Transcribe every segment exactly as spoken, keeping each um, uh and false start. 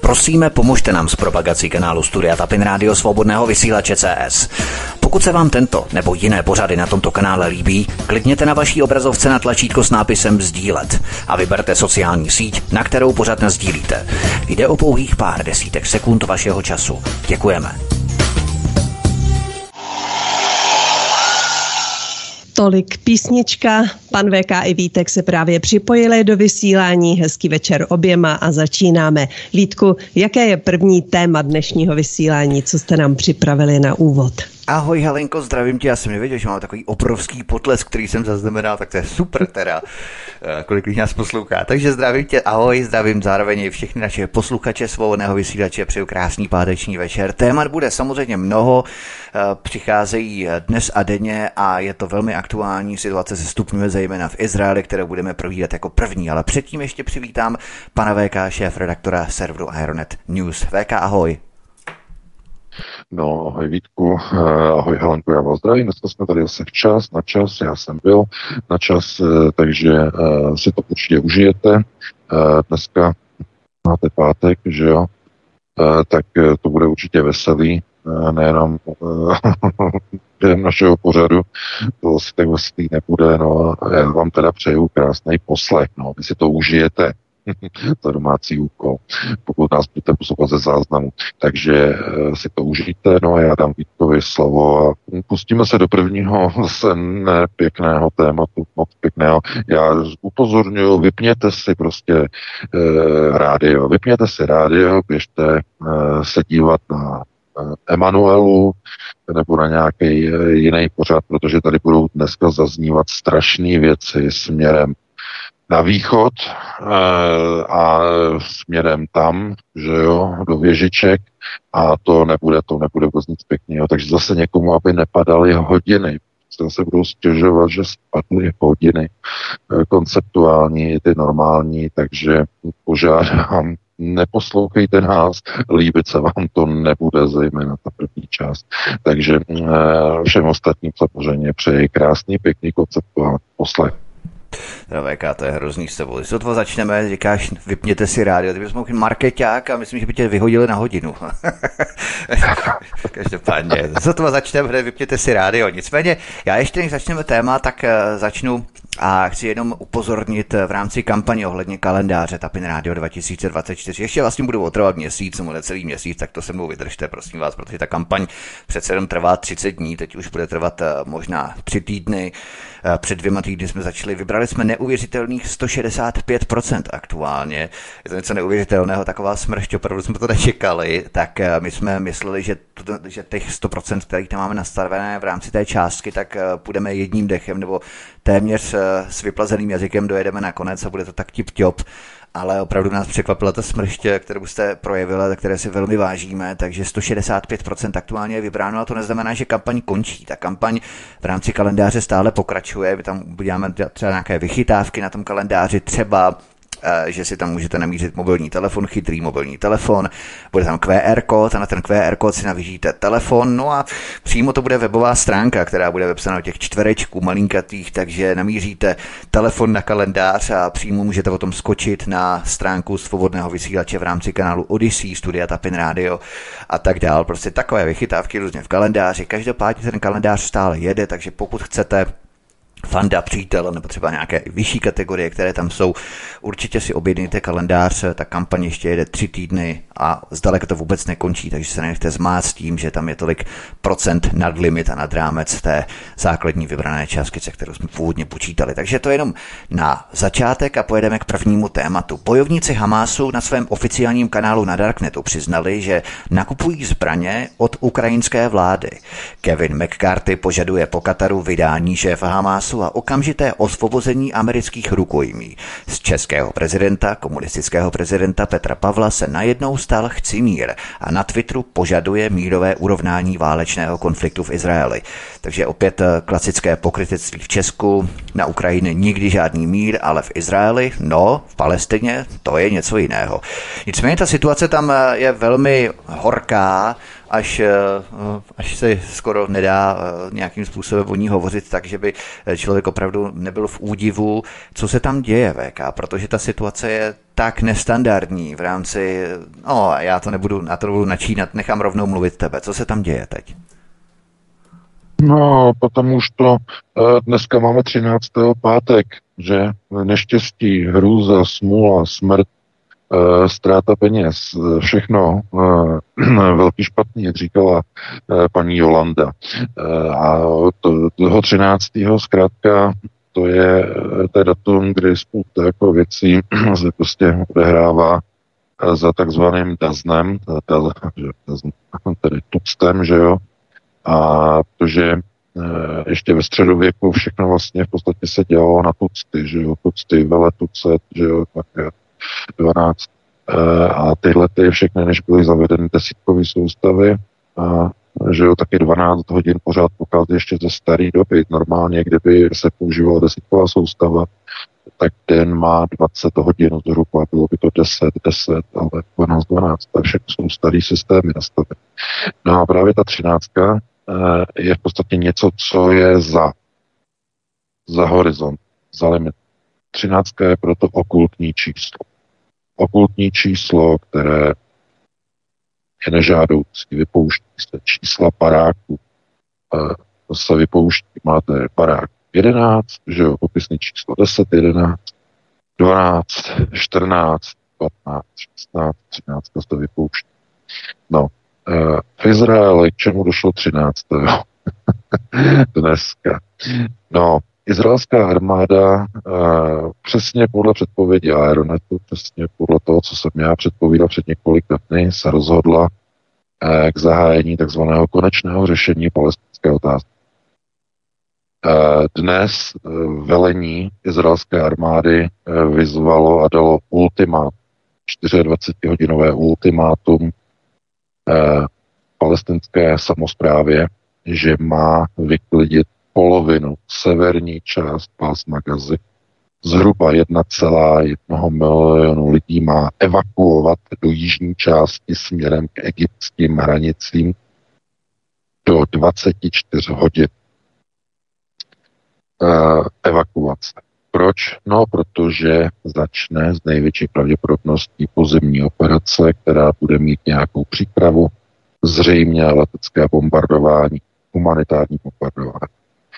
Prosíme, pomožte nám s propagací kanálu Studia Tapin Rádio Svobodného vysílače C S. Pokud se vám tento nebo jiné pořady na tomto kanále líbí, klikněte na vaší obrazovce na tlačítko s nápisem sdílet a vyberte sociální síť, na kterou pořad nasdílíte. Jde o pouhých pár desítek sekund vašeho času. Děkujeme. Tolik písnička. Pan V K i Vítek se právě připojili do vysílání. Hezký večer oběma a začínáme. Vítku, jaké je první téma dnešního vysílání? Co jste nám připravili na úvod? Ahoj Helenko, zdravím tě, já jsem nevěděl, že mám takový obrovský potlesk, který jsem zaznamenal, tak to je super teda, kolik lidí nás poslouchá. Takže zdravím tě, ahoj, zdravím zároveň i všechny naše posluchače Svobodného vysílače, přeju krásný páteční večer. Témat bude samozřejmě mnoho, přicházejí dnes a denně a je to velmi aktuální, situace se stupňuje zejména v Izraeli, kterou budeme probírat jako první, ale předtím ještě přivítám pana V K, šéf-redaktora serveru Aeronet News. V K, ahoj. No, ahoj Vítku, ahoj Helenku, já vás zdravím, dneska jsme tady zase včas, na čas, já jsem byl na čas, takže si to určitě užijete. Dneska máte pátek, že jo, tak to bude určitě veselý, nejenom během našeho pořadu, to asi tak veselý nebude, no a já vám teda přeju krásný poslech, no, vy si to užijete. To je domácí úkol, pokud nás budete poslouchat ze záznamu. Takže si to užijte, no a já dám Vítkovi slovo a pustíme se do prvního zase pěkného tématu, moc pěkného. Já upozorňuji, vypněte si prostě e, rádio, vypněte si rádio, běžte e, se dívat na Emanuelu nebo na nějaký jiný pořad, protože tady budou dneska zaznívat strašné věci směrem na východ e, a směrem tam, že jo, do Věžiček a to nebude, to nebude vůbec nic pěkného. Takže zase někomu, aby nepadaly hodiny. Se budou stěžovat, že spadly hodiny e, konceptuální, ty normální, takže požádám, neposlouchejte nás, líbit se vám to nebude, zejména ta první část. Takže e, všem ostatním samozřejmě přeji krásný, pěkný konceptuální poslech. V K, to je hrozný s tebou. Když to toho začneme, říkáš, vypněte si rádio, ty bys mohl markeťák a myslím, že by tě vyhodili na hodinu. Každopádně, co toho začneme, hned vypněte si rádio. Nicméně, já ještě než začneme téma, tak začnu a chci jenom upozornit v rámci kampaně ohledně kalendáře Tapin Rádio dva tisíce dvacet čtyři. Ještě vlastně budou otrvat měsíc, nebo necelý měsíc, tak to se mnou vydržte, prosím vás, protože ta kampaň přece jenom trvá třicet dní, teď už bude trvat možná tři týdny. Před dvěma týdny jsme začali, vybrali jsme neuvěřitelných sto šedesát pět procent aktuálně. Je to něco neuvěřitelného, taková smršť, opravdu jsme to nečekali, tak my jsme mysleli, že, to, že těch sto procent, kterých tam máme nastavené v rámci té částky, tak půjdeme jedním dechem nebo téměř s vyplazeným jazykem dojedeme na konec a bude to tak tip-top. Ale opravdu nás překvapila ta smršť, kterou jste projevila, za které si velmi vážíme, takže sto šedesát pět procent aktuálně je vybráno a to neznamená, že kampaň končí. Ta kampaň v rámci kalendáře stále pokračuje, my tam uděláme třeba nějaké vychytávky na tom kalendáři, třeba že si tam můžete namířit mobilní telefon, chytrý mobilní telefon, bude tam Q R kód a na ten Q R kód si navížíte telefon, no a přímo to bude webová stránka, která bude vepsána do těch čtverečků malinkatých, takže namíříte telefon na kalendář a přímo můžete potom skočit na stránku Svobodného vysílače v rámci kanálu Odyssey, Studia Tapin Radio a tak dál. Prostě takové vychytávky různě v kalendáři. Každopádně ten kalendář stále jede, takže pokud chcete fanda, přítel nebo třeba nějaké vyšší kategorie, které tam jsou, určitě si objednejte kalendář, ta kampaň ještě jede tři týdny a zdaleka to vůbec nekončí, takže se nenechte zmást tím, že tam je tolik procent nad limit a nad rámec té základní vybrané částky, kterou jsme původně počítali. Takže to je jenom na začátek a pojedeme k prvnímu tématu. Bojovníci Hamásu na svém oficiálním kanálu na Darknetu přiznali, že nakupují zbraně od ukrajinské vlády. Kevin McCarthy požaduje po Kataru vydání šéfa Hamásu a okamžité osvobození amerických rukojmí. Z českého prezidenta, komunistického prezidenta Petra Pavla se najednou stal chcimír a na Twitteru požaduje mírové urovnání válečného konfliktu v Izraeli. Takže opět klasické pokrytectví v Česku, na Ukrajině nikdy žádný mír, ale v Izraeli, no, v Palestině, to je něco jiného. Nicméně ta situace tam je velmi horká až, až se skoro nedá nějakým způsobem o ní hovořit, takže by člověk opravdu nebyl v údivu, co se tam děje, V K, protože ta situace je tak nestandardní v rámci, no já to nebudu, na to nebudu načínat, nechám rovnou mluvit tebe. Co se tam děje teď? No, potom už to, dneska máme třináctého pátek, že neštěstí, hrůza, smůla, smrt, ztráta peněz, všechno velký špatný, jak říkala paní Jolanda. A to, toho třináctého zkrátka to je to datum, kdy spousta jako věcí se prostě odehrává za takzvaným daznem, tedy tuctem, že jo, a protože ještě ve středověku všechno vlastně v podstatě se dělalo na tucty, že jo, tucty, vele, tucet, že jo, tak dvanáct. A tyhle ty všechny, než byly zavedeny desítkové soustavy, a že jo, taky dvanáct hodin pořád pochází ještě ze staré doby. Normálně, kdyby se používala desítková soustava, tak den má dvacet hodin zhruba, bylo by to deset, deset, ale dvanáct, dvanáct, tak všechno jsou starý systémy nastavené. No a právě ta třináctka je v podstatě něco, co je za, za horizont, za limit. Třináctka je proto okultní číslo. Okultní číslo, které je nežádoucí, vypouští se čísla paráku. To se vypouští, máte parák jedenáct, že jo, popisný číslo deset, jedenáct, dvanáct, čtrnáct, patnáct, šestnáct, třináct se to vypouští. No, v Izraeli k čemu došlo třináctého dneska. No, izraelská armáda uh, přesně podle předpovědi Aeronetu, přesně podle toho, co jsem já předpovídal před několika dny, se rozhodla uh, k zahájení takzvaného konečného řešení palestinské otázky. Uh, dnes uh, velení izraelské armády uh, vyzvalo a dalo ultimátum, dvacetičtyřhodinové ultimátum uh, palestinské samosprávě, že má vyklidit polovinu severní část pásma Gazy. Zhruba jedna celá jedna milionu lidí má evakuovat do jižní části směrem k egyptským hranicím do dvacet čtyři hodin. Uh, evakuace. Proč? No, protože začne s největší pravděpodobností pozemní operace, která bude mít nějakou přípravu, zřejmě letecké bombardování, humanitární bombardování.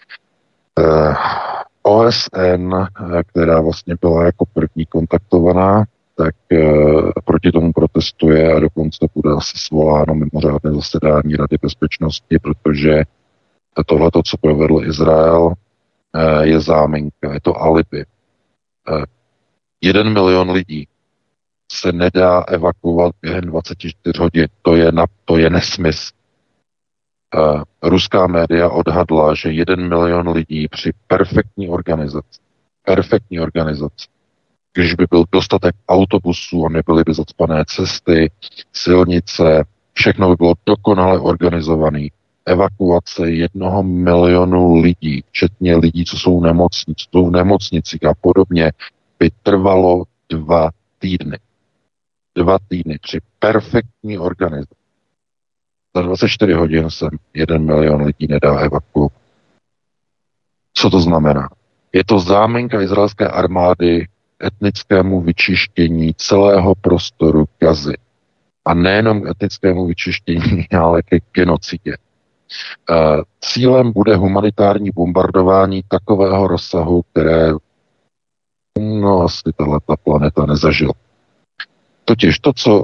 O S N, která vlastně byla jako první kontaktovaná, tak proti tomu protestuje a dokonce bude asi svoláno mimořádné zasedání Rady bezpečnosti, protože tohleto, co provedl Izrael, je záminka, je to alibi. Jeden milion lidí se nedá evakuovat během dvacet čtyři hodin. To je, na, to je nesmysl. Uh, ruská média odhadla, že jeden milion lidí při perfektní organizaci, perfektní organizaci, když by byl dostatek autobusů a nebyly by zacpané cesty, silnice, všechno by bylo dokonale organizované. Evakuace jednoho milionu lidí, včetně lidí, co jsou nemocnic, co jsou v nemocnicích a podobně, by trvalo dva týdny. Dva týdny při perfektní organizaci. Za dvacet čtyři hodin se jeden milion lidí nedá evakuovat. Co to znamená? Je to záminka izraelské armády etnickému vyčištění celého prostoru Gazy. A nejenom k etnickému vyčištění, ale ke genocidě. Cílem bude humanitární bombardování takového rozsahu, které no asi ta planeta nezažila. Totiž to, co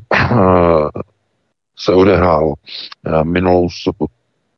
se odehrálo minulou sobotu,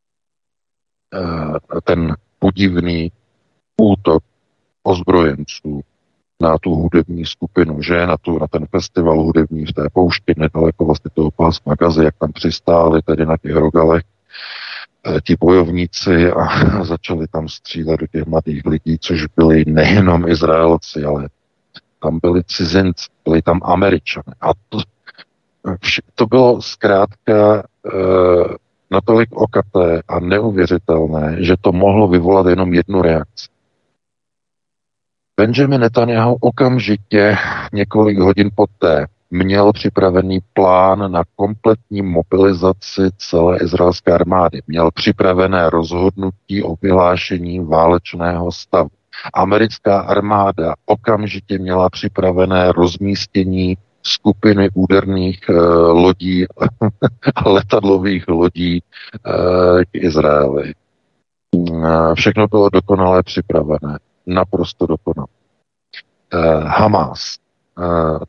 ten podivný útok ozbrojenců na tu hudební skupinu, že na, tu, na ten festival hudební v té poušti nedaleko vlastně toho pásma Gazy, jak tam přistáli tedy na těch rogalech ti bojovníci a začali tam střílet do těch mladých lidí, což byli nejenom Izraelci, ale tam byli cizinci, byli tam Američané. A to, to bylo zkrátka e, natolik okaté a neuvěřitelné, že to mohlo vyvolat jenom jednu reakci. Benjamin Netanyahu okamžitě několik hodin poté, měl připravený plán na kompletní mobilizaci celé izraelské armády. Měl připravené rozhodnutí o vyhlášení válečného stavu. Americká armáda okamžitě měla připravené rozmístění skupiny úderných e, lodí a letadlových lodí e, k Izraeli. E, všechno bylo dokonale připravené. Naprosto dokonale. E, Hamas e,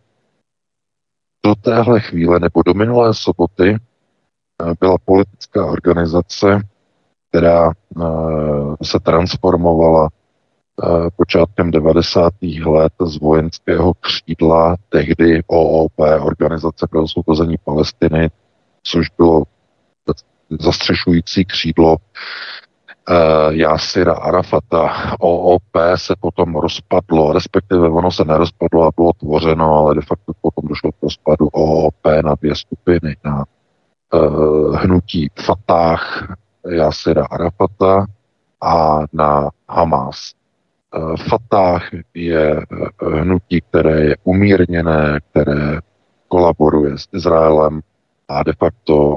do téhle chvíle nebo do minulé soboty e, byla politická organizace, která e, se transformovala počátkem devadesátých let z vojenského křídla tehdy O O P, Organizace pro osvobození Palestiny, což bylo zastřešující křídlo uh, Jásira Arafata. O O P se potom rozpadlo, respektive ono se nerozpadlo a bylo tvořeno, ale de facto potom došlo k rozpadu O O P na dvě skupiny, na uh, hnutí Fatah Jásira Arafata a na Hamas. Fatah je hnutí, které je umírněné, které kolaboruje s Izraelem a de facto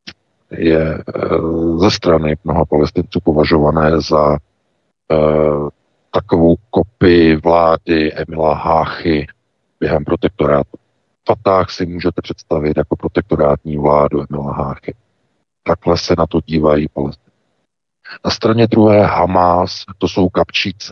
je ze strany mnoha Palestinců považované za uh, takovou kopii vlády Emila Háchy během protektorátu. Fatah si můžete představit jako protektorátní vládu Emila Háchy. Takhle se na to dívají Palestinci. Na straně druhé Hamas, to jsou kapčíci.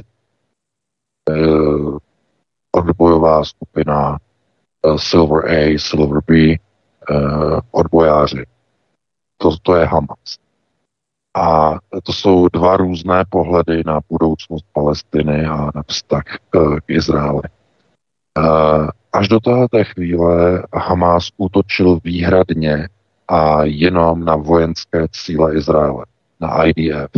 Uh, odbojová skupina uh, Silver A, Silver B, uh, odbojáři. To, to je Hamas. A to jsou dva různé pohledy na budoucnost Palestiny a na vztah uh, k Izraeli. Uh, až do této chvíle Hamas útočil výhradně a jenom na vojenské cíle Izraele, na I D F.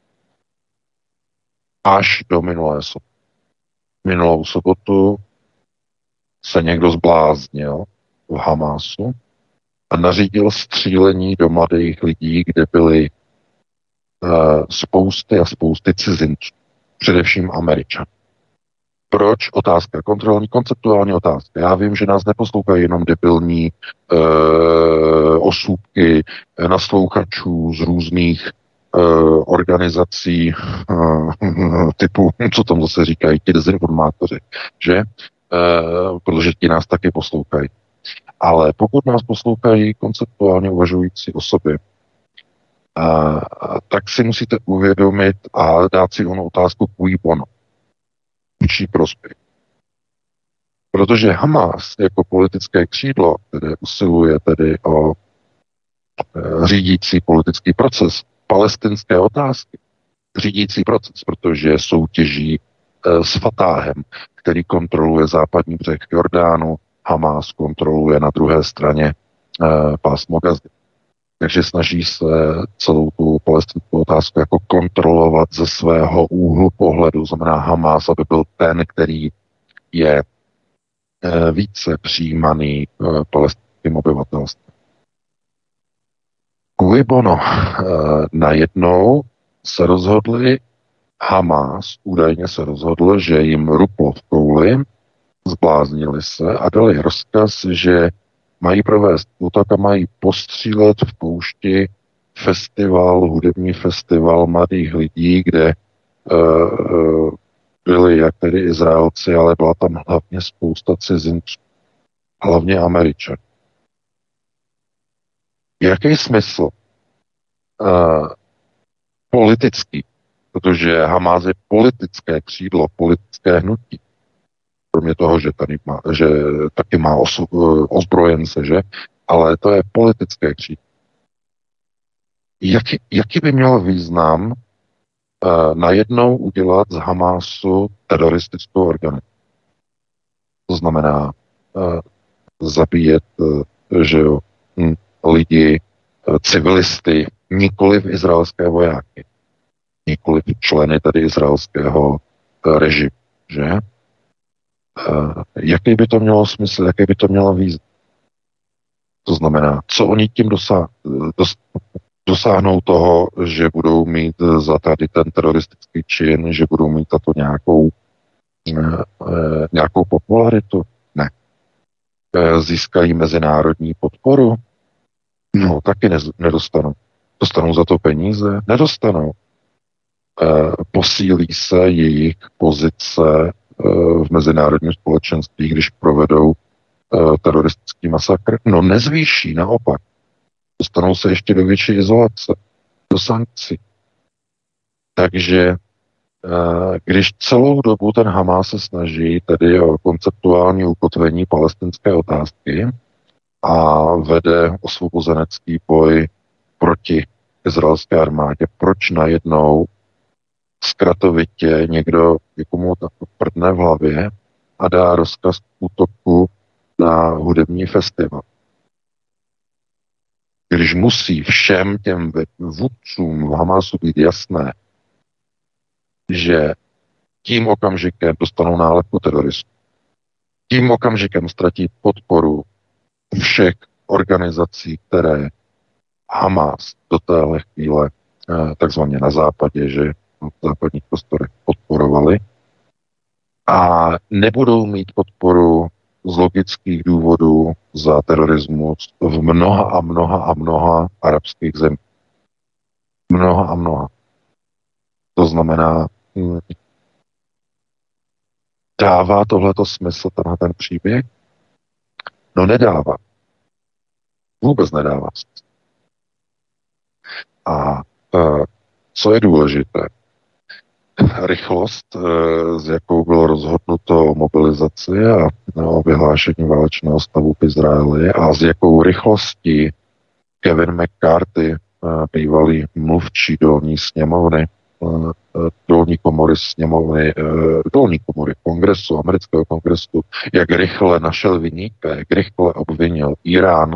Až do minulé soboty. Minulou sobotu se někdo zbláznil v Hamasu a nařídil střílení do mladých lidí, kde byly uh, spousty a spousty cizinců, především Američanů. Proč? Otázka. Kontrolní, konceptuální otázka. Já vím, že nás neposlouchají jenom debilní uh, osůbky naslouchačů z různých Uh, organizací uh, typu, co tam zase říkají, ti dezinformátoři, že? Uh, protože ti nás taky poslouchají. Ale pokud nás poslouchají konceptuálně uvažující osoby, uh, tak si musíte uvědomit a dát si onu otázku cui bono. Čí prospěch. Protože Hamas jako politické křídlo, které usiluje tedy o uh, řídící politický proces, palestinské otázky, řídící proces, protože soutěží e, s Fatáhem, který kontroluje západní břeh Jordánu, Hamas kontroluje na druhé straně e, pásmo Gazy. Takže snaží se celou tu palestinskou otázku jako kontrolovat ze svého úhlu pohledu, znamená Hamas, aby byl ten, který je e, více přijímaný e, palestinským obyvatelstvem. Cui bono. Najednou se rozhodli, Hamas údajně se rozhodl, že jim ruplo v kouli, zbláznili se a dali rozkaz, že mají provést útok a mají postřílet v poušti festival, hudební festival mladých lidí, kde uh, byli jak tedy Izraelci, ale byla tam hlavně spousta cizinců, hlavně Američanů. Jaký smysl uh, politický, protože Hamas je politické křídlo, politické hnutí, kromě toho, že, tady má, že taky má osu, uh, ozbrojence, že? Ale to je politické křídlo. Jaký, jaký by měl význam uh, najednou udělat z Hamasu teroristickou organizaci? To znamená uh, zabíjet, uh, že jo, hm, lidi, civilisty, nikoliv izraelské vojáky, nikoliv členy tady izraelského režimu, že? Jaký by to mělo smysl, jaký by to mělo význam? To znamená, co oni tím dosáhnou? Dos, dosáhnou toho, že budou mít za tady ten teroristický čin, že budou mít tato nějakou, nějakou popularitu? Ne. získají mezinárodní podporu? No, taky nedostanou. Dostanou za to peníze? Nedostanou. Posílí se jejich pozice v mezinárodním společenství, když provedou teroristický masakr? No, nezvýší, naopak. Dostanou se ještě do větší izolace, do sankcí. Takže když celou dobu ten Hamás se snaží tedy o konceptuální ukotvení palestinské otázky a vede osvobozenecký boj proti izraelské armádě, proč najednou zkratovitě někdo někomu prdne v hlavě a dá rozkaz k útoku na hudební festival? Když musí všem těm vůdcům v Hamásu být jasné, že tím okamžikem dostanou nálepku teroristů, tím okamžikem ztratí podporu všech organizací, které Hamás do téhle chvíle takzvaně na západě, že v západních prostorech podporovali, a nebudou mít podporu z logických důvodů za terorismus v mnoha a mnoha a mnoha arabských zemích. Mnoha a mnoha. To znamená, dává tohleto smysl, tenhle ten příběh? No nedává. Vůbec nedává smysl. A e, co je důležité? Rychlost, e, s jakou bylo rozhodnuto o mobilizaci a o vyhlášení válečného stavu v Izraeli, a s jakou rychlostí Kevin McCarthy, e, bývalý mluvčí dolní sněmovny, dolní komory sněmovny, dolní komory kongresu, amerického kongresu, jak rychle našel viníka, jak rychle obvinil Irán,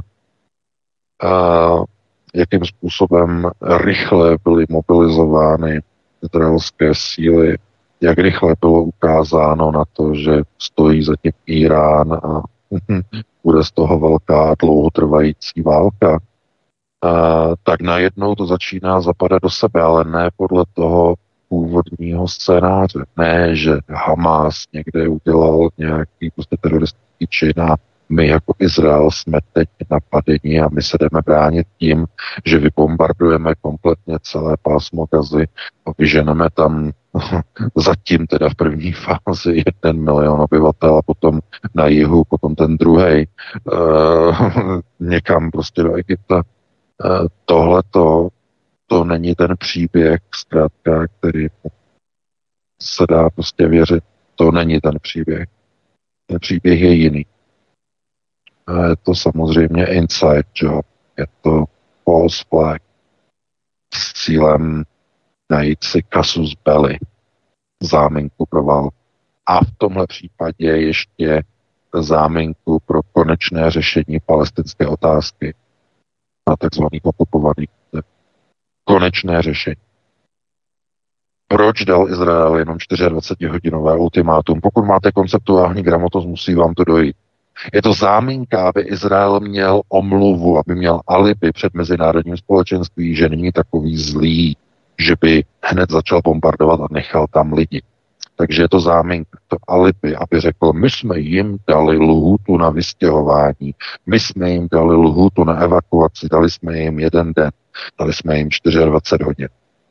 jakým způsobem rychle byly mobilizovány izraelské síly, jak rychle bylo ukázáno na to, že stojí zatím Irán a bude z toho velká dlouhotrvající válka, Uh, tak najednou to začíná zapadat do sebe, ale ne podle toho původního scénáře. Ne, že Hamás někde udělal nějaký prostě teroristický čin a my jako Izrael jsme teď napadeni a my se jdeme bránit tím, že vybombardujeme kompletně celé pásmo Gazy a vyženeme tam zatím teda v první fázi jeden milion obyvatel a potom na jihu, potom ten druhej uh, někam prostě do Egypta. Tohleto, to není ten příběh, zkrátka, který se dá prostě věřit. To není ten příběh. Ten příběh je jiný. Je to samozřejmě inside job. Je to false flag s cílem najít si casus belli, záminku pro válku. A v tomhle případě ještě záminku pro konečné řešení palestinské otázky na takzvaných okupovaných. Konečné řešení. Proč dal Izrael jenom dvacetičtyřhodinové ultimátum? Pokud máte konceptuální gramotnost, musí vám to dojít. Je to záminka, aby Izrael měl omluvu, aby měl alibi před mezinárodním společenstvím, že není takový zlý, že by hned začal bombardovat a nechal tam lidi. Takže je to záminka, to alibi, aby řekl, my jsme jim dali lhůtu na vystěhování, my jsme jim dali lhůtu na evakuaci, dali jsme jim jeden den, dali jsme jim dvacet čtyři hodin.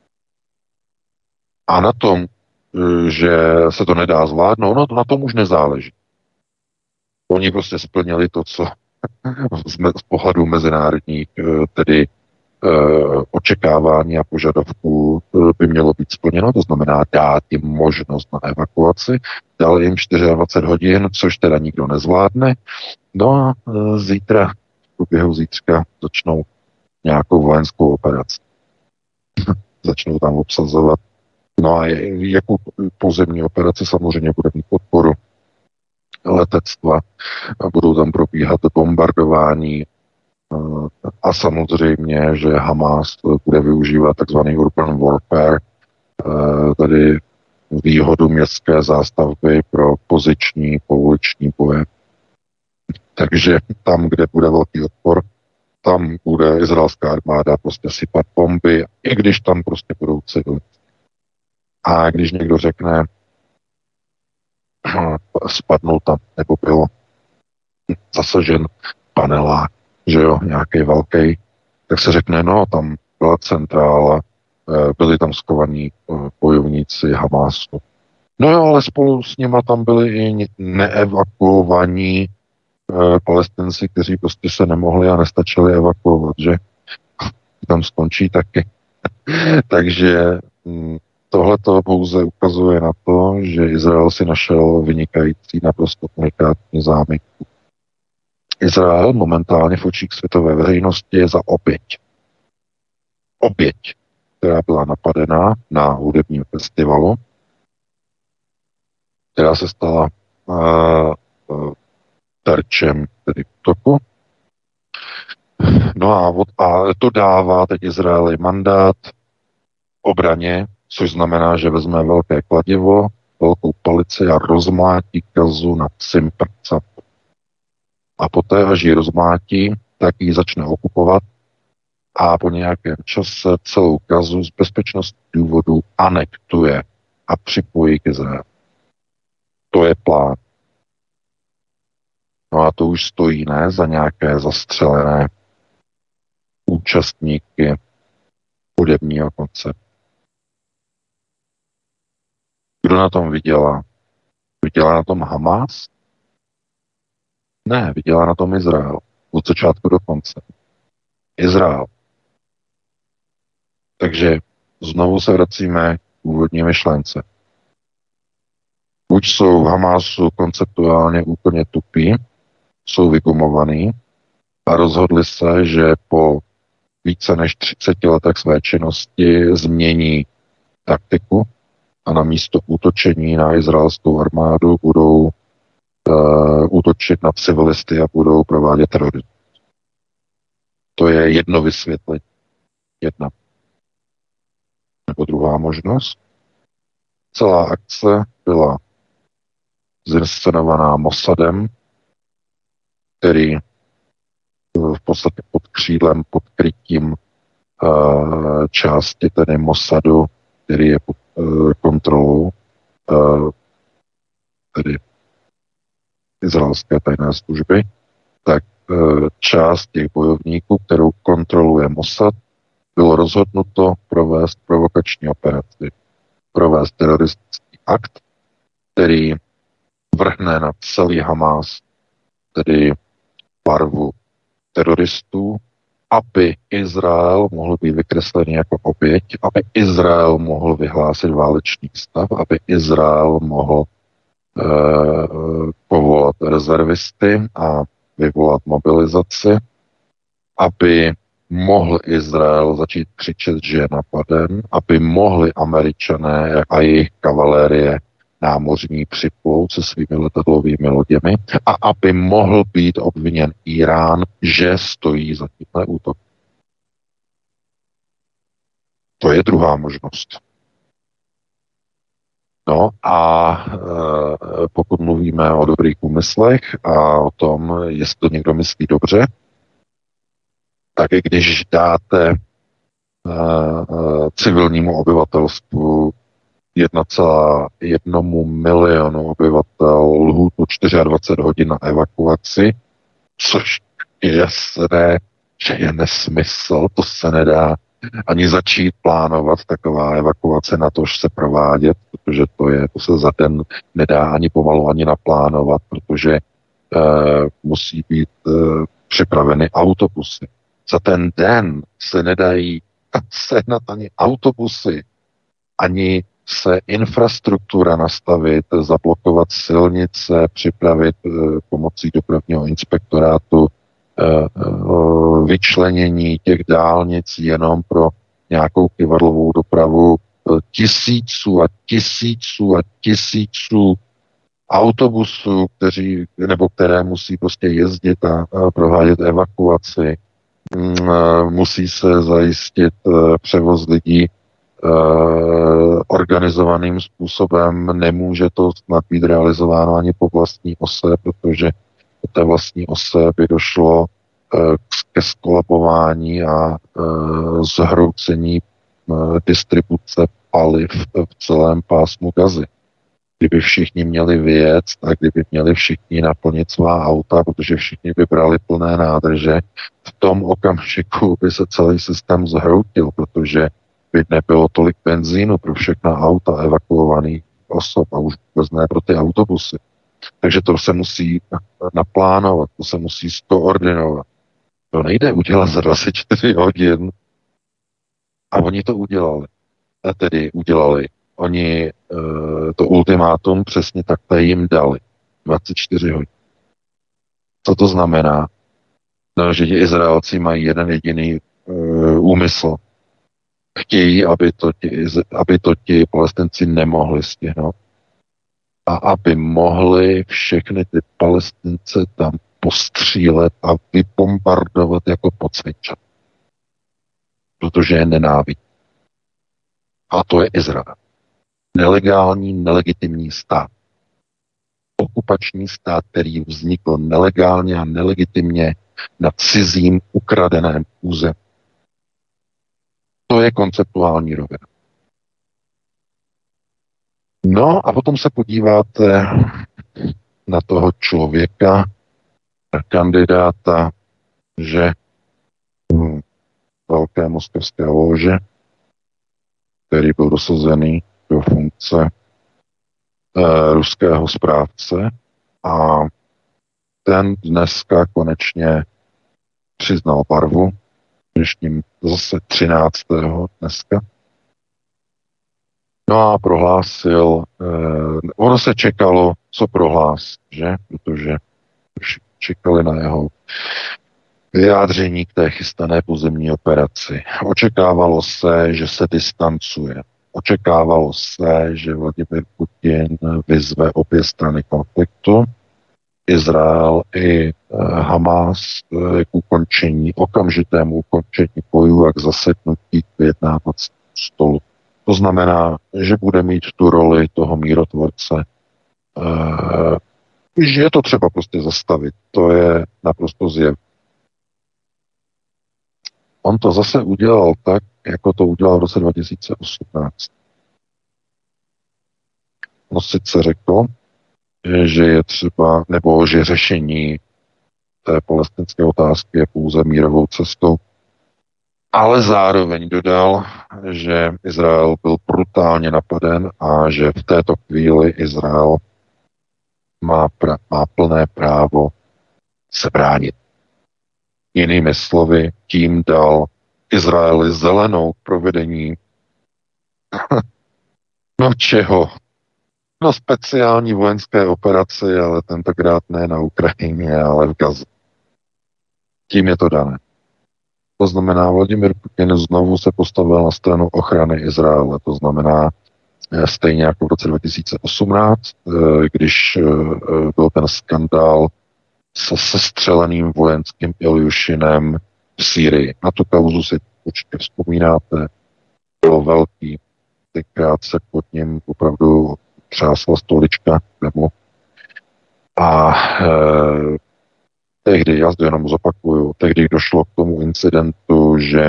A na tom, že se to nedá zvládnout, no to na tom už nezáleží. Oni prostě splnili to, co z pohledu mezinárodních, tedy očekávání a požadavků by mělo být splněno, to znamená dát jim možnost na evakuaci, dali jim dvacet čtyři hodin, což teda nikdo nezvládne. No a zítra, v průběhu zítřka začnou nějakou vojenskou operaci. Začnou tam obsazovat. No a jakou pozemní operaci samozřejmě bude mít podporu letectva, a budou tam probíhat bombardování a samozřejmě, že Hamas bude využívat takzvaný urban warfare, tedy výhodu městské zástavby pro poziční pouliční boje. Takže tam, kde bude velký odpor, tam bude izraelská armáda prostě sypat bomby, i když tam prostě budou civilisté. A když někdo řekne, spadnul tam, nebo bylo, zasažen panelák, že jo, nějaký velký, tak se řekne, no, tam byla centrála, byli tam skovaní bojovníci Hamásu. No jo, ale spolu s nima tam byli i neevakuovaní Palestinci, kteří prostě se nemohli a nestačili evakuovat, že tam skončí taky. Takže tohle to pouze ukazuje na to, že Izrael si našel vynikající, naprosto unikátní záminku. Izrael momentálně v očích světové veřejnosti je za oběť. Oběť, která byla napadená na hudebním festivalu, která se stala uh, uh, terčem tedy útoku. No a, od, a to dává teď Izraeli mandát obraně, což znamená, že vezme velké kladivo, velkou palici a rozmlátí Gazu na psím prcem. A poté, až ji rozmlátí, tak ji začne okupovat a po nějakém čase celou Gazu z bezpečnostních důvodů anektuje a připojí k Izraeli. To je plán. No a to už stojí ne za nějaké zastřelené účastníky hudebního koncertu. Kdo na tom vydělá? Vydělá na tom Hamas? Ne, vydělá na tom Izrael. Od začátku do konce. Izrael. Takže znovu se vracíme k původní myšlence. Buď jsou v Hamásu konceptuálně úplně tupí, jsou vygumovaný a rozhodli se, že po více než třiceti letech své činnosti změní taktiku a na místo útočení na izraelskou armádu budou uh, útočit na civilisty a budou provádět terorismus. To je jedno vysvětlení. Jedna. Nebo druhá možnost. Celá akce byla zinscenovaná Mossadem, který v podstatě pod křídlem, pod krytím uh, části tedy Mossadu, který je pod uh, kontrolou uh, tedy izraelské tajné služby, tak uh, část těch bojovníků, kterou kontroluje Mossad, bylo rozhodnuto provést provokační operaci, provést teroristický akt, který vrhne na celý Hamas, tedy barvu teroristů, aby Izrael mohl být vykreslený jako oběť, aby Izrael mohl vyhlásit válečný stav, aby Izrael mohl eh, povolat rezervisty a vyvolat mobilizaci, aby mohl Izrael začít křičet, že je napaden, aby mohli Američané a jejich kavalérie námořní připlout se svými letadlovými loděmi a aby mohl být obviněn Irán, že stojí za tímhle útok. To je druhá možnost. No a e, pokud mluvíme o dobrých úmyslech a o tom, jestli to někdo myslí dobře, tak i když dáte e, e, civilnímu obyvatelstvu jedna celá jedna milionu obyvatel lhůtu dvacet čtyři hodin na evakuaci, což je jasné, že je nesmysl, to se nedá ani začít plánovat, taková evakuace, na tož se provádět, protože to je, to se za den nedá ani pomalu ani naplánovat, protože e, musí být e, připraveny autobusy. Za ten den se nedají sehnat ani autobusy, ani se infrastruktura nastavit, zablokovat silnice, připravit e, pomocí dopravního inspektorátu e, e, vyčlenění těch dálnic jenom pro nějakou kivadlovou dopravu e, tisíců a tisíců a tisíců autobusů, kteří, nebo které musí prostě jezdit a, a provádět evakuaci. E, musí se zajistit e, převoz lidí Uh, organizovaným způsobem. Nemůže to snad být realizováno ani po vlastní ose, protože po té vlastní ose by došlo uh, ke skolapování a uh, zhroucení uh, distribuce paliv v celém pásmu Gazy. kdyby všichni měli vyjet, tak kdyby měli všichni naplnit svá auta, protože všichni by brali plné nádrže, v tom okamžiku by se celý systém zhroutil, protože by nebylo tolik benzínu pro všechna auta evakuovaných osob a už vůbec ne pro ty autobusy. Takže to se musí naplánovat, to se musí skoordinovat. To nejde udělat za dvacet čtyři hodin. A oni to udělali. A tedy udělali. Oni e, to ultimátum přesně takhle jim dali. dvacet čtyři hodin. Co to znamená? No, že ti Izraelci mají jeden jediný e, úmysl. Chtějí, aby to, ti, aby to ti Palestinci nemohli stihnout. A aby mohli všechny ty Palestince tam postřílet a vybombardovat jako pocvičat. Protože je nenávidí. A to je Izrael. Nelegální, nelegitimní stát. Okupační stát, který vznikl nelegálně a nelegitimně na cizím ukradeném území. To je konceptuální rovina. No a potom se podíváte na toho člověka, na kandidáta, že hm, velké moskevské lože, který byl dosazený do funkce e, ruského správce a ten dneska konečně přiznal barvu, dnešním zase třináctého dneska. No a prohlásil, eh, ono se čekalo, co prohlásí, že? Protože čekali na jeho vyjádření k té chystané pozemní operaci. Očekávalo se, že se distancuje. Očekávalo se, že Vladimir Putin vyzve obě strany konfliktu, Izrael i Hamas k ukončení, okamžitému ukončení bojů a k zasednutí k vyjednávacímu stolu. To znamená, že bude mít tu roli toho mírotvorce, že je to třeba prostě zastavit. To je naprosto zjevné. On to zase udělal tak, jako to udělal v roce dva tisíce osmnáct. On sice řekl, že je třeba, nebo že řešení té palestinské otázky je pouze mírovou cestou, ale zároveň dodal, že Izrael byl brutálně napaden a že v této chvíli Izrael má, pra, má plné právo se bránit. Jinými slovy, tím dal Izraeli zelenou k provedení no čeho? No speciální vojenské operace, ale tentokrát ne na Ukrajině, ale v Gaze. Tím je to dané. To znamená, Vladimir Putin znovu se postavil na stranu ochrany Izraele. To znamená, stejně jako v roce dva tisíce osmnáct, když byl ten skandál se sestřeleným vojenským Iljušinem v Sýrii. Na tu kauzu si určitě vzpomínáte. Bylo velký. Tenkrát se pod ním opravdu třásla stolička nebo a e, tehdy, já zde jenom zopakuju, tehdy došlo k tomu incidentu, že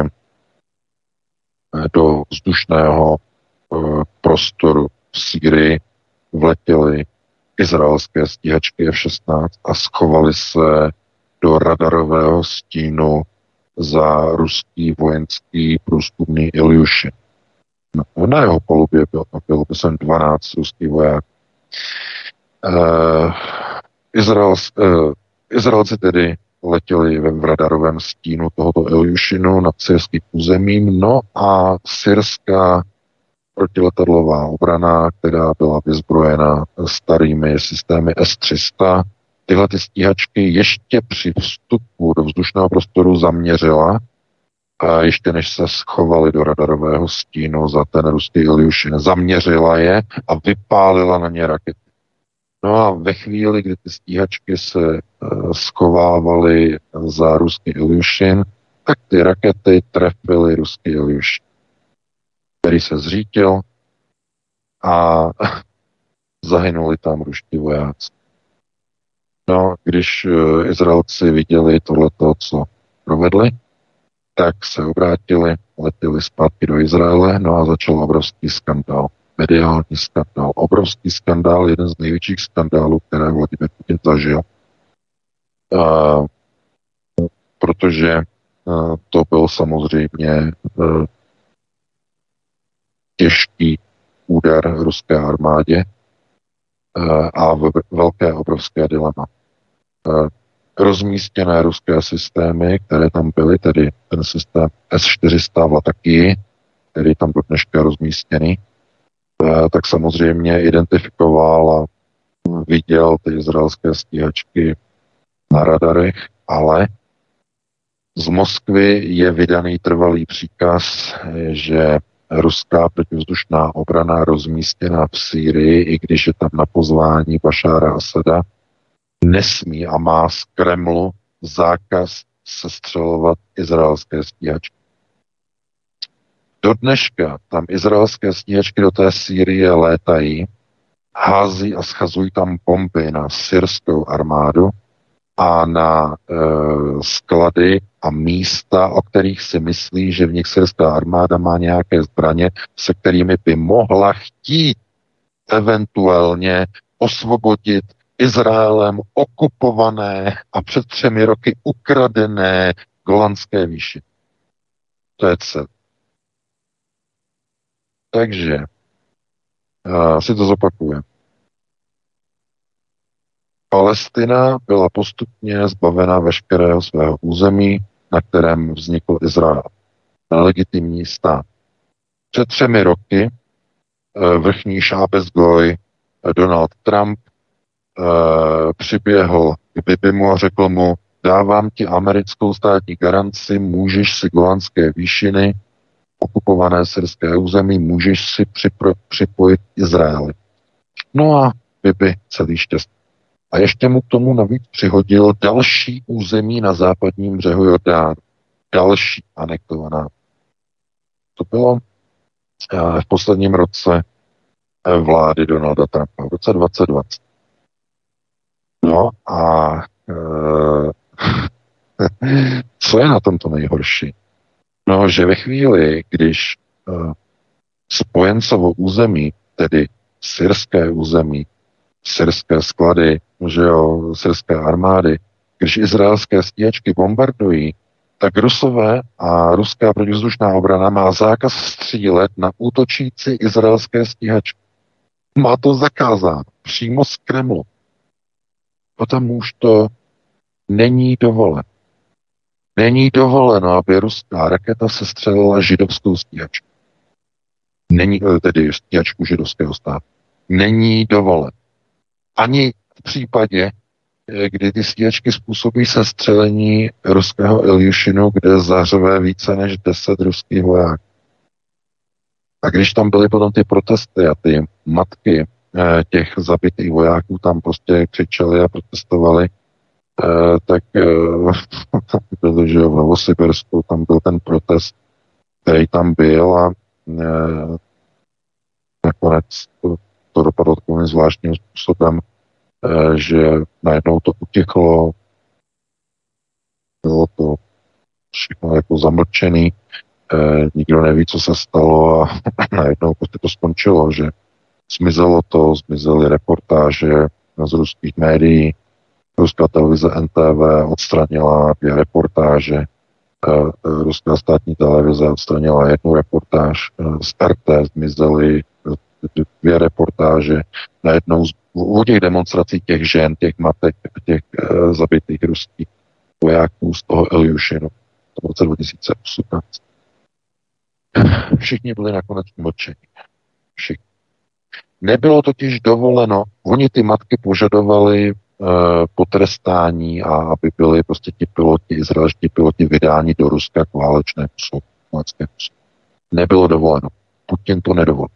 do vzdušného e, prostoru v Sýrii vletěly izraelské stíhačky F šestnáct a schovaly se do radarového stínu za ruský vojenský průzkumný Iljušin. No, na jeho palubě bylo, bylo myslím dvanáct ruských vojáků. Uh, Izrael, uh, Izraelci tedy letěli ve v radarovém stínu tohoto Iljušinu nad syrským územím, no a syrská protiletadlová obrana, která byla vyzbrojena starými systémy S tři sta, tyhle ty stíhačky ještě při vstupu do vzdušného prostoru zaměřila, a ještě než se schovali do radarového stínu za ten ruský Iljušin, zaměřila je a vypálila na ně rakety. No a ve chvíli, kdy ty stíhačky se uh, schovávaly za ruský Iljušin, tak ty rakety trefily ruský Iljušin, který se zřítil a zahynuli tam ruští vojáci. No, když uh, Izraelci viděli tohleto, co provedli, tak se obrátili, letěli zpátky do Izraele, no a začal obrovský skandál. mediální skandál, obrovský skandál, jeden z největších skandálů, které Vladimir Putin zažil, uh, protože uh, to byl samozřejmě uh, těžký úder ruské armádě uh, a v, velké, obrovské dilema. Uh, rozmístěné ruské systémy, které tam byly, tedy ten systém S čtyři sta v Latakii, který tam do dneška rozmístěný, tak samozřejmě identifikoval a viděl ty izraelské stíhačky na radarech, ale z Moskvy je vydaný trvalý příkaz, že ruská protivzdušná obrana rozmístěná v Sýrii, i když je tam na pozvání Bašára Asada, nesmí a má z Kremlu zákaz sestřelovat izraelské stíhačky. Do dneška tam izraelské stíhačky do té Sýrie létají, hází a schazují tam bomby na syrskou armádu a na e, sklady a místa, o kterých si myslí, že v nich syrská armáda má nějaké zbraně, se kterými by mohla chtít eventuálně osvobodit Izraelem okupované a před třemi roky ukradené Golanské výšiny. To je celé. Takže uh, si to zopakuje. Palestina byla postupně zbavena veškerého svého území, na kterém vznikl Izrael. Legitimní stát. Před třemi roky uh, vrchní šábezgoj Donald Trump uh, přiběhl k Bibimu a řekl mu, dávám ti americkou státní garanci, můžeš si Golanské výšiny, okupované syrské území, můžeš si připro, připojit Izraeli. No a Bibi celý štěstí. A ještě mu k tomu navíc přihodil další území na západním břehu Jordánu. Další anektovaná. To bylo v posledním roce vlády Donalda Trumpa, v roce dvacet dvacet. No a e, co je na tomto nejhorší? No, že ve chvíli, když uh, spojencovo území, tedy syrské území, syrské sklady, že jo, syrské armády, když izraelské stíhačky bombardují, tak Rusové a ruská protivzdušná obrana má zákaz střílet na útočící izraelské stíhačky. Má to zakázáno přímo z Kremlu. Potom už to není dovoleno. Není dovoleno, aby ruská raketa sestřelila židovskou stíhačku. Není, tedy stíhačku židovského státu. Není dovoleno. Ani v případě, kdy ty stíhačky způsobí sestřelení ruského Iljušinu, kde zařve více než deset ruských vojáků. A když tam byly potom ty protesty a ty matky těch zabitých vojáků tam prostě křičeli a protestovali, Uh, tak uh, bylo, že v Novosibirsku tam byl ten protest, který tam byl a uh, nakonec to, to dopadlo takovým zvláštním způsobem, uh, že najednou to utěklo, bylo to všechno jako zamlčený, uh, nikdo neví, co se stalo a najednou prostě to skončilo, že zmizelo to, zmizely reportáže z ruských médií. Ruská televize N T V odstranila dvě reportáže, ruská státní televize odstranila jednu reportáž, z R T zmizely dvě reportáže, najednou o těch demonstrací těch žen, těch matek, těch uh, zabitých ruských vojáků z toho Iljušinu v roce dva tisíce osmnáct. Všichni byli nakonec mlčení. Všichni. Nebylo totiž dovoleno, oni ty matky požadovali potrestání a aby byli prostě ti piloti, izraelští piloti vydáni do Ruska k válečnému soudu. Nebylo dovoleno. Putin to nedovolil.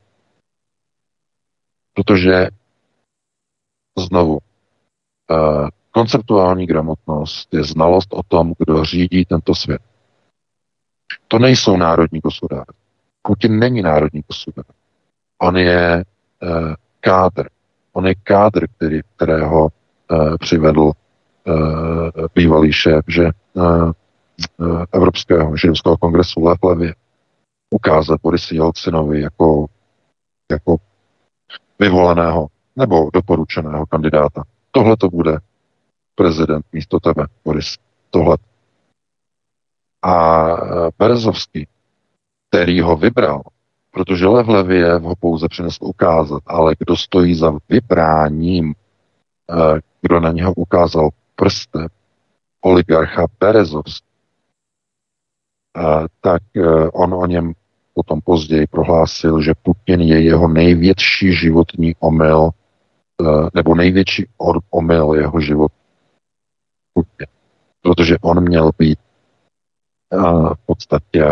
Protože znovu konceptuální gramotnost je znalost o tom, kdo řídí tento svět. To nejsou národní gospodáři. Putin není národní gospodář. On je kádr. On je kádr, který, kterého přivedl uh, bývalý šéf, že uh, uh, Evropského židovského kongresu Lev Levy ukázat Borisi Jelcinovi jako, jako vyvoleného nebo doporučeného kandidáta. Tohle to bude prezident místo tebe, Boris. Tohle. A Berezovský, který ho vybral, protože Lev Leviev ho pouze přinesl ukázat, ale kdo stojí za vybráním, kdo na něho ukázal prstem, oligarcha Berezovský, tak on o něm potom později prohlásil, že Putin je jeho největší životní omyl, nebo největší omyl jeho život Putin. Protože on měl být v podstatě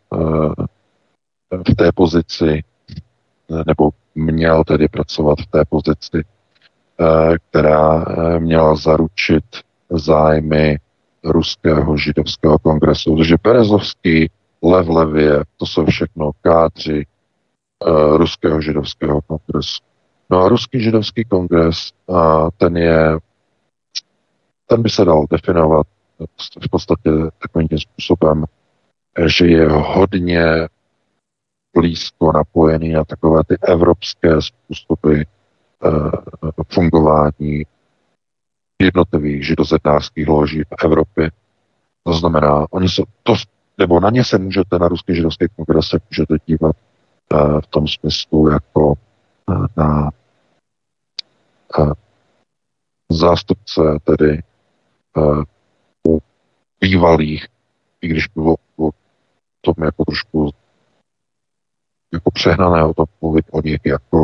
v té pozici, nebo měl tedy pracovat v té pozici, která měla zaručit zájmy ruského židovského kongresu. Takže Berezovský, Lev Leviev, to jsou všechno kádři uh, ruského židovského kongresu. No a ruský židovský kongres, uh, ten je, ten by se dal definovat v podstatě takovým tím způsobem, že je hodně blízko napojený na takové ty evropské způsoby uh, fungování jednotlivých židozednářských loží v Evropě. To znamená, oni jsou to, nebo na ně se můžete, na ruský židovský kongres se můžete dívat uh, v tom smyslu jako uh, na uh, zástupce tedy uh, bývalých, i když bylo o tom jako trošku jako přehnané o tom mluvit o nich jako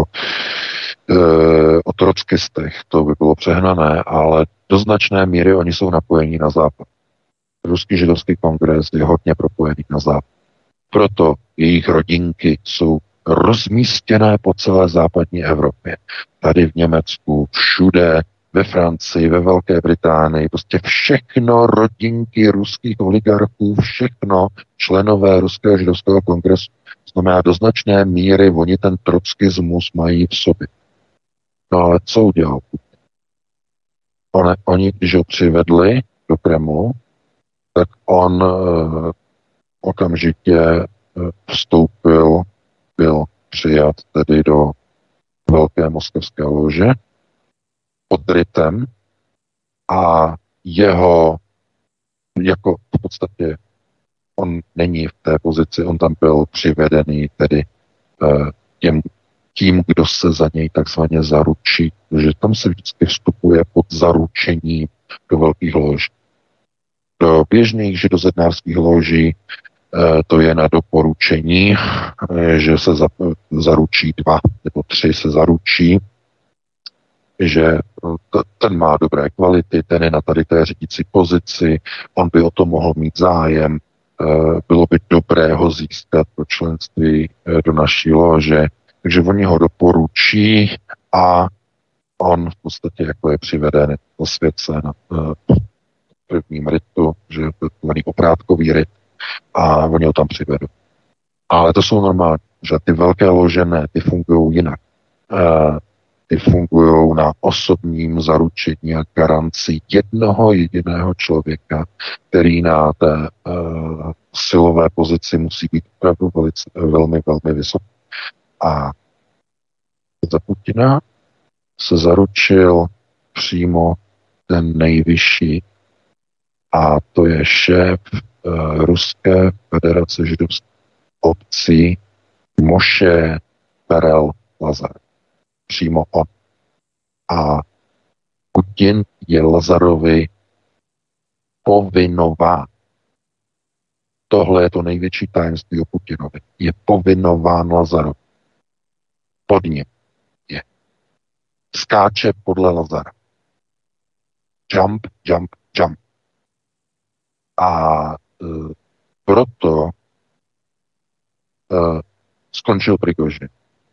e, o trockistech, to by bylo přehnané, ale do značné míry oni jsou napojení na západ. Ruský židovský kongres je hodně propojený na západ. Proto jejich rodinky jsou rozmístěné po celé západní Evropě. Tady v Německu, všude, ve Francii, ve Velké Británii, prostě všechno rodinky ruských oligarchů, všechno členové ruského židovského kongresu. Znamená, do značné míry oni ten trockismus mají v sobě. No ale co udělal Putin? Oni, oni, když ho přivedli do Kremlu, tak on uh, okamžitě uh, vstoupil, byl přijat tedy do Velké moskevské lože pod rytem a jeho jako v podstatě on není v té pozici, on tam byl přivedený tedy uh, těm, tím, kdo se za něj takzvaně zaručí, protože tam se vždycky vstupuje pod zaručením do velkých loží. Do běžných židozednářských loží uh, to je na doporučení, uh, že se za, uh, zaručí dva nebo tři se zaručí, že ten má dobré kvality, ten je na tady té řídící pozici, on by o to mohl mít zájem, bylo by dobré ho získat pro členství do naší lože, takže oni ho doporučí a on v podstatě jako je přiveden do světce na prvním ritu, že je takový oprátkový rit a oni ho tam přivedou. Ale to jsou normální, že ty velké lože ne, ty fungují jinak. Ty fungují na osobním zaručení a garanci jednoho jediného člověka, který na té uh, silové pozici musí být opravdu velice, velmi, velmi vysoký. A za Putina se zaručil přímo ten nejvyšší, a to je šéf uh, Ruské federace židovských obcí Moše Perel Lazar. Přímo on. A Putin je Lazarovi povinován. Tohle je to největší tajemství o Putinovi. Je povinován Lazarovi. Pod ním je. Skáče podle Lazara. Jump, jump, jump. A uh, proto uh, skončil Prigožin.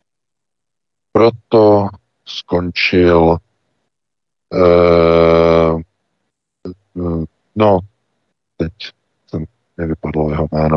Proto skončil uh, uh, no, teď jsem nevypadlo jeho jméno.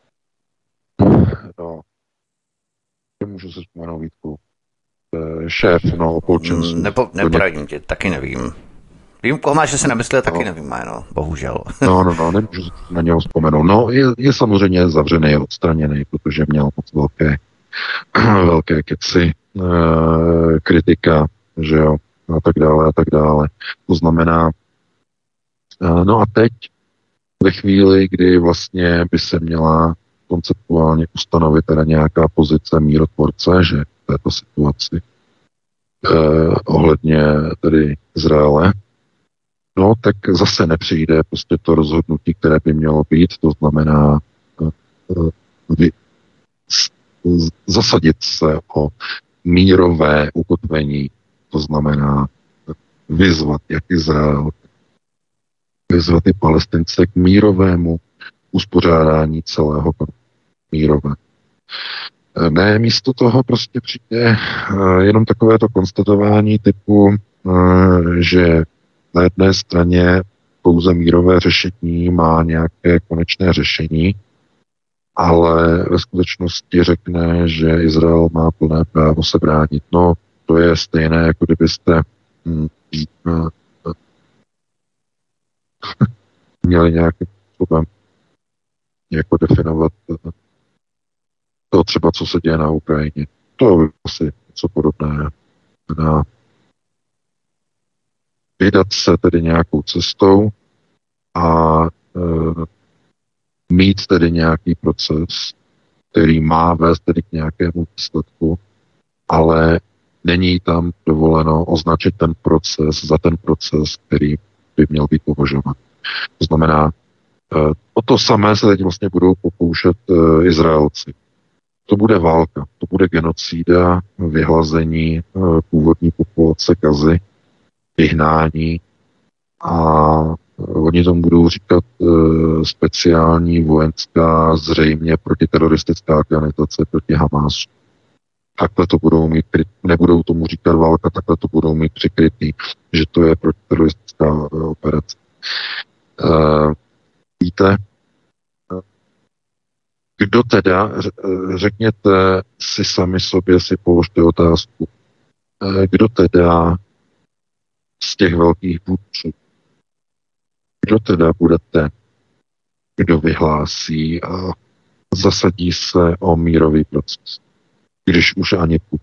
No, nemůžu se vzpomenout Vítku. Uh, šéf, no, opolčenců. Nepo, neporadím tě, taky nevím. Vím, koho máš, že se nemyslel, taky no. Nevím jméno, bohužel. No, no, no, nemůžu na něho vzpomenout. No, je, je samozřejmě zavřený, odstraněný, protože měl moc velké, velké keci kritika, že jo, a tak dále, a tak dále. To znamená, no a teď ve chvíli, kdy vlastně by se měla konceptuálně ustanovit teda nějaká pozice mírotvorce, že v této situaci eh, ohledně tedy Izraele, no tak zase nepřijde prostě to rozhodnutí, které by mělo být, to znamená eh, vy, s, zasadit se o mírové ukotvení, to znamená vyzvat jak Izrael, vyzvat i Palestince k mírovému uspořádání celého mírové. Ne, místo toho prostě přijde jenom takovéto konstatování typu, že na jedné straně pouze mírové řešení má nějaké konečné řešení, ale ve skutečnosti řekne, že Izrael má plné právo se bránit. No, to je stejné, jako kdybyste hm, hm, měli nějakým způsobem jako definovat to třeba, co se děje na Ukrajině. To je asi něco podobné. Na vydat se tedy nějakou cestou a e, mít tedy nějaký proces, který má vést tedy k nějakému výsledku, ale není tam dovoleno označit ten proces za ten proces, který by měl být považován. To znamená, o to samé se teď vlastně budou pokoušet Izraelci. To bude válka, to bude genocída, vyhlazení původní populace Gazy, vyhnání a oni tomu budou říkat speciální vojenská, zřejmě protiteroristická organizace proti Hamásu. Takhle to budou mít, nebudou tomu říkat válka, takhle to budou mít přikrytý, že to je protiteroristická operace. Uh, víte, kdo teda, řekněte si sami sobě, si položte otázku, kdo teda z těch velkých vůdců, kdo teda bude ten, kdo vyhlásí a zasadí se o mírový proces, když už ani Putin.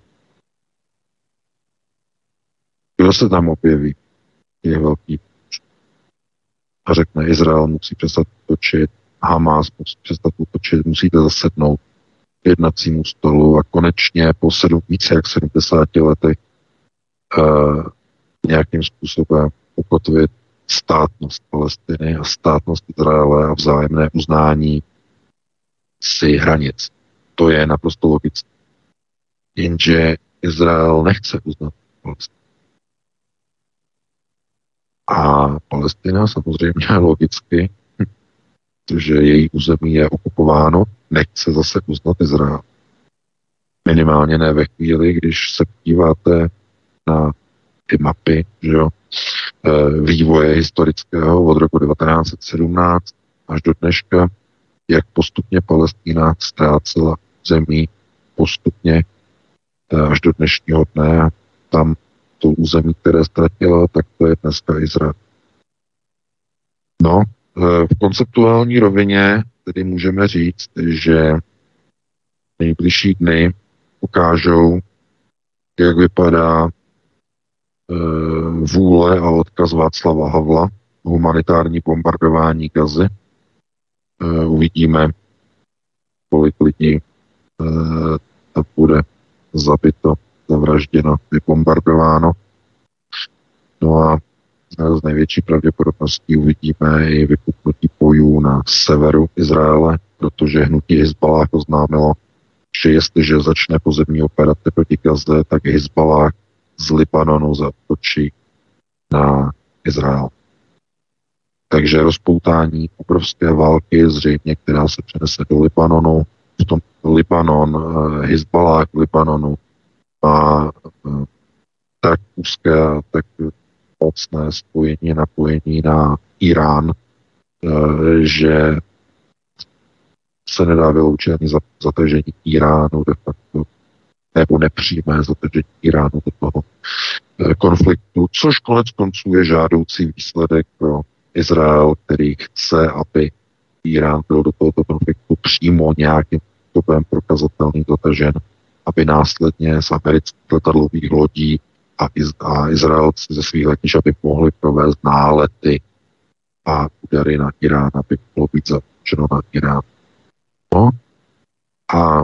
Kdo se tam objeví, těch velkých a řekne, Izrael musí přestat útočit, Hamás musí přestat útočit, musíte zasednout k jednacímu stolu a konečně po sedm, více jak sedmdesáti letech uh, nějakým způsobem ukotvit státnost Palestiny a státnost Izraele a vzájemné uznání si hranic. To je naprosto logické. Jenže Izrael nechce uznat Palestinu. A Palestina samozřejmě logicky, že její území je okupováno, nechce zase uznat Izrael. Minimálně ne ve chvíli, když se podíváte na ty mapy, že jo, vývoje historického od roku devatenáct set sedmnáct až do dneška, jak postupně Palestina ztrácela zemí postupně až do dnešního dne. Tam to území, které ztratila, tak to je dneska Izrael. No, v konceptuální rovině tedy můžeme říct, že nejbližší dny ukážou, jak vypadá vůle a odkaz Václava Havla, humanitární bombardování Gazy. Uvidíme, kolik lidí bude zabito, zavražděno, vybombardováno. No a s největší pravděpodobností uvidíme i vypuknutí bojů na severu Izraele, protože hnutí Hizbalách oznámilo, že jestliže začne pozemní operace proti Gaze, tak Hizbalách z Libanonu zaútočí na Izrael. Takže rozpoutání obrovské války zřejmě, která se přenese do Libanonu. V tom Libanon, Hizbalách v Libanonu má tak úzké a tak mocné spojení, napojení na Irán, že se nedá vyloučit ani zatažení Iránu de facto, nebo nepřímé zatažení Iránu do toho konfliktu, což konec konců je žádoucí výsledek pro Izrael, který chce, aby Irán byl do tohoto konfliktu přímo nějakým způsobem prokazatelný zatažen aby následně z amerických letadlových lodí a, iz, a Izraelci ze svých letišť, aby mohli provést nálety a údery na Irán, aby mohlo být zaútočeno na Irán. No a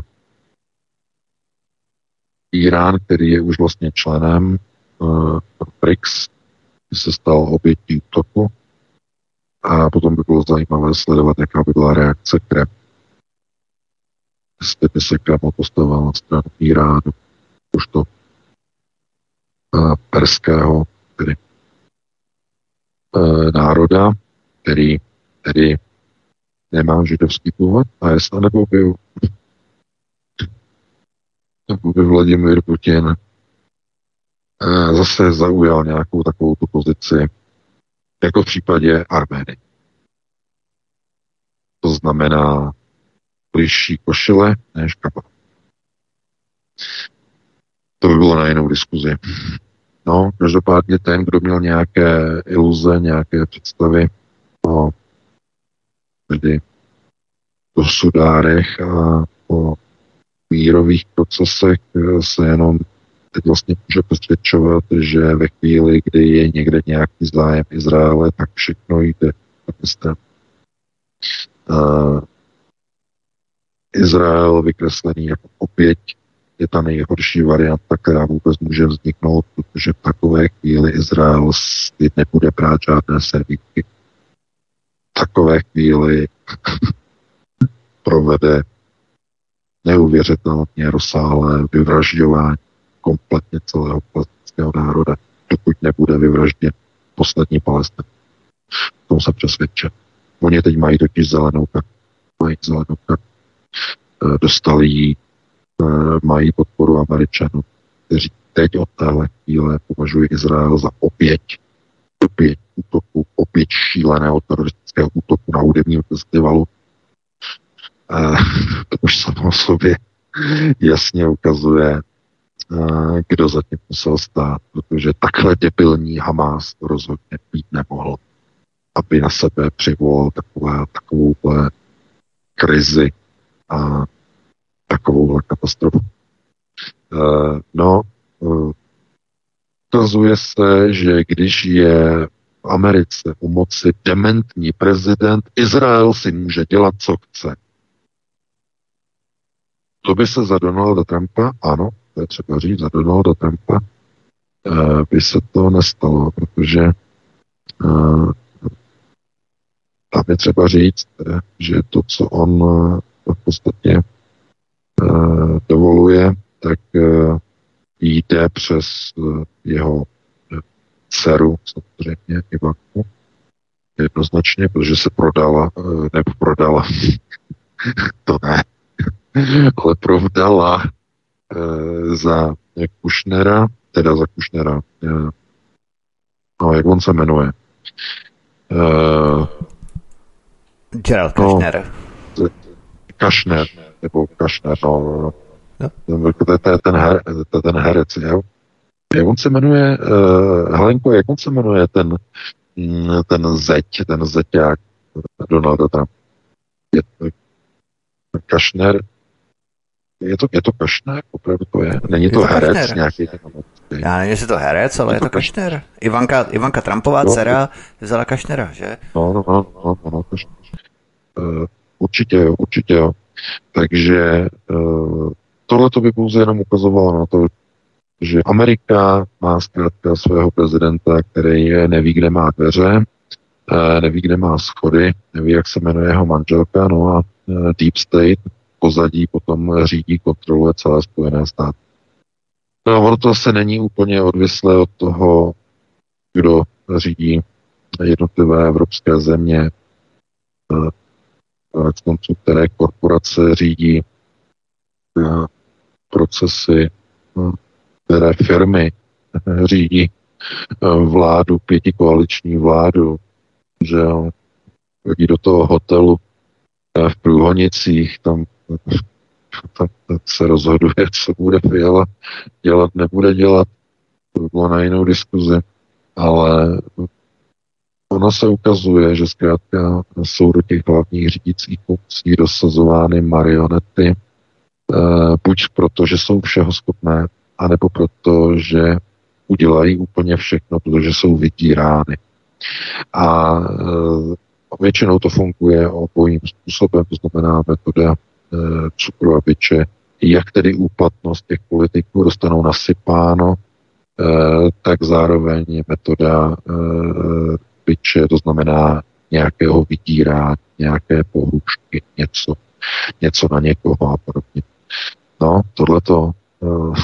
Irán, který je už vlastně členem uh, B R I C S, se stal obětí útoku a potom by bylo zajímavé sledovat, jaká by byla reakce Kremlu. Jestli by se Kreml postavil na stranu Iránu, už to uh, perského tedy, uh, národa, který tedy nemá židovský původ, a jestli nebo by, nebo by Vladimír Putin uh, zase zaujal nějakou takovou tu pozici, jako v případě Arménie. To znamená bližší košile než kabát. To by bylo na jinou diskuzi. No, každopádně ten, kdo měl nějaké iluze, nějaké představy o tedy o sudárech a o mírových procesech, se jenom teď vlastně může přesvědčovat, že ve chvíli, kdy je někde nějaký zájem Izraele, tak všechno jde na stranu. Uh, Izrael vykreslený jako oběť je ta nejhorší varianta, která vůbec může vzniknout, protože v takové chvíli Izrael nebude brát žádné servítky. V takové chvíli provede neuvěřitelně rozsáhlé vyvražďování kompletně celého palestinského národa, dokud nebude vyvražděn poslední Palestin. V tom se přesvědčen. Oni teď mají totiž zelenou kartu. Mají zelenou kartu. Dostali ji, mají podporu Američanů, kteří teď od téhle chvíle považují Izrael za oběť, oběť útoku, oběť šíleného teroristického útoku na hudebním festivalu. To už samo o sobě jasně ukazuje, kdo zatím musel stát, protože takhle debilní Hamás rozhodně být nemohl, aby na sebe přivolal takové, takovouhle krizi a takovouhle katastrofu. Uh, no, uh, ukazuje se, že když je v Americe u moci dementní prezident, Izrael si může dělat, co chce. To by se za Donalda Trumpa, ano, to je třeba říct, za Donalda Trumpa uh, by se to nestalo, protože uh, tam je třeba říct, že to, co on v podstatě uh, dovoluje, tak uh, jde přes uh, jeho dceru, samozřejmě Ivanku, jednoznačně, protože se prodala, uh, nebo prodala, to ne, ale provdala uh, za Kushnera, teda za Kushnera, uh, no, jak on se jmenuje, uh, Gerald Kushner. No, Kushner, nebo Kushner, no, no. To je ten, her, to je ten herec, jo. Jak on se jmenuje, uh, Helenko, jak on se jmenuje ten, ten zeď, ten zeťák Donalda Trump? Je to Kushner, je to, je to Kushner, opravdu to je? Není to, je to herec Kushner. Nějaký? Já nevím, jestli to herec, ale je to, je to Kushner. Ivanka, Ivanka Trumpová no, dcera vzala Kushnera, že? No, no, no, no, no, no Kushner. Uh, určitě jo, určitě jo. Takže uh, tohle to by pouze jenom ukazovalo na to, že Amerika má zkrátka svého prezidenta, který neví, kde má dveře, uh, neví, kde má schody, neví, jak se jmenuje jeho manželka, no a uh, Deep State pozadí potom řídí, kontroluje celé Spojené státy. No a ono to se není úplně odvislé od toho, kdo řídí jednotlivé evropské země, uh, v konců, které korporace řídí uh, procesy, uh, které firmy uh, řídí uh, vládu, pětikoaliční vládu, že chodí do toho hotelu uh, v Průhonicích, tam, tam se rozhoduje, co bude Fiala dělat, nebude dělat, to by bylo na jinou diskuzi, ale ono se ukazuje, že zkrátka jsou do těch hlavních řídících funkcí dosazovány marionety buď proto, že jsou všeho schopné, anebo proto, že udělají úplně všechno, protože jsou vydírány. A většinou to funguje obojím způsobem, to znamená metoda cukru a biče, jak tedy úplatnost těch politiků dostanou nasypáno, tak zároveň je metoda biče, to znamená nějakého vydírání, nějaké pohrůžky, něco, něco na někoho a podobně. No, tohleto uh,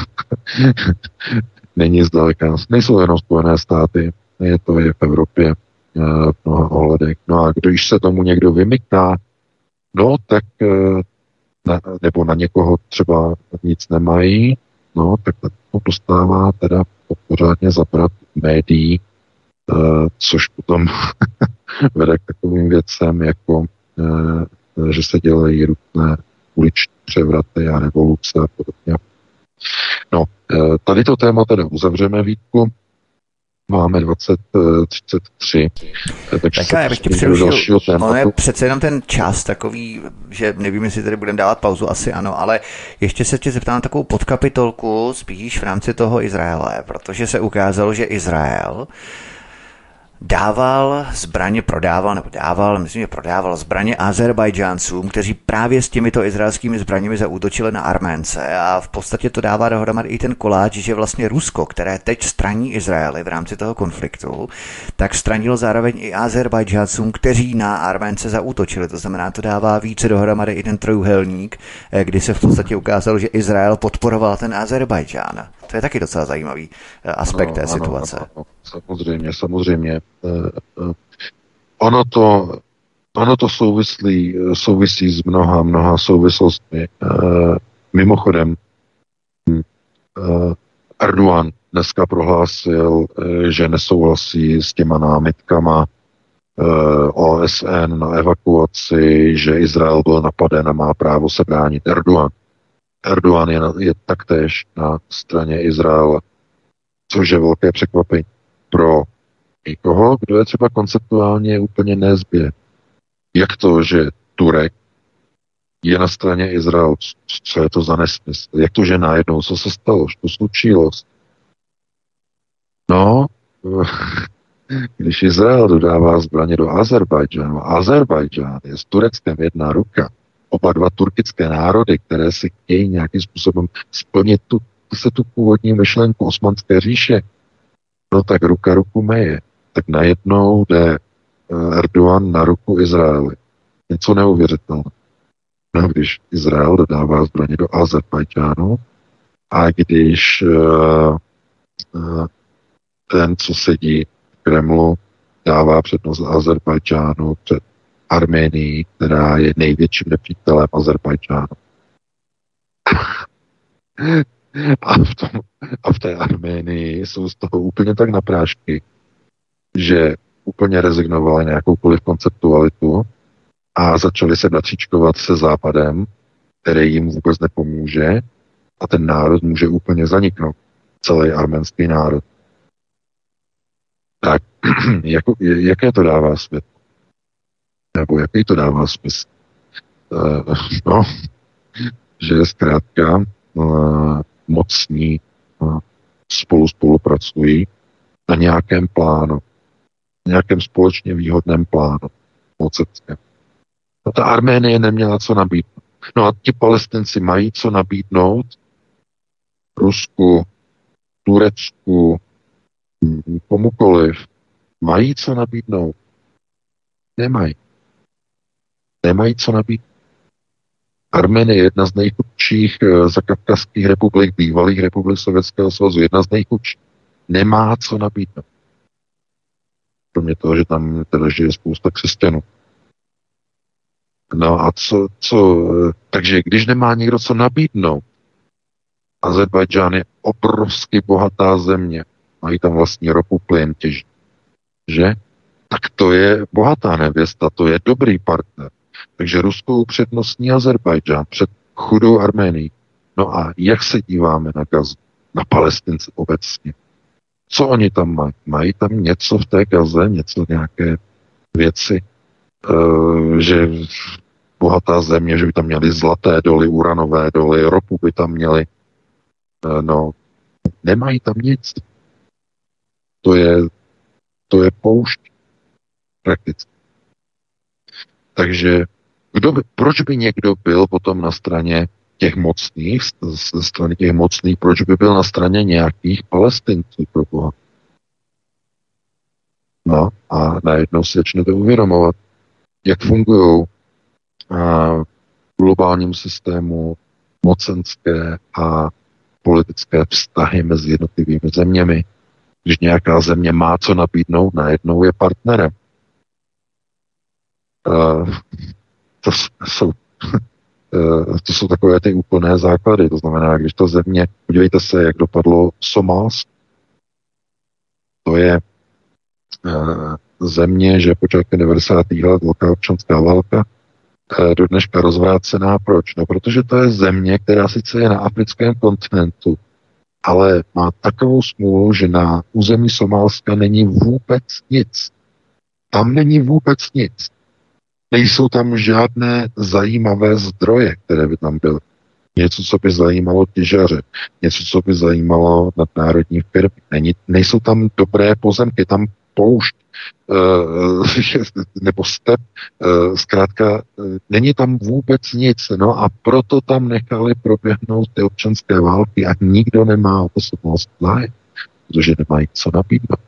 není zdaleka. Nejsou jenom Spojené státy, je to i v Evropě uh, v mnoha ohledech. No a když se tomu někdo vymyká, no tak uh, na, nebo na někoho třeba nic nemají, no tak to dostává teda pořádně zabrat médií, uh, což potom vede k takovým věcem, jako uh, že se dělají různé uliční převraty a revoluce a podobně. No, tady to téma teda uzavřeme, Vítku. Máme dvacet třicet tři. Takže tak já bych tě přerušil. Ono je přece jenom ten čas takový, že nevím, jestli tady budeme dávat pauzu, asi ano, ale ještě se tě zeptám na takovou podkapitolku spíš v rámci toho Izraele, protože se ukázalo, že Izrael dával zbraně, prodával, nebo dával, myslím, že prodával zbraně Azerbajdžáncům, kteří právě s těmito izraelskými zbraněmi zaútočili na Arménce a v podstatě to dává dohromady i ten koláč, že vlastně Rusko, které teď straní Izraeli v rámci toho konfliktu, tak stranilo zároveň i Azerbajdžáncům, kteří na Arménce zaútočili. To znamená, to dává více dohromady i ten trojuhelník, kdy se v podstatě ukázalo, že Izrael podporoval ten Azerbajdžán. To je taky docela zajímavý aspekt no, té ano, situace. Ano, ano, samozřejmě, samozřejmě. Uh, uh, ono to, ono to souvislí, souvisí s mnoha, mnoha souvislostmi. Uh, mimochodem, uh, Erdogan dneska prohlásil, uh, že nesouhlasí s těma námitkama uh, O S N na evakuaci, že Izrael byl napaden a má právo se bránit. Erdogan. Erdogan je, je taktéž na straně Izraele, což je velké překvapení pro někoho, kdo je třeba konceptuálně úplně nezběh. Jak to, že Turek je na straně Izrael? Co je to za nesmysl? Jak to, že najednou, co se stalo? Co slučilo? No, když Izrael dodává zbraně do Azerbajdžánu, Azerbajdžán je s Tureckem jedna ruka, oba dva turkické národy, které si chtějí nějakým způsobem splnit tu, se tu původní myšlenku Osmanské říše, no tak ruka ruku meje. Tak najednou jde Erdogan na ruku Izraeli. Něco neuvěřitelné. No, když Izrael dodává zbraně do Azerbajdžánu a když uh, uh, ten, co sedí v Kremlu, dává přednost Azerbajdžánu před Arménii, která je největším nepřítelem Azerbajdžánu. A v, tom, a v té Arménii jsou z toho úplně tak na prášky, že úplně rezignovali na jakoukoliv konceptualitu a začali se bratříčkovat se Západem, který jim vůbec nepomůže a ten národ může úplně zaniknout. Celý arménský národ. Tak, jako, jaké to dává svět? Nebo jaký to dává smysl? Uh, no, že zkrátka uh, mocní uh, spolu spolupracují na nějakém plánu, nějakém společně výhodném plánu mocenském. No ta Arménie neměla co nabídnout. No a ti Palestinci mají co nabídnout Rusku, Turecku, komukoliv. Mají co nabídnout? Nemají. Nemají co nabídnout. Arménie je jedna z nejchudších zakavkazských republik, bývalých republik Sovětského svazu, jedna z nejchudších. Nemá co nabídnout. Kromě toho, že tam teda žije spousta křesťanů. No a co, co, takže když nemá někdo co nabídnout, Azerbajdžán je obrovsky bohatá země, mají tam vlastní ropu, plyn, těží, že? Tak to je bohatá nevěsta, to je dobrý partner. Takže Rusko upřednostní Azerbajdžán před chudou Arménií. No a jak se díváme na Gazu? Na Palestince obecně. Co oni tam mají? Mají tam něco v té Gaze, něco, nějaké věci, uh, že bohatá země, že by tam měli zlaté doly, uranové doly, ropu by tam měli. No, nemají tam nic. To je, to je poušť prakticky. Takže kdo by, proč by někdo byl potom na straně těch mocných, ze strany těch mocných, proč by byl na straně nějakých Palestinců pro Boha? No a najednou si začnete uvědomovat, jak fungují v globálním systému mocenské a politické vztahy mezi jednotlivými zeměmi. Když nějaká země má co nabídnout, najednou je partnerem. Uh, to jsou to jsou takové ty úplné základy. To znamená, když ta země, podívejte se, jak dopadlo Somálsko. To je uh, země, že počátkem devadesátých let velká občanská válka, uh, do dneška rozvrácená. Proč? No, protože to je země, která sice je na africkém kontinentu, ale má takovou smůlu, že na území Somálska není vůbec nic. Tam není vůbec nic. Nejsou tam žádné zajímavé zdroje, které by tam byly. Něco, co by zajímalo těžaře, něco, co by zajímalo nadnárodní firmy. Není, nejsou tam dobré pozemky, tam poušť e, nebo step. E, zkrátka, e, není tam vůbec nic. No a proto tam nechali proběhnout ty občanské války a nikdo nemá o to Somálsko zájem, protože nemají co nabídnout.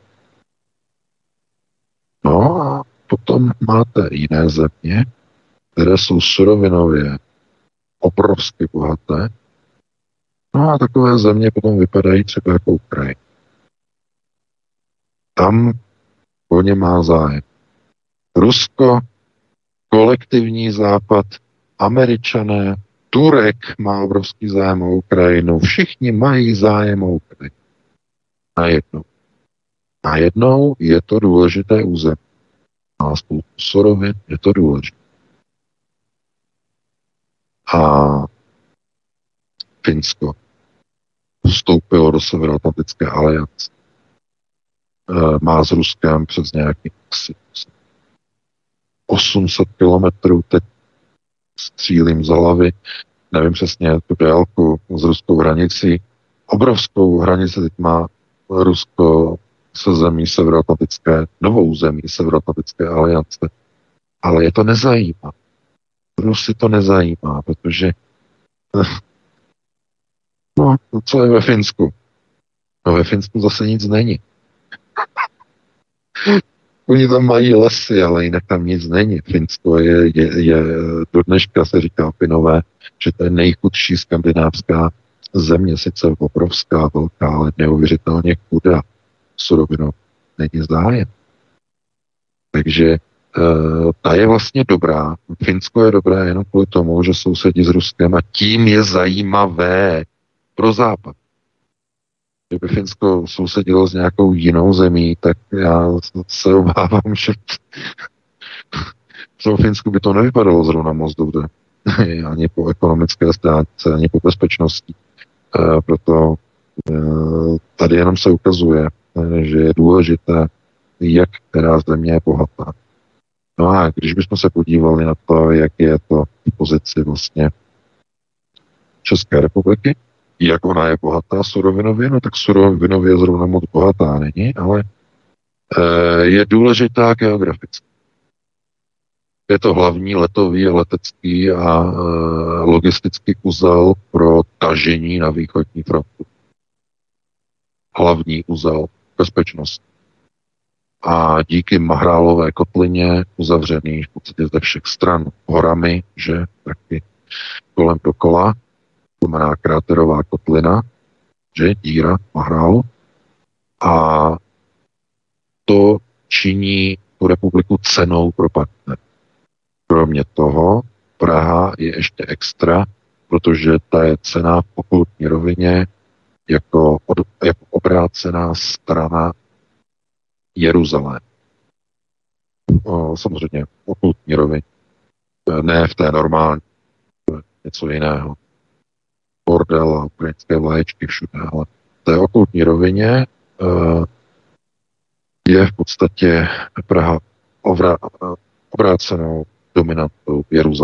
No a potom máte jiné země, které jsou surovinově obrovsky bohaté. No a takové země potom vypadají třeba jako Ukrajina. Tam o ně má zájem Rusko, kolektivní západ, Američané, Turek má obrovský zájem o Ukrajinu. Všichni mají zájem o Ukrajinu. Najednou. Najednou je to důležité území. A spoustu surovin, je to důležité. A Finsko vstoupilo do Severoatlantické aliance. Má s Ruskem přes nějaký osm set kilometrů, teď střílím z hlavy, nevím přesně tu délku s ruskou hranicí. Obrovskou hranici teď má Rusko se zemí Severoatlantické, novou zemí Severoatlantické aliance. Ale je to nezajímá. Rusy to nezajímá, protože no, co je ve Finsku? No ve Finsku zase nic není. Oni tam mají lesy, ale jinak tam nic není. Finsko je, je, je do dneška se říká Finové, že to je nejchudší skandinávská země, sice obrovská, velká, ale neuvěřitelně chudá. Surovinou není zájem. Takže uh, ta je vlastně dobrá. Finsko je dobré jenom kvůli tomu, že sousedí s Ruskem a tím je zajímavé pro Západ. Kdyby Finsko sousedilo s nějakou jinou zemí, tak já se obávám, že v tom Finsku by to nevypadalo zrovna moc dobře. Ani po ekonomické stránce, ani po bezpečnosti. Uh, proto uh, tady jenom se ukazuje, že je důležité, jak která země je bohatá. No a když bychom se podívali na to, jak je to v pozici vlastně České republiky, jak ona je bohatá surovinově, no tak surovinově zrovna moc bohatá není, ale e, je důležitá geograficky. Je to hlavní letový, letecký a e, logistický uzel pro tažení na východní frontu. Hlavní uzel bezpečnost. A díky Mahrálové kotlině uzavřený v podstatě ze všech stran horami, že taky kolem dokola, to znamená kráterová kotlina, že díra Mahrálu. A to činí tu republiku cenou pro partner. Kromě toho Praha je ještě extra, protože ta je cena v okultní rovině jako, od, jako obrácená strana Jeruzalém. O, samozřejmě v okultní rovině. Ne v té normální. To je něco jiného. Bordel a ukrajinské vlaječky všude, ale v té okultní rovině uh, je v podstatě Praha ovra, uh, obrácenou dominantou Jeruzaléma.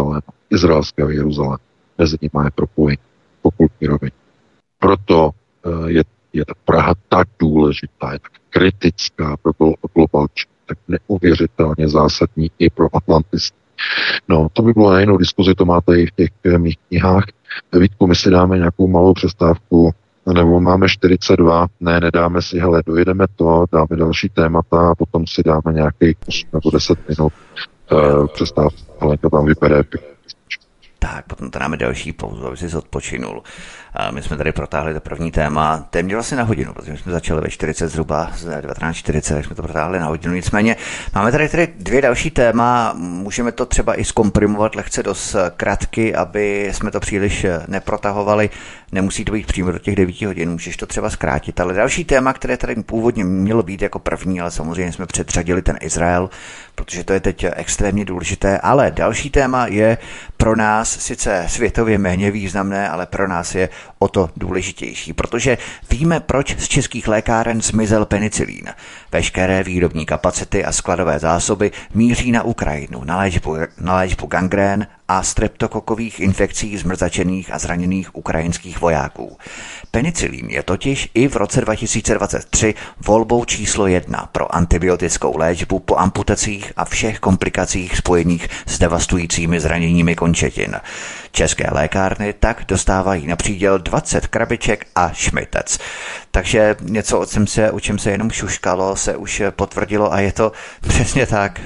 izraelského Jeruzaléma. Mezi nimi je propojení po kultní rovině. Proto je, je ta Praha tak důležitá, je tak kritická pro globalčí, tak neuvěřitelně zásadní i pro Atlantisty. No, to by bylo na jinou diskuzi, to máte i v těch mých knihách. Vítku, my si dáme nějakou malou přestávku, nebo máme čtyřicet dva, ne, nedáme si, hele, dojedeme to, dáme další témata a potom si dáme nějakých osm nebo deset minut uh, přestávku, ale to tam vypadá pěkně. Tak, potom to dáme další pauzu, aby si odpočinul. A my jsme tady protáhli to první téma téměř vlastně na hodinu, protože jsme začali ve čtyřicet zhruba, z devatenáct čtyřicet, tak jsme to protáhli na hodinu. Nicméně máme tady, tady dvě další téma, můžeme to třeba i zkomprimovat lehce do zkratky, aby jsme to příliš neprotahovali. Nemusí to být přímo do těch devíti hodin, můžeš to třeba zkrátit. Ale další téma, které tady původně mělo být jako první, ale samozřejmě jsme předřadili ten Izrael, protože to je teď extrémně důležité. Ale další téma je pro nás sice světově méně významné, ale pro nás je o to důležitější, protože víme, proč z českých lékáren zmizel penicilín. Veškeré výrobní kapacity a skladové zásoby míří na Ukrajinu, na léčbu, na léčbu gangrén a streptokokových infekcí zmrzačených a zraněných ukrajinských vojáků. Penicilín je totiž i v roce dva tisíce dvacet tři volbou číslo jedna pro antibiotickou léčbu po amputacích a všech komplikacích spojených s devastujícími zraněními končetin. České lékárny tak dostávají na příděl dvacet krabiček a šmitec. Takže něco, o čem se, o čem se jenom šuškalo, se už potvrdilo a je to přesně tak.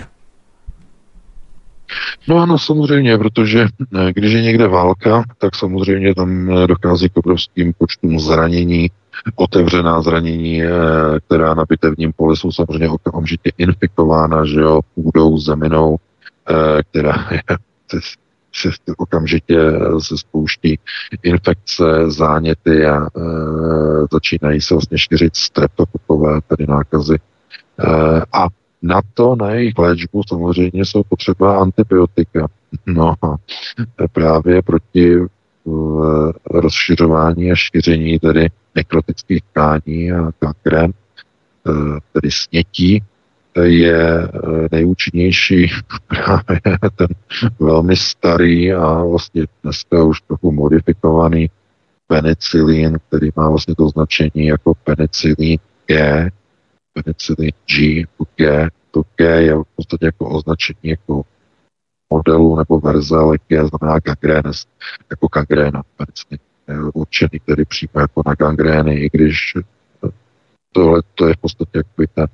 No ano, samozřejmě, protože když je někde válka, tak samozřejmě tam dochází k obrovským počtům zranění, otevřená zranění, která na bitevním poli jsou samozřejmě okamžitě infikována, že jo, půdou, zeminou, která je, se okamžitě se spouští infekce, záněty a e, začínají se vlastně šířit streptokokové, tedy nákazy. E, a na to, na jejich léčbu samozřejmě jsou potřeba antibiotika. No právě proti uh, rozšiřování a šíření tedy nekrotických tkání a gangrén, uh, tedy snětí, je uh, nejúčinnější právě ten velmi starý a vlastně dneska už trochu modifikovaný penicilín, který má vlastně to značení jako penicilín G, penicilin G, G, to G je v podstatě jako označení jako modelu nebo verze, ale G znamená gangrénes, jako gangréna, penicilin určený tedy přímo jako na gangrény, i když tohle to je v podstatě jako ten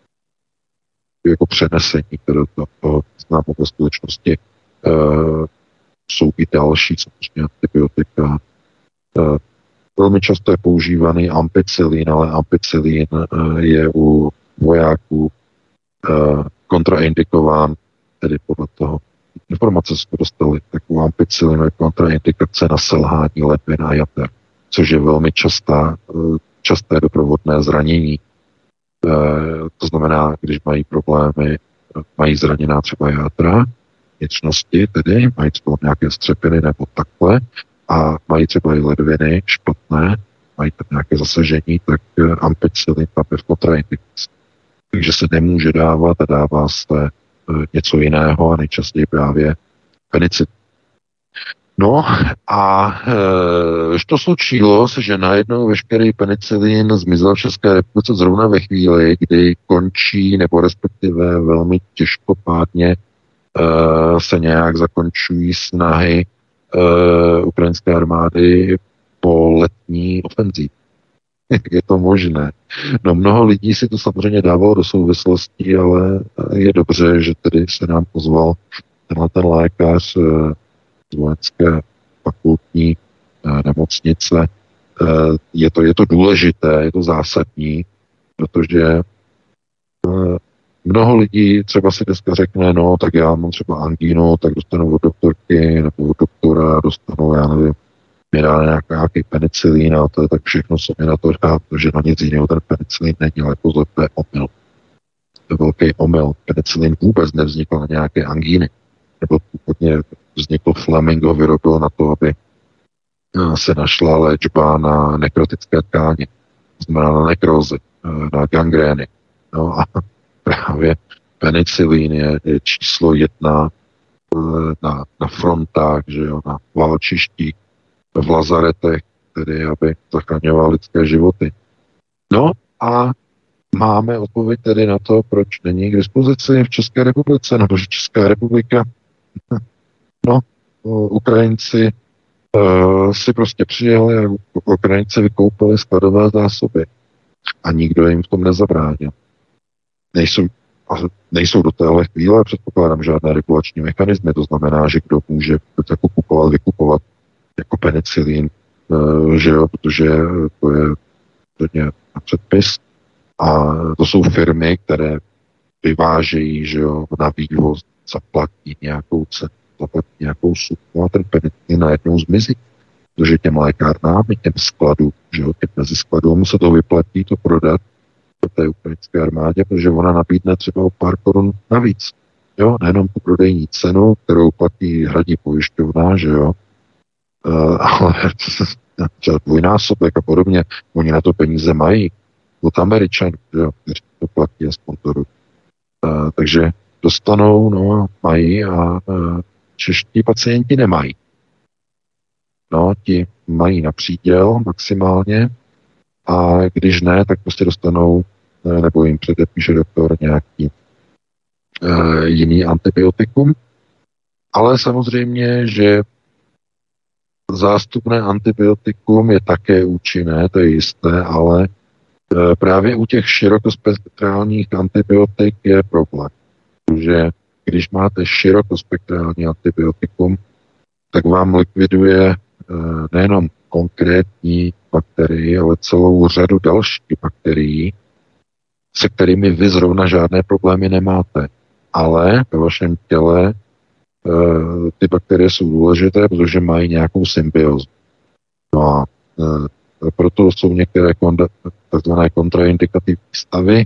jako přenesení, které to, to znám ve skutečnosti. E, jsou i další samozřejmě antibiotika. E, Velmi často je používaný ampicilín, ale ampicilín je u vojáků kontraindikován, tedy podle toho informace jsme dostali, tak u ampicilínu je kontraindikace na selhání ledvin a jater, což je velmi častá, časté doprovodné zranění. To znamená, když mají problémy, mají zraněná třeba játra, vnitřnosti, tedy mají třeba nějaké střepiny nebo takhle, a mají třeba i ledviny špatné, mají tam nějaké zasažení, tak ampicilin tam je v kontraindikaci. Takže se nemůže dávat a dává se něco jiného a nejčastěji právě penicilin. No a e, to slučilo se, že najednou veškerý penicilin zmizel v České republice zrovna ve chvíli, kdy končí, nebo respektive velmi těžkopádně e, se nějak zakončují snahy Uh, ukrajinské armády po letní ofenzívě. Jak je to možné? No mnoho lidí si to samozřejmě dávalo do souvislostí, ale je dobře, že tedy se nám pozval tenhle ten lékař uh, z vojenské fakultní uh, nemocnice. Uh, je, to, je to důležité, je to zásadní, protože uh, mnoho lidí třeba si dneska řekne, no, tak já mám třeba angínu, tak dostanu od doktorky nebo od doktora, dostanu, já nevím, mi dá nějaký, nějaký penicilín a to je tak všechno, co mi na to dá, protože na nic jiného ten penicilín není, ale pozor, to je omyl. To je velký omyl. Penicilín vůbec nevznikl na nějaké angíny. Nebo původně vznikl Flamingo, vyrobil na to, aby se našla léčba na nekrotické tkáně. To znamená na nekrózy, na gangrény. No a právě penicilín je, je číslo jedna na, na frontách, že jo, na válčištích, v lazaretech, tedy aby zachraňoval lidské životy. No a máme odpověď tedy na to, proč není k dispozici v České republice, nebo že Česká republika, no, Ukrajinci uh, si prostě přijeli a Ukrajinci vykoupili skladové zásoby. A nikdo jim v tom nezabránil. Nejsou, nejsou do téhle chvíle, předpokládám, žádné regulační mechanismy, to znamená, že kdo může jako kupovat, vykupovat jako penicilín, uh, že jo, protože to je hodně na předpis. A to jsou firmy, které vyvážejí, že jo, na vývoz, zaplatí nějakou cenu, zaplatí nějakou sumu a ten penicilin najednou zmizí. Protože těm lékárnám, těm skladům, že jo, těm meziskladům se to vyplatí to prodat do té ukrajinské armádě, protože ona nabídne třeba o pár korun navíc. Jo, nejenom tu prodejní cenu, kterou platí, hradí pojišťovna, že jo, uh, ale třeba dvojnásobek a podobně, oni na to peníze mají. Od Američanů, kteří to platí a sponsorují. Uh, takže dostanou, no, mají a uh, čeští pacienti nemají. No, ti mají na příděl maximálně a když ne, tak prostě dostanou, nebo jim předepíše doktor nějaký uh, jiný antibiotikum. Ale samozřejmě, že zástupné antibiotikum je také účinné, to je jisté, ale právě u těch širokospektrálních antibiotik je problém, protože když máte širokospektrální antibiotikum, tak vám likviduje nejenom konkrétní bakterii, ale celou řadu dalších bakterií, se kterými vy zrovna žádné problémy nemáte. Ale ve vašem těle ty bakterie jsou důležité, protože mají nějakou symbiózu. No a proto jsou některé takzvané kontraindikativní stavy,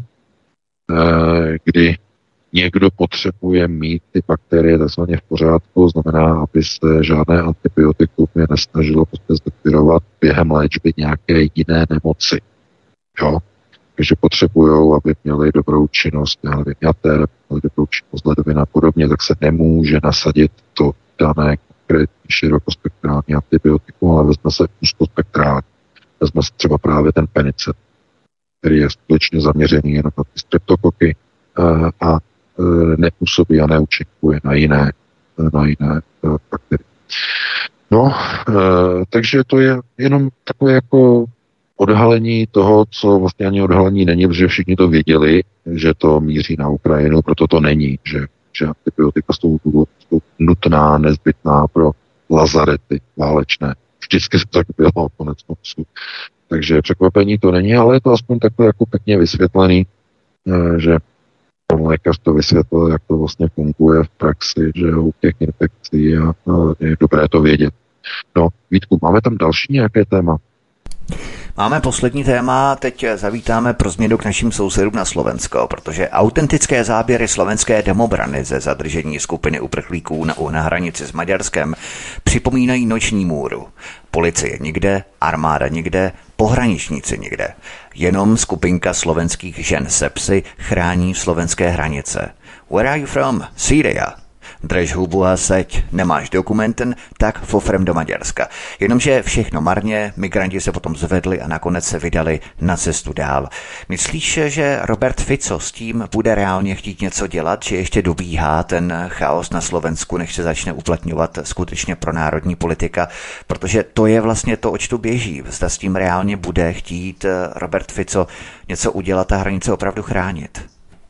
kdy někdo potřebuje mít ty bakterie takzvaně v pořádku, znamená, aby se žádné antibiotikum je nesnažilo prostě zlikvidovat během léčby nějaké jiné nemoci. Jo? Takže potřebují, aby měli dobrou činnost, měli jater, měli dobrou činnost ledovin a podobně, tak se nemůže nasadit to dané konkrétní širokospektrální antibiotikum, ale vezme se úzkospektrální. Vezme se třeba právě ten penicet, který je skutečně zaměřený jenom na ty streptokoky a nepůsobí a neúčinkuje na jiné, na jiné bakterie. No, takže to je jenom takové jako odhalení toho, co vlastně ani odhalení není, protože všichni to věděli, že to míří na Ukrajinu, proto to není, že, že antibiotika jsou, jsou nutná, nezbytná pro lazarety válečné. Vždycky se tak bylo konec konců. Takže překvapení to není, ale je to aspoň takhle jako pěkně vysvětlený, že pan lékař to vysvětlil, jak to vlastně funguje v praxi, že u těch infekcí a, a je dobré to vědět. No, Vítku, máme tam další nějaké téma? Máme poslední téma, teď zavítáme pro změnu k našim sousedům na Slovensko, protože autentické záběry slovenské domobrany ze zadržení skupiny uprchlíků na, na hranici s Maďarskem připomínají noční můru. Policie nikde, armáda nikde, pohraničníci nikde. Jenom skupinka slovenských žen se psy chrání slovenské hranice. Where are you from? Syria. Drž hubu a seď, nemáš dokumenten, tak fofrem do Maďarska. Jenomže všechno marně, migranti se potom zvedli a nakonec se vydali na cestu dál. Myslíš, že Robert Fico s tím bude reálně chtít něco dělat, že ještě dobíhá ten chaos na Slovensku, než se začne uplatňovat skutečně pronárodní politika? Protože to je vlastně to, oč tu běží. Zda s tím reálně bude chtít Robert Fico něco udělat a hranice opravdu chránit.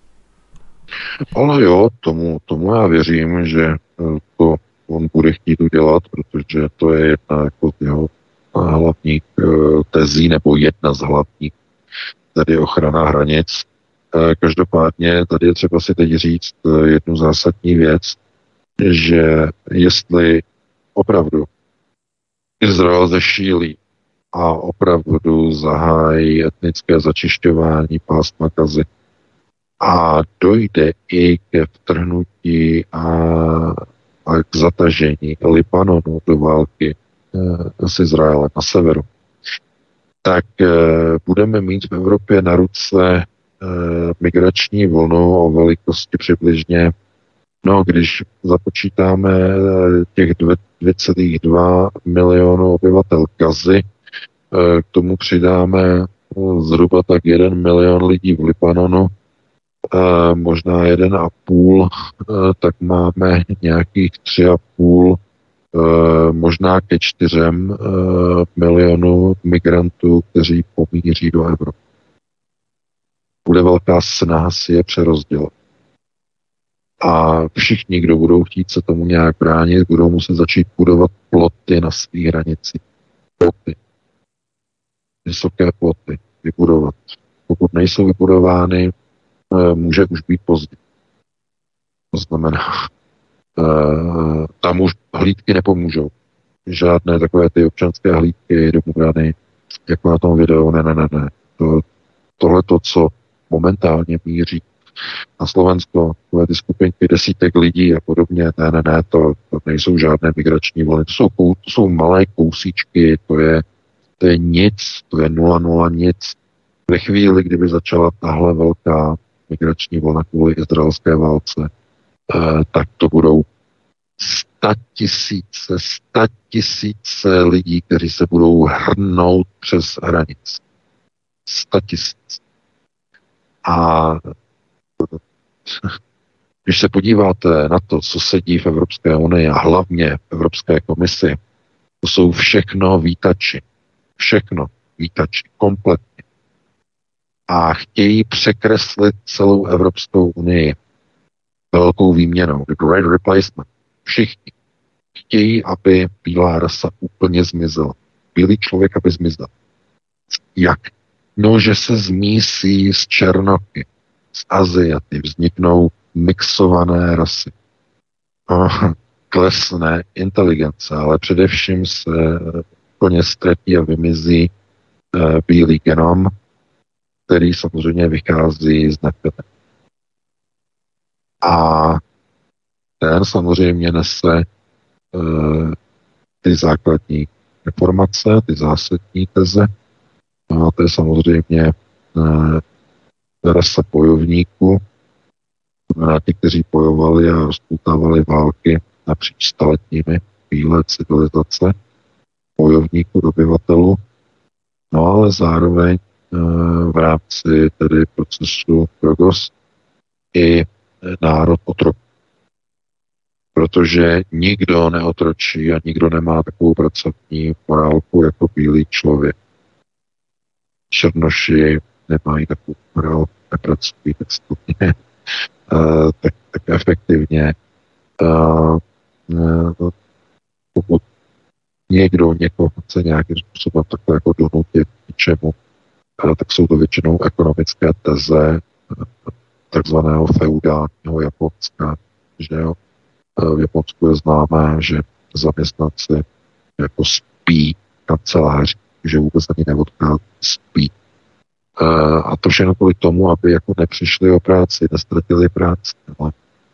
Ale jo, tomu, tomu já věřím, že to on bude chtít udělat, protože to je jedna jako z jeho hlavních tezí, nebo jedna z hlavních, tady ochrana hranic. Každopádně tady je třeba si teď říct jednu zásadní věc, že jestli opravdu Izrael zešílí a opravdu zahájí etnické začišťování pásma Gazy, a dojde i ke vtrhnutí a, a k zatažení Libanonu do války e, s Izraelem na severu, tak e, budeme mít v Evropě na ruce e, migrační vlnu o velikosti přibližně No, když započítáme těch dvě celá dva milionu obyvatel Gazy, k tomu přidáme zhruba tak jeden milion lidí v Libanonu, možná jeden a půl, tak máme nějakých tři a půl, možná ke čtyřem milionů migrantů, kteří pomíří do Evropy. Bude velká snaha si je přerozdělat. A všichni, kdo budou chtít se tomu nějak bránit, budou muset začít budovat ploty na svých hranicích. Ploty. Vysoké ploty vybudovat. Pokud nejsou vybudovány, může už být pozdě. To znamená, tam už hlídky nepomůžou. Žádné takové ty občanské hlídky do obrany, jako na tom videu, ne, ne, ne, ne. To, tohle to, co momentálně míří na Slovensko, takové ty skupinky desítek lidí a podobně, ne, ne, ne, to, to nejsou žádné migrační vlny, to jsou, to jsou malé kousíčky, to je, to je nic, to je nula nula nic. Ve chvíli, kdyby začala tahle velká migrační vlna kvůli izraelské válce, eh, tak to budou statisíce, statisíce lidí, kteří se budou hrnout přes hranice. Statisíce. A když se podíváte na to, co se děje v Evropské unii a hlavně v Evropské komisi, to jsou všechno vítači. Všechno vítači, kompletně. A chtějí překreslit celou Evropskou unii velkou výměnou. The Great Replacement. Všichni chtějí, aby bílá rasa úplně zmizela. Bílý člověk, aby zmizel. Jak? No, že se zmísí z černochy, z Aziaty, vzniknou mixované rasy. No, klesne inteligence, ale především se plně ztratí a vymizí e, bílý genom, který samozřejmě vychází z nefete. A ten samozřejmě nese e, ty základní informace, ty zásadní teze. A to je samozřejmě e, rasa bojovníků, ti, kteří bojovali a rozpoutávali války napříč staletními bílé civilizace, bojovníků, obyvatelů, no ale zároveň e, v rámci tedy procesu Progos i národ otrok. Protože nikdo neotročí a nikdo nemá takovou pracovní morálku jako bílý člověk. Černoši nemají takovou morálku, nepracují tak stupně, uh, tak, tak efektivně. Uh, uh, pokud někdo někoho chce nějakým způsobem takhle jako donutit k něčemu, uh, tak jsou to většinou ekonomické teze uh, takzvaného feudálního Japonska, že jo. V Japonsku je známé, že zaměstnanci jako spí kanceláři, že vůbec ani neodchází, spí. A to všechno kvůli tomu, aby jako nepřišli o práci, nestratili práci. Ale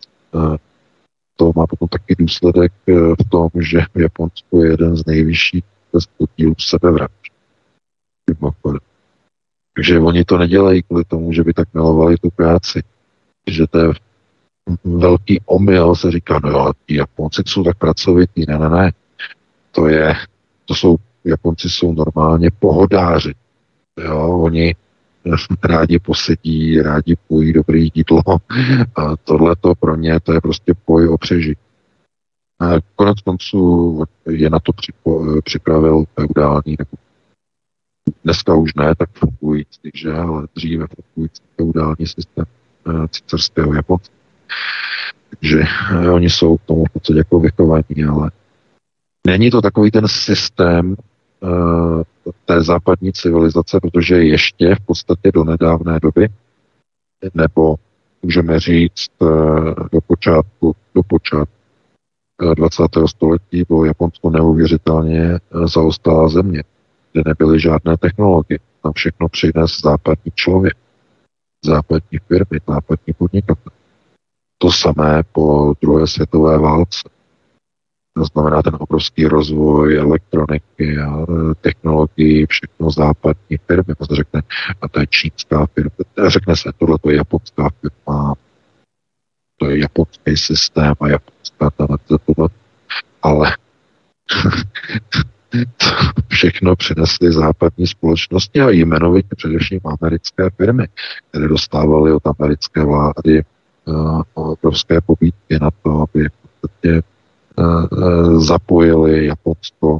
to má potom taky důsledek v tom, že v Japonsku je jeden z nejvyšších podílů sebevražd. Takže oni to nedělají kvůli tomu, že by tak milovali tu práci. Že to je velký omyl, se říká, no jo, ti Japonci jsou tak pracovití, ne, ne, ne. To je, to jsou, Japonci jsou normálně pohodáři. Jo, oni rádi posedí, rádi pojí dobré jídlo. A tohleto pro ně, to je prostě boj o přežití. A konec konců je na to připo, připravil feudální, nebo dneska už ne tak fungující, že, ale dříve fungující feudální systém císařského Japonska. Takže eh, oni jsou k tomu v podstatě jako vychovaní, ale není to takový ten systém eh, té západní civilizace, protože ještě v podstatě do nedávné doby, nebo můžeme říct eh, do počátku, do počátku eh, dvacátého století bylo Japonsko neuvěřitelně eh, zaostálá země, kde nebyly žádné technologie. Tam všechno přines západní člověk, západní firmy, západní podnikatel. To samé po druhé světové válce. To znamená ten obrovský rozvoj elektroniky a technologií, všechno západní firmy. To se řekne, a to je čínská firma. Řekne se, tohle to je japonská firma. To japonský systém a japonská televize, ale všechno přinesly západní společnosti a jmenovitě především americké firmy, které dostávaly od americké vlády uh, obrovské pobídky na to, aby v podstatě uh, zapojili Japonsko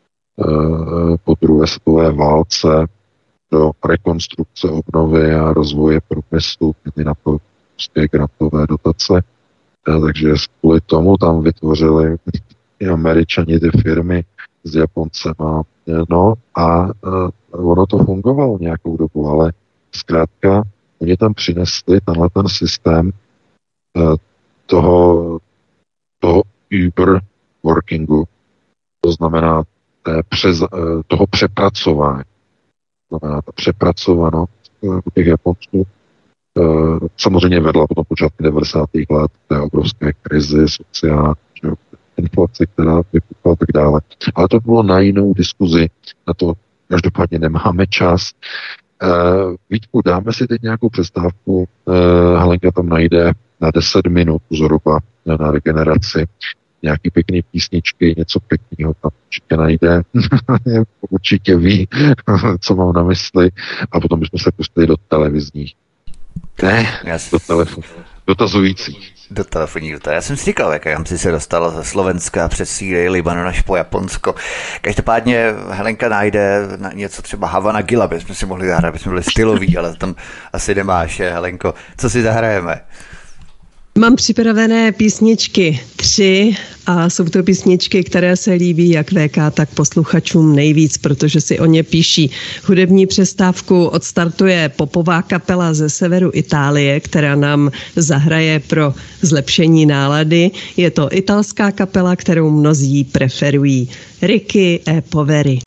uh, po druhé světové válce do rekonstrukce, obnovy a rozvoje průmyslu, měli na to prostě grantové dotace. Uh, takže kvůli tomu tam vytvořili i Američani ty firmy s Japoncema. No a uh, ono to fungovalo nějakou dobu, ale zkrátka oni tam přinesli tenhle ten systém uh, toho, toho Uber workingu, to znamená té přez, uh, toho přepracování. To znamená ta přepracovanost uh, u těch Japonců uh, samozřejmě vedla potom počátky devadesátých let té obrovské krizi sociální, inflace, která vypukla a tak dále. Ale to bylo na jinou diskuzi, na to každopádně nemáme čas. Uh, Vítku, dáme si teď nějakou přestávku, uh, Helenka tam najde na deset minut zhruba na regeneraci nějaký pěkný písničky, něco pěkného tam určitě najde, určitě ví, co mám na mysli, a potom bychom se pustili do televizních, ne, do telefonu, dotazujících. Do telefonní dotaz. Já jsem si říkal, jak jsem si se dostal ze Slovenska přes Sýrii, Libanon až po Japonsko. Každopádně Helenka najde na něco třeba Havana Gila, bychom si mohli zahrát, bychom byli styloví, ale tam asi nemáš, Helenko. Co si zahrajeme? Mám připravené písničky tři a jsou to písničky, které se líbí jak V K, tak posluchačům nejvíc, protože si o ně píší. Hudební přestávku odstartuje popová kapela ze severu Itálie, která nám zahraje pro zlepšení nálady. Je to italská kapela, kterou mnozí preferují. Ricky e Poveri.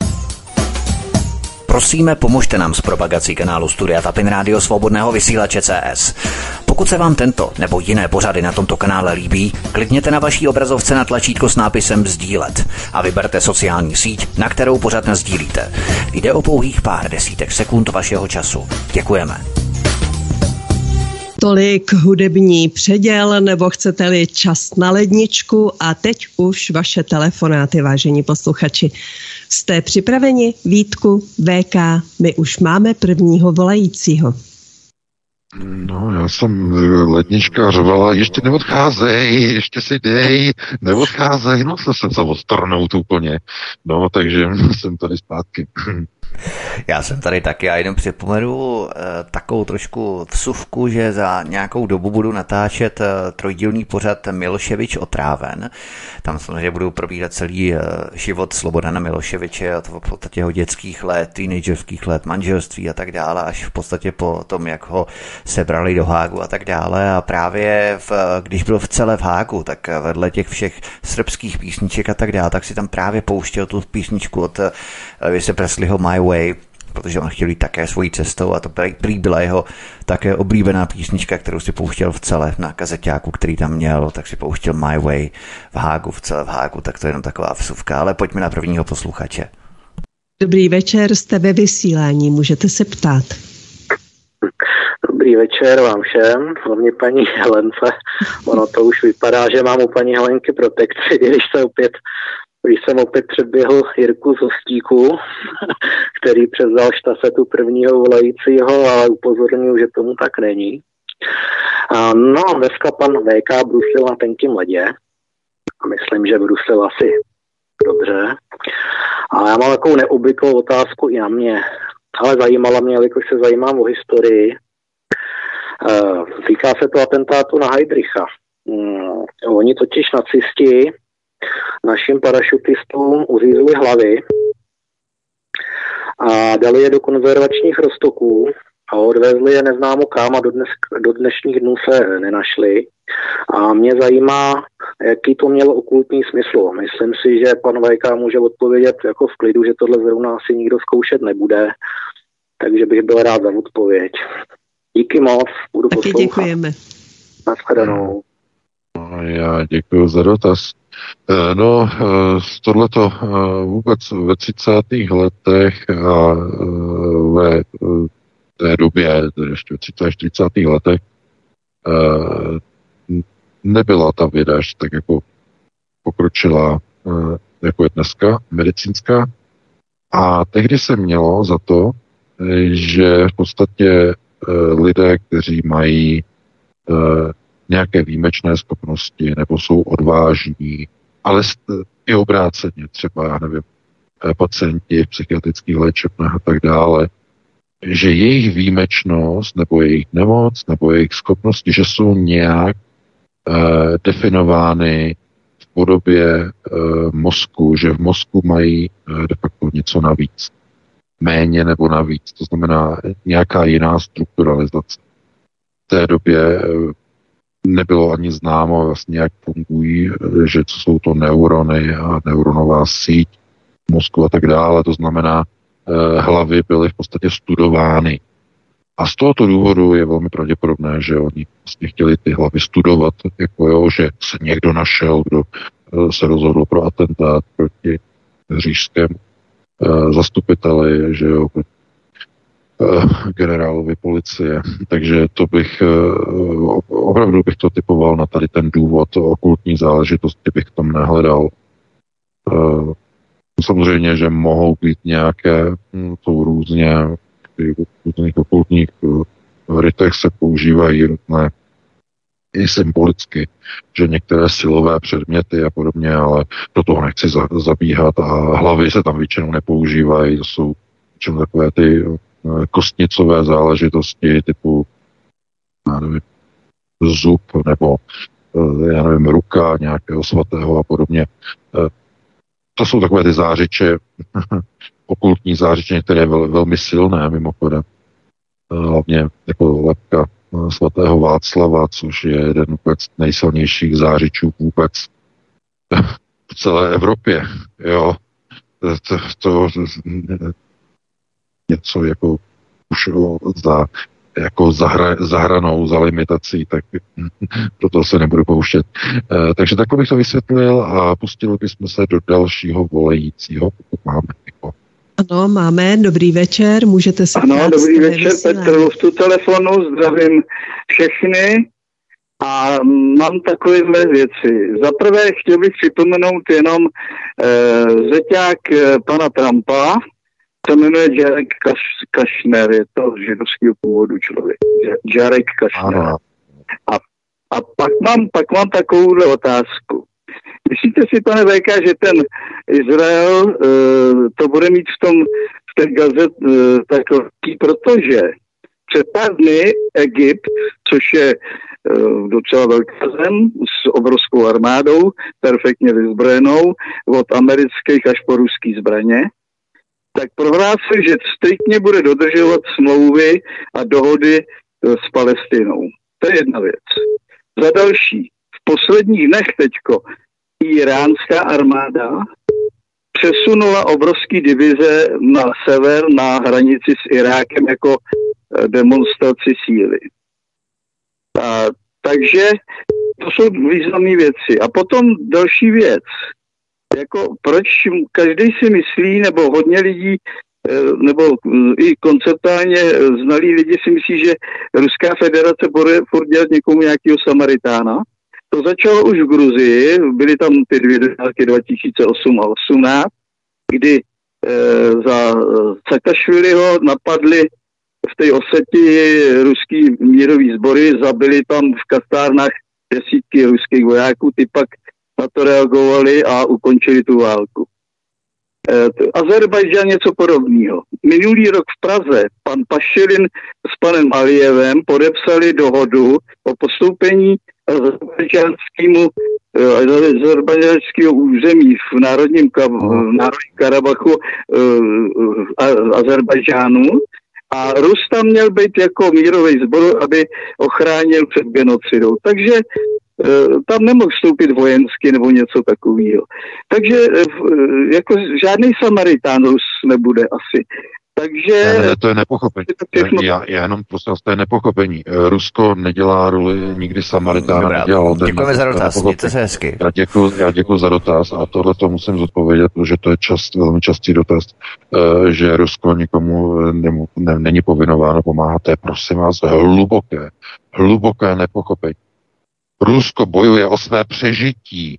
Prosíme, pomožte nám s propagací kanálu Studia Tapin Rádio Svobodného vysílače C S. Pokud se vám tento nebo jiné pořady na tomto kanále líbí, klikněte na vaší obrazovce na tlačítko s nápisem sdílet a vyberte sociální síť, na kterou pořad nasdílíte. Jde o pouhých pár desítek sekund vašeho času. Děkujeme. Tolik hudební předěl, nebo chcete-li čas na ledničku, a teď už vaše telefonáty, vážení posluchači. Jste připraveni, Vítku, V K? My už máme prvního volajícího. No, já jsem lednička řvala, ještě neodcházej, ještě si dej, neodcházej, no se jsem se odtrhnout úplně. No, takže jsem tady zpátky. Já jsem tady taky a jenom připomenu e, takovou trošku vsuvku, že za nějakou dobu budu natáčet e, trojdílný pořad Miloševič otráven. Tam samozřejmě budu probírat celý e, život Slobodana Miloševiče, od v podstatě jeho dětských let, teenagerských let, manželství a tak dále, až v podstatě po tom, jak ho sebrali do Hágu a tak dále. A právě v, když byl v celé v Hágu, tak vedle těch všech srbských písniček a tak dále, tak si tam právě pouštěl tu písničku od Elvise Presleyho My Way, protože on chtěl jít také svojí cestou a to prý byla jeho také oblíbená písnička, kterou si pouštěl v celé na kazeťáku, který tam měl, tak si pouštěl My Way v Hágu, v celé v Hágu, tak to je jenom taková vsuvka, ale pojďme na prvního posluchače. Dobrý večer, jste ve vysílání, můžete se ptát. Dobrý večer vám všem, hlavně paní Helence. Ono to už vypadá, že mám u paní Helenky protekci, když se opět Když jsem opět předběhl Jirku z Hostíku, který převzal štafetu prvního volajícího, ale upozornil, že tomu tak není. A no, dneska pan V K brusil na tenkým ledě. A myslím, že brusil asi dobře. A já mám takovou neobvyklou otázku i na mě. Ale zajímala mě, jelikož se zajímám o historii. Uh, týká se to atentátu na Heydricha. Um, oni totiž nacisti našim parašutistům uřízli hlavy a dali je do konzervačních roztoků a odvezli je neznámo kam a do, dnes, do dnešních dnů se nenašli. A mě zajímá, jaký to mělo okultní smysl. Myslím si, že pan Vajka může odpovědět jako v klidu, že tohle zrovna asi nikdo zkoušet nebude, takže bych byl rád za odpověď. Díky moc, budu Taky poslouchat. děkujeme. Naschledanou. No, já děkuji za dotaz. No, tohleto vůbec ve třicátých letech a ve té době, ještě v třicátých čtyřicátých letech, nebyla ta věda ještě tak jako pokročila, jako je dneska, medicínská. A tehdy se mělo za to, že v podstatě lidé, kteří mají nějaké výjimečné schopnosti nebo jsou odvážní, ale i obráceně, třeba, já nevím, pacienti v psychiatrických léčebnách a tak dále, že jejich výjimečnost nebo jejich nemoc nebo jejich schopnosti, že jsou nějak eh, definovány v podobě eh, mozku, že v mozku mají eh, de facto něco navíc. Méně nebo navíc. To znamená nějaká jiná strukturalizace. V té době eh, nebylo ani známo vlastně, jak fungují, že co jsou to neurony a neuronová síť mozku a tak dále. To znamená, eh, hlavy byly v podstatě studovány. A z tohoto důvodu je velmi pravděpodobné, že oni vlastně chtěli ty hlavy studovat, jako jo, že se někdo našel, kdo eh, se rozhodl pro atentát proti říšskému eh, zastupiteli, že jo, generálovi policie. Takže to bych, opravdu bych to typoval na tady ten důvod, okultní záležitosti bych tam nehledal. Samozřejmě, že mohou být nějaké, jsou různě, v různých okultních rytech se používají různé i symbolicky, že některé silové předměty a podobně, ale do toho nechci za, zabíhat a hlavy se tam většinou nepoužívají, to jsou většinou takové ty kostnicové záležitosti typu já nevím, zub nebo já nevím, ruka nějakého svatého a podobně. To jsou takové ty zářiče, okultní zářiče, které je vel, velmi silné mimochodem. Hlavně jako lebka svatého Václava, což je jeden z nejsilnějších zářičů vůbec v celé Evropě. Jo. To, to, něco jako už za, jako za, hra, za hranou, za limitací, tak proto se nebudu pouštět. E, takže takhle bych to vysvětlil a pustili bychom se do dalšího volajícího, pokud máme. Jako. Ano, máme. Dobrý večer, můžete se Ano, dobrý večer, Petr Luftu telefonu, zdravím všechny a mám takovéhle věci. Za prvé chtěl bych připomenout jenom e, zeťák e, pana Trumpa, se jmenuje Jarek Kaš- Kašner, je to židovského původu člověk. Jarek Kašner. A, a pak, mám, pak mám takovouhle otázku. Myslíte si, pane V K, že ten Izrael uh, to bude mít v tom v té gazet uh, takový, protože před pár dny Egypt, což je uh, docela velká zem s obrovskou armádou, perfektně vyzbrojenou, od amerických až po ruský zbraně, tak prohlásil, že striktně bude dodržovat smlouvy a dohody s Palestinou. To je jedna věc. Za další, v posledních dnech teďko iránská armáda přesunula obrovský divize na sever, na hranici s Irákem jako demonstraci síly. A, takže to jsou významné věci. A potom další věc. Jako proč každý si myslí, nebo hodně lidí, nebo i konceptuálně znalí lidi si myslí, že Ruská federace bude furt dělat někomu nějakého Samaritána. To začalo už v Gruzii, byly tam ty dvě dálky dva tisíce osm a osmnáct, kdy e, za Saakašviliho napadli v té Oseti ruský mírový sbory, zabili tam v kasárnách desítky ruských vojáků, ty pak na to reagovali a ukončili tu válku. E, Azerbajdžán něco podobného. Minulý rok v Praze pan Pašilin s panem Alijevem podepsali dohodu o postoupení azerbajdžánskému e, azerbajdžánského území v národním, v národním Karabachu e, Azerbajdžánu. A Rus tam měl být jako mírový sbor, aby ochránil před genocidou. Takže e, tam nemohl vstoupit vojensky nebo něco takového. Takže e, jako žádný Samaritán Rus nebude asi. Takže... Ne, to je nepochopení. Já, já jenom prosím, to je nepochopení. Rusko nedělá roli, nikdy Samaritána nedělalo. Děkujeme za dotaz, mějte se hezky. Já děkuji, já děkuji za dotaz a tohle to musím zodpovědět, protože to je čast, velmi častý dotaz, že Rusko nikomu ne, ne, není povinováno pomáhat. To je prosím vás hluboké, hluboké nepochopení. Rusko bojuje o své přežití.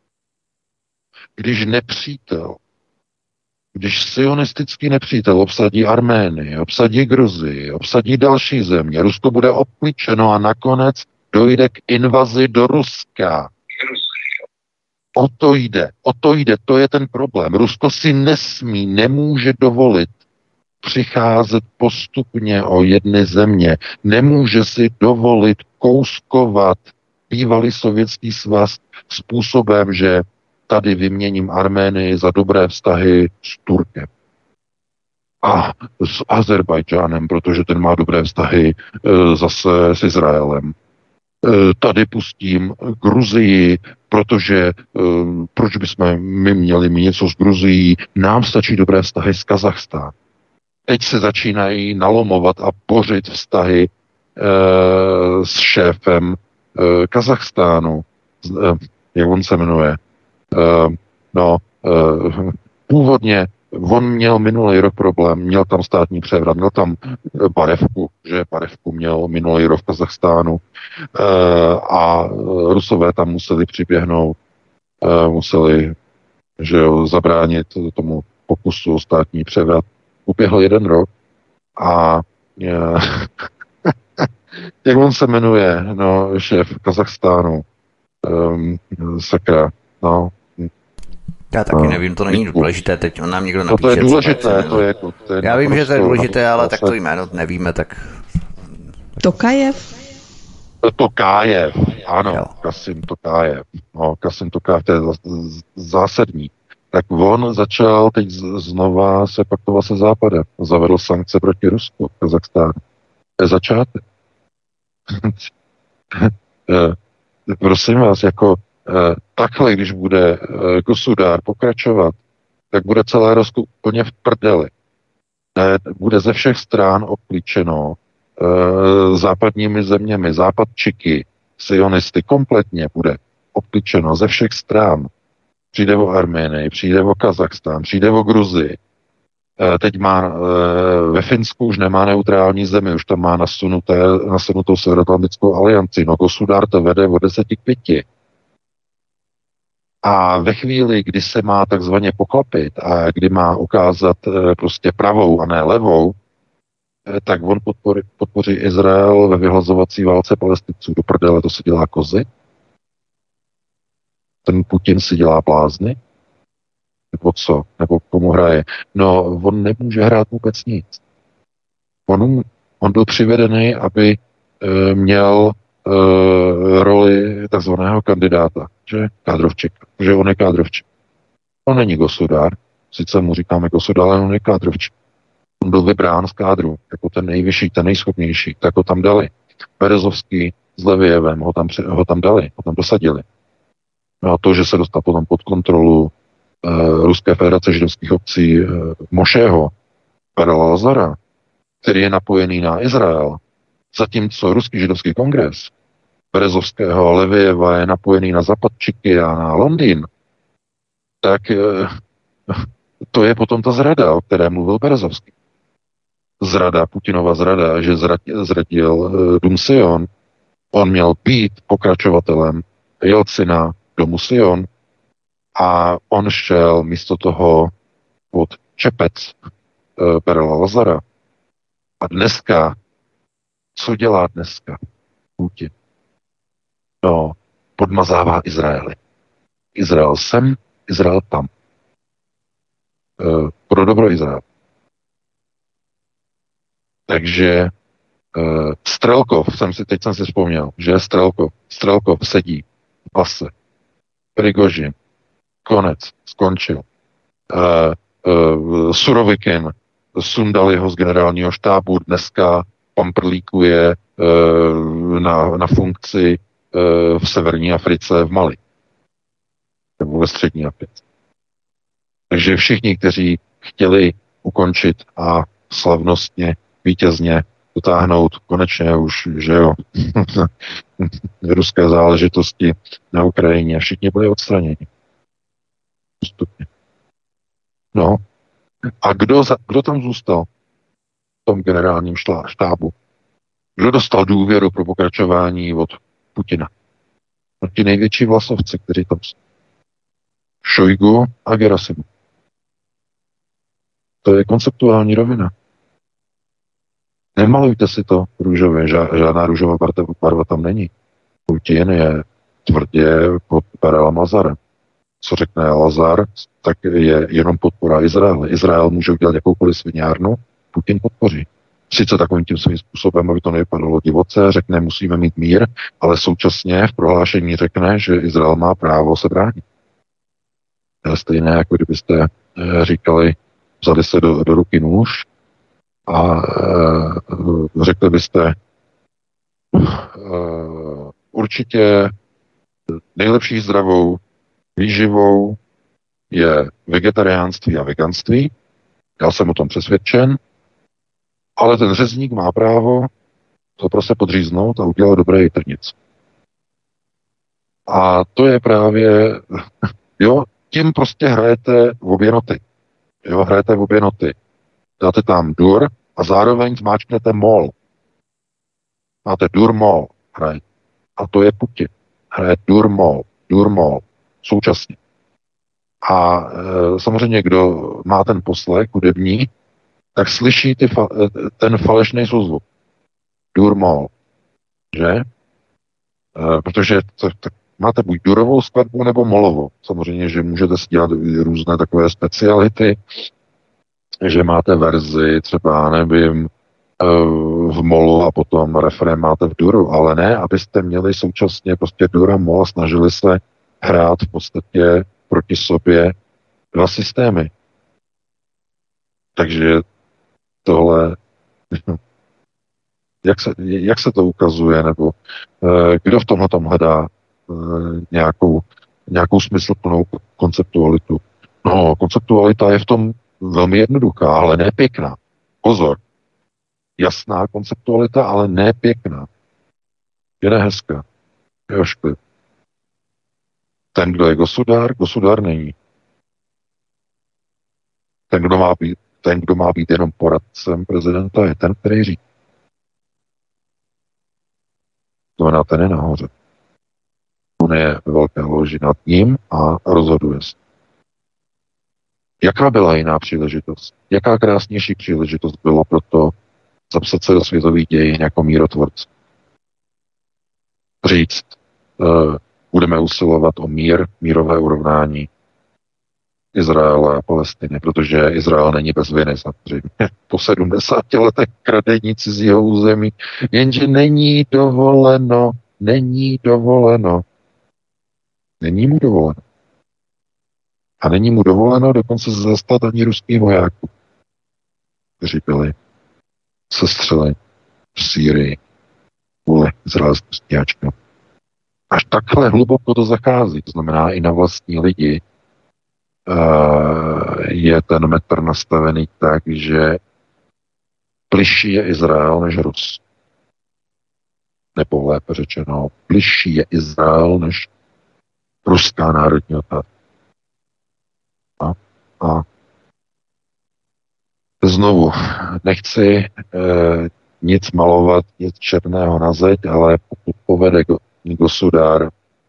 Když nepřítel, když sionistický nepřítel obsadí Arménii, obsadí Gruzii, obsadí další země, Rusko bude obklíčeno a nakonec dojde k invazi do Ruska. O to jde, o to jde, to je ten problém. Rusko si nesmí, nemůže dovolit přicházet postupně o jedny země, nemůže si dovolit kouskovat bývalý sovětský svaz způsobem, že tady vyměním Arménii za dobré vztahy s Turkem a s Azerbajdžánem, protože ten má dobré vztahy e, zase s Izraelem. E, tady pustím Gruzii, protože e, proč bychom my měli mít něco s Gruzií, nám stačí dobré vztahy s Kazachstánem. Teď se začínají nalomovat a bořit vztahy e, s šéfem e, Kazachstánu, e, jak on se jmenuje. Uh, no, uh, původně on měl minulý rok problém, měl tam státní převrat, měl tam barevku, že barevku měl minulý rok v Kazachstánu uh, a Rusové tam museli přiběhnout, uh, museli, že jo, zabránit tomu pokusu o státní převrat. Uběhl jeden rok a uh, jak on se jmenuje, no, šéf Kazachstánu, um, sakra, no, já taky nevím, to není důležité, teď on nám někdo napíše. To je důležité, to je, to je já vím, že to je důležité, ale tak to jméno nevíme, tak... Tokajev? Tokajev, ano, jo. Kasim Tokajev. No, Kasim Tokajev, to je zásadní. Tak on začal teď znova se paktovat se Západem. Zavedl sankce proti Rusku, Kazachstánu. To je začátek. Prosím vás, jako takhle, když bude Kosudár pokračovat, tak bude celé Rusko úplně v prdeli. Bude ze všech stran obklíčeno západními zeměmi, západ čiky, sionisty, kompletně bude obklíčeno ze všech stran. Přijde o Arménii, přijde o Kazachstán, přijde o Gruzii. Teď má ve Finsku už nemá neutrální zemi, už tam má nasunuté, nasunutou Severoatlantickou alianci. No Kosudár to vede o deseti k pěti. A ve chvíli, kdy se má takzvaně pochlapit a kdy má ukázat prostě pravou a ne levou, tak on podpoří, podpoří Izrael ve vyhlazovací válce Palestinců. Do prdele to se dělá kozy. Ten Putin si dělá blázny. Nebo co? Nebo komu hraje? No, on nemůže hrát vůbec nic. On, on byl přivedený, aby e, měl e, roli takzvaného kandidáta, že? Kádrovčíka. Že on je kádrovčík. On není Gosudár. Sice mu říkáme Gosudár, ale on je kádrovčík. On byl vybrán z kádru, jako ten nejvyšší, ten nejschopnější, tak ho tam dali. Berezovský s Levievem ho tam, ho tam dali, ho tam dosadili. No a to, že se dostal potom pod kontrolu eh, Ruské federace židovských obcí eh, Mošeho, Perela Lazara, který je napojený na Izrael, zatímco Ruský židovský kongres Berezovského a Levieva je napojený na Zapadčiky a na Londýn, tak eh, to je potom ta zrada, o které mluvil Berezovský. Zrada, Putinova zrada, že zradil, zradil uh, Dům Sion. On měl být pokračovatelem Jelcina Domu Sion a on šel místo toho pod čepec uh, Perela Lazara. A dneska, co dělá dneska Putin? No, podmazává Izraeli. Izrael sem, Izrael tam. Uh, pro dobro Izrael. Takže uh, Strelkov, jsem si, teď jsem si vzpomněl, že Strelkov, Strelkov sedí v base. Prigožin, konec, skončil. Uh, uh, Surovikin sundali ho z generálního štábu, dneska pamprlíkuje uh, na, na funkci uh, v severní Africe v Mali. Nebo ve střední Africe. Takže všichni, kteří chtěli ukončit a slavnostně, vítězně dotáhnout konečně už, že jo, ruské záležitosti na Ukrajině, všichni byli odstraněni. Postupně. No. A kdo, za, kdo tam zůstal v tom generálním štábu? Kdo dostal důvěru pro pokračování od Putina? No, ti největší vlasovci, kteří tam jsou. Šojgu a Gerasimu. To je konceptuální rovina. Nemalujte si to růžově, žádná růžová barva tam není. Putin je tvrdě pod Karelem Lazarem. Co řekne Lazar, tak je jenom podpora Izraele. Izrael může udělat jakoukoliv sviňárnu, Putin podpoří. Sice takovým tím svým způsobem, aby to nevypadalo divoce, řekne, musíme mít mír, ale současně v prohlášení řekne, že Izrael má právo se bránit. Stejné, jako kdybyste říkali, vzali se do, do ruky nůž a e, řekli byste, e, určitě nejlepší zdravou výživou je vegetariánství a veganství. Já jsem o tom přesvědčen, ale ten řezník má právo to prostě podříznout a udělat dobré jitrnice. A to je právě, jo, tím prostě hrajete v obě noty. Jo, hrajete v obě noty. Dáte tam dur a zároveň zmáčknete mol. Máte dur mol, hraje. A to je Putin. Hraje dur mol, dur mol. Současně. A e, samozřejmě, kdo má ten poslech hudební, tak slyší ty fa- ten falešný souzvuk. Dur mol. Že? E, protože to, to, máte buď durovou skladbu nebo molovou. Samozřejmě, že můžete si dělat různé takové speciality, že máte verzi třeba, nevím, v molu a potom refrén máte v duru, ale ne, abyste měli současně prostě dur a mol a snažili se hrát v podstatě proti sobě dva systémy. Takže tohle, jak se, jak se to ukazuje, nebo kdo v tomhle tom hledá nějakou, nějakou smysluplnou konceptualitu. No, konceptualita je v tom velmi jednoduchá, ale ne pěkná. Pozor. Jasná konceptualita, ale ne pěkná. Je nehezká. Je ošklivá. Ten, kdo je gosudár, gosudár není. Ten, kdo má být, ten, kdo má být jenom poradcem prezidenta, je ten, který říká. To znamená, ten je nahoře. On je ve velké loži nad ním a rozhoduje se. Jaká byla jiná příležitost? Jaká krásnější příležitost bylo pro to zapsat se do světových dějin jako mírotvorce? Říct, uh, budeme usilovat o mír, mírové urovnání Izraele a Palestiny, protože Izrael není bez viny, samozřejmě. Po sedmdesáti letech kradení cizího území, jenže není dovoleno, není dovoleno. Není mu dovoleno. A není mu dovoleno dokonce zastat ani ruských vojáků, kteří byli sestřeleni v Sýrii kvůli izraelským stíhačkám. Až takhle hluboko to zachází, to znamená i na vlastní lidi, je ten metr nastavený tak, že bližší je Izrael než Rus. Nebo lépe řečeno, bližší je Izrael než ruská národní otázka. A, a znovu, nechci e, nic malovat, nic černého na zeď, ale pokud povede Gosudár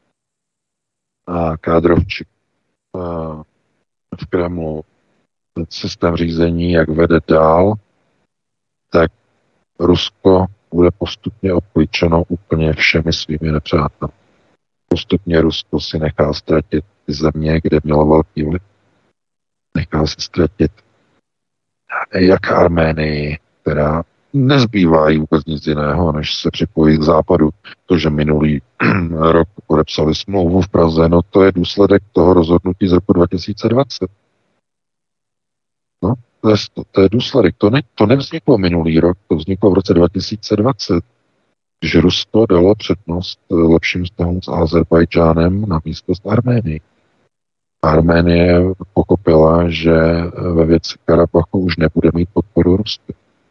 a Kádrovčík e, v Kremlu ten systém řízení, jak vede dál, tak Rusko bude postupně obklíčeno úplně všemi svými nepřáteli. Postupně Rusko si nechá ztratit ty země, kde mělo velký vliv. Nechá si ztratit jak Arménii, která nezbývá jí vůbec nic jiného, než se připojit k západu. To, že minulý rok podepsali smlouvu v Praze, no to je důsledek toho rozhodnutí z roku dva tisíce dvacet. No, to je, to, to je důsledek. To, ne, to nevzniklo minulý rok, to vzniklo v roce dva tisíce dvacet, že Rusko dalo přednost lepším vztahům s Azerbajdžánem na místo s Arménií. Arménie pochopila, že ve věci Karabachu už nebude mít podporu Ruska.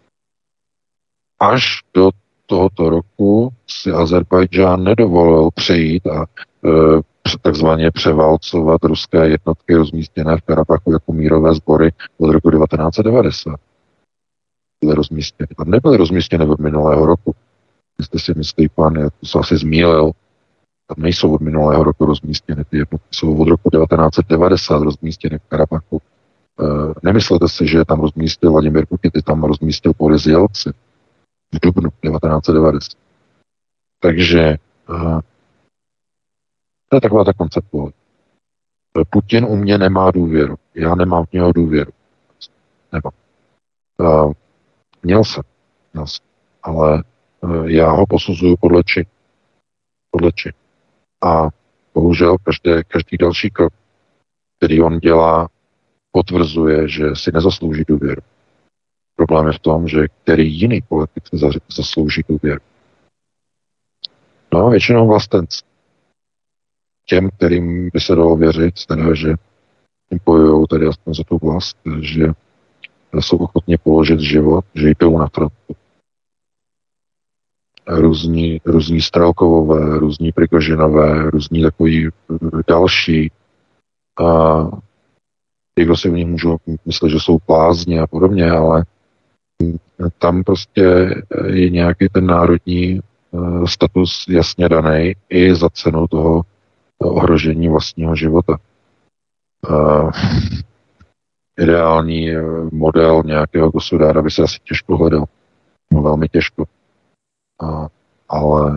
Až do tohoto roku si Azerbajdžán nedovolil přejít a e, takzvaně převálcovat ruské jednotky rozmístěné v Karabachu jako mírové sbory od roku devatenáct set devadesát. Byly rozmístěny. Tam nebyly rozmístěny od minulého roku. Jestli si myslí pan, jak to se asi zmýlil, Tam nejsou od minulého roku rozmístěny, ty jednotky jsou od roku devatenáct set devadesát rozmístěny v Karabachu. E, nemyslete si, že tam rozmístil Vladimír Putin, ty tam rozmístil Boris Jelcin v dubnu devatenáct set devadesát. Takže e, to je taková ta konceptualita. Putin u mě nemá důvěru. Já nemám v něho důvěru. Nemám. E, měl jsem. Měl jsem. Ale e, já ho posuzuju podle čin. Podle čin. A bohužel každé, každý další krok, který on dělá, potvrzuje, že si nezaslouží důvěru. Problém je v tom, že který jiný politik si zaslouží důvěru. No, většinou vlastenci. Těm, kterým by se dalo věřit, teda, že jim bojují tedy aspoň za tu vlast, že jsou ochotně položit život, že jdou na frontu. Různí, různí Strelkovové, různí Prigožinové, různí takový další. A někdo si v nich můžou myslet, že jsou blázni a podobně, ale tam prostě je nějaký ten národní status jasně daný i za cenu toho ohrožení vlastního života. Uh, ideální model nějakého gospodára by se asi těžko hledal. No, velmi těžko. Uh, ale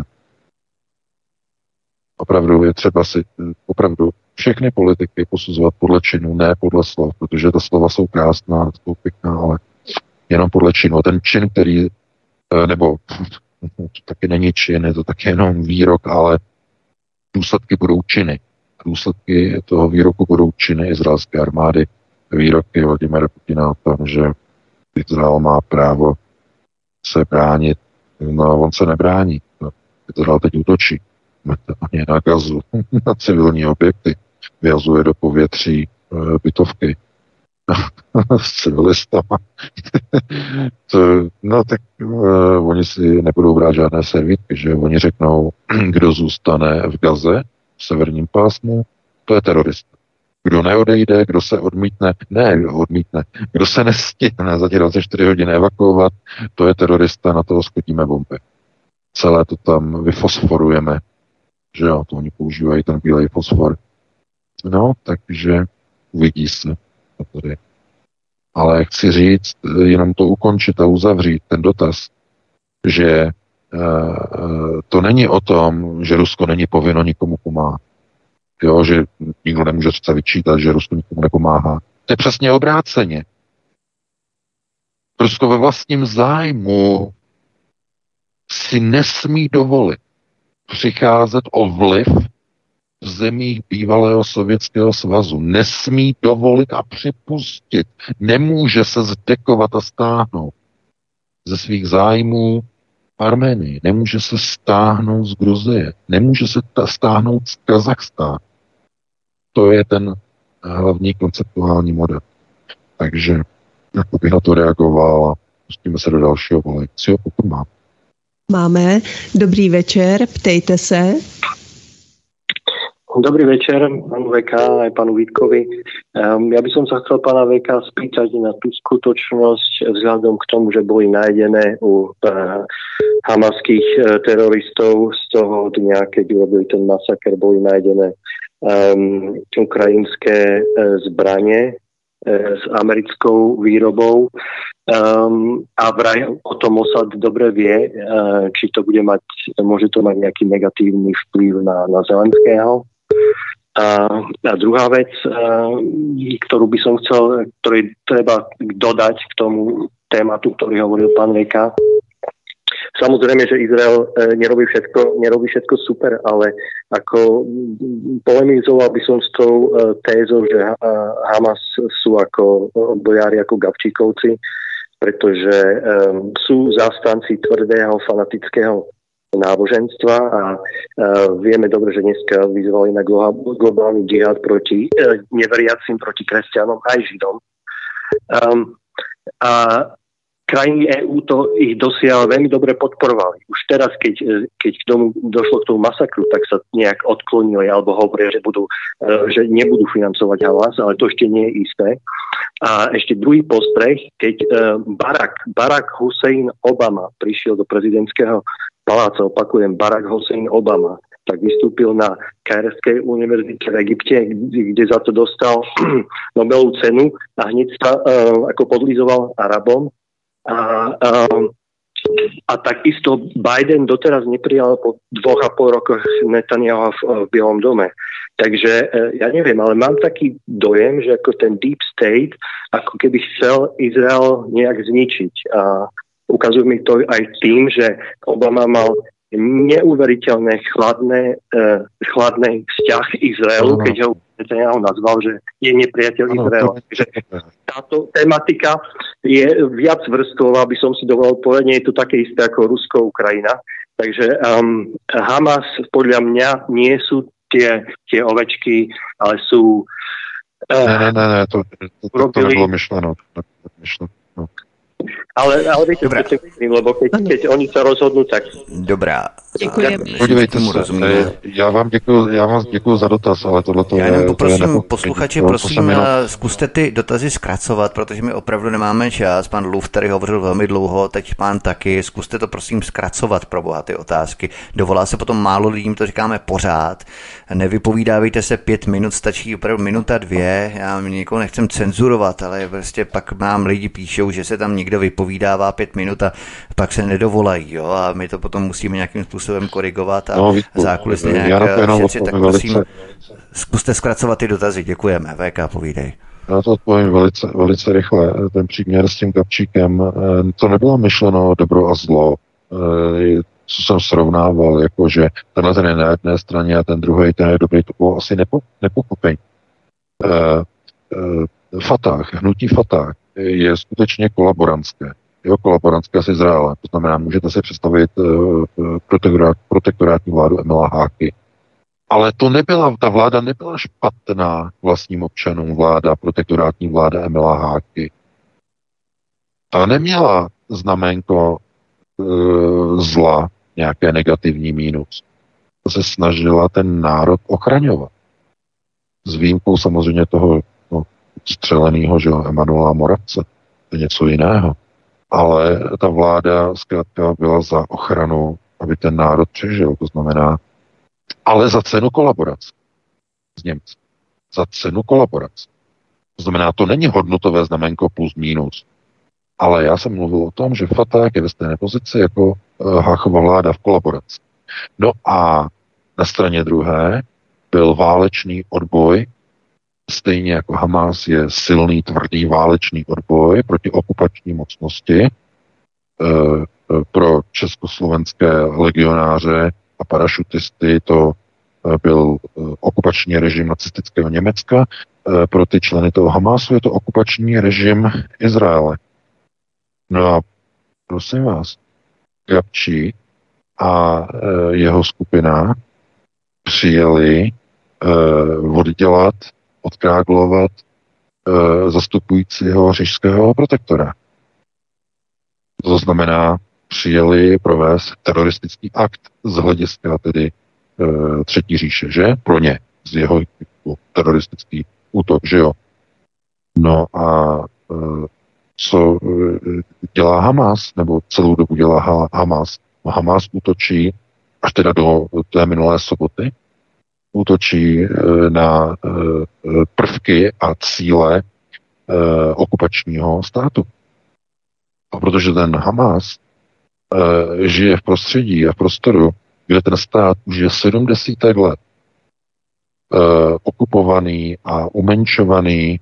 opravdu je třeba si opravdu všechny politiky posuzovat podle činu, ne podle slov, protože ta slova jsou krásná, jsou pěkná, ale jenom podle činu. Ten čin, který, nebo to taky není čin, je to taky jenom výrok, ale důsledky budou činy. Důsledky toho výroku budou činy izraelské armády, výroky Vladimira Putina o tom, že Izrael má právo se bránit. No, on se nebrání. Izrael teď útočí. Je na Gazu, na civilní objekty. Vyhazuje do povětří bytovky s civilistama. to, no tak uh, oni si nebudou brát žádné servítky, že oni řeknou, kdo zůstane v Gaze, v severním pásmu, to je terorista. Kdo neodejde, kdo se odmítne, ne, odmítne, kdo se nestihne za těch dvacet čtyři hodin evakuovat, to je terorista, na toho schodíme bomby. Celé to tam vyfosforujeme, že jo, to oni používají ten bílej fosfor. No, takže uvidí se. Tady. Ale chci říct, jenom to ukončit a uzavřít ten dotaz, že uh, to není o tom, že Rusko není povinno nikomu pomáhat. Jo, že nikdo nemůže přece vyčítat, že Rusko nikomu nepomáhá. To je přesně obráceně. Rusko ve vlastním zájmu si nesmí dovolit přicházet o vliv v zemích bývalého Sovětského svazu. Nesmí dovolit a připustit. Nemůže se zdekovat a stáhnout ze svých zájmů v Arménii. Nemůže se stáhnout z Gruzie. Nemůže se ta stáhnout z Kazachstánu. To je ten hlavní konceptuální model. Takže jako bych na to reagoval a pustíme se do dalšího volejcího, pokud mám. Máme. Dobrý večer, ptejte se. Dobrý večer, pánu vé ká aj pánu Vítkovi. Um, ja by som sa chcel pána vé ká spýtať na tú skutočnosť vzhľadom k tomu, že boli nájdené u uh, hamaských uh, teroristov z toho dňa, keď urobili ten masaker, boli nájdené um, ukrajinské uh, zbranie uh, s americkou výrobou. Um, a vraj o tom Mossad dobre vie, uh, či to bude mať, môže to mať nejaký negatívny vplyv na, na Zelenského. A, a druhá vec, a, ktorú by som chcel, ktorý treba dodať k tomu tématu, ktorý hovoril pán vé ká. Samozrejme, že Izrael e, nerobí všetko, nerobí všetko super, ale ako polemizoval by som s tou e, tézou, že ha, Hamas sú ako bojári, ako Gabčíkovci, pretože e, sú zástanci tvrdého fanatického náboženstva a uh, vieme dobre, že dneska vyzvali na globálny džihad proti uh, neveriacim, proti kresťanom aj Židom. Um, a krajiny EÚ to ich dosiaľ veľmi dobre podporovali. Už teraz, keď, keď k tomu došlo k tomu masakru, tak sa nejak odklonili alebo hovoria, že, budú, uh, že nebudú financovať Hamas, ale to ešte nie je isté. A ešte druhý postreh, keď uh, Barack, Barack Hussein Obama prišiel do prezidentského paláca, opakujem, Barack Hussein Obama tak vystúpil na Kairskej univerzite v Egypte, kde, kde za to dostal Nobelovú cenu a hneď sa uh, ako podlizoval Arabom. A, uh, a takisto Biden doteraz neprijal po dvoch a pol rokoch Netanyahu v, v Bielom dome. Takže uh, ja neviem, ale mám taký dojem, že ako ten deep state ako keby chcel Izrael nejak zničiť. A ukazuje mi to aj tým, že Obama mal neuveriteľné chladné, uh, chladný vzťah Izraelu, ano. Keď ho Netanyahu nazval, že je nepriateľ Izraela. Takže táto tematika je viac vrstvová, by som si dovolil povedať, nie je to také isté ako Rusko-Ukrajina. Takže um, Hamas podľa mňa nie sú tie, tie ovečky, ale sú... Uh, ne, ne, ne, ne, to, to, to, to nebylo myšleno. To nebylo myšleno. No. Ale, ale viete, čo myslím, lebo keď, keď oni sa rozhodnú, tak... Dobrá. Děkujeme. Podívejte se, já vám děkuji, já vám děkuji za dotaz, ale tohle to je... Já jenom poprosím posluchače, prosím, jenom... zkuste ty dotazy zkracovat, protože my opravdu nemáme čas. Pan Luf tady hovořil velmi dlouho, teď pán taky. Zkuste to prosím zkracovat pro boha ty otázky. Dovolá se potom málo lidím, to říkáme pořád. Nevypovídávejte se pět minut, stačí opravdu minuta, dvě. Já někoho nechcem cenzurovat, ale prostě pak nám lidi píšou, že se tam někdo vypovídává pět minut a pak se nedovolají, jo, a my to potom musíme nějakým způsobem korigovat a no, zákulisně nějak šetřit, tak prosím, velice, zkuste zkracovat ty dotazy, děkujeme. V K, povídej. Já to odpovím velice, velice rychle. Ten příměr s tím kapčíkem, to nebylo myšleno dobro a zlo, co jsem srovnával, jakože tenhle ten je na jedné straně a ten druhý ten je dobrý, to bylo asi nepo, nepochopení. Fatah, hnutí Fatah je skutečně kolaborantské. Jo, kolaborantské s Izraelem. To znamená, můžete si představit uh, protektorát, protektorátní vládu Emila Háky. Ale to nebyla, ta vláda nebyla špatná vlastním občanům, vláda, protektorátní vláda Emila Háky. Ta neměla znamenko uh, zla, nějaké negativní mínus. To se snažila ten národ ochraňovat. S výjimkou samozřejmě toho no, střeleného, že jo, Emanuela Moravce. To je něco jiného. Ale ta vláda zkrátka byla za ochranu, aby ten národ přežil. To znamená, ale za cenu kolaborace s Němci. Za cenu kolaborace. To znamená, to není hodnotové znamenko plus minus. Ale já jsem mluvil o tom, že Fatah je ve stejné pozici jako uh, Háchova vláda v kolaboraci. No a na straně druhé byl válečný odboj, stejně jako Hamas je silný, tvrdý válečný odboj proti okupační mocnosti e, pro československé legionáře a parašutisty to byl okupační režim nacistického Německa, e, pro ty členy toho Hamasu je to okupační režim Izraele. No a prosím vás, Gabčík a e, jeho skupina přijeli e, oddělat odkráglovat e, zastupujícího říšského protektora. To znamená, přijeli provést teroristický akt z hlediska tedy e, Třetí říše, že? Pro ně, z jeho teroristický útok, že jo? No a e, co e, dělá Hamas, nebo celou dobu dělá Hamas? Hamas útočí až teda do té minulé soboty, útočí na prvky a cíle okupačního státu. A protože ten Hamas žije v prostředí a v prostoru, kde ten stát už je sedmdesát let okupovaný a umenšovaný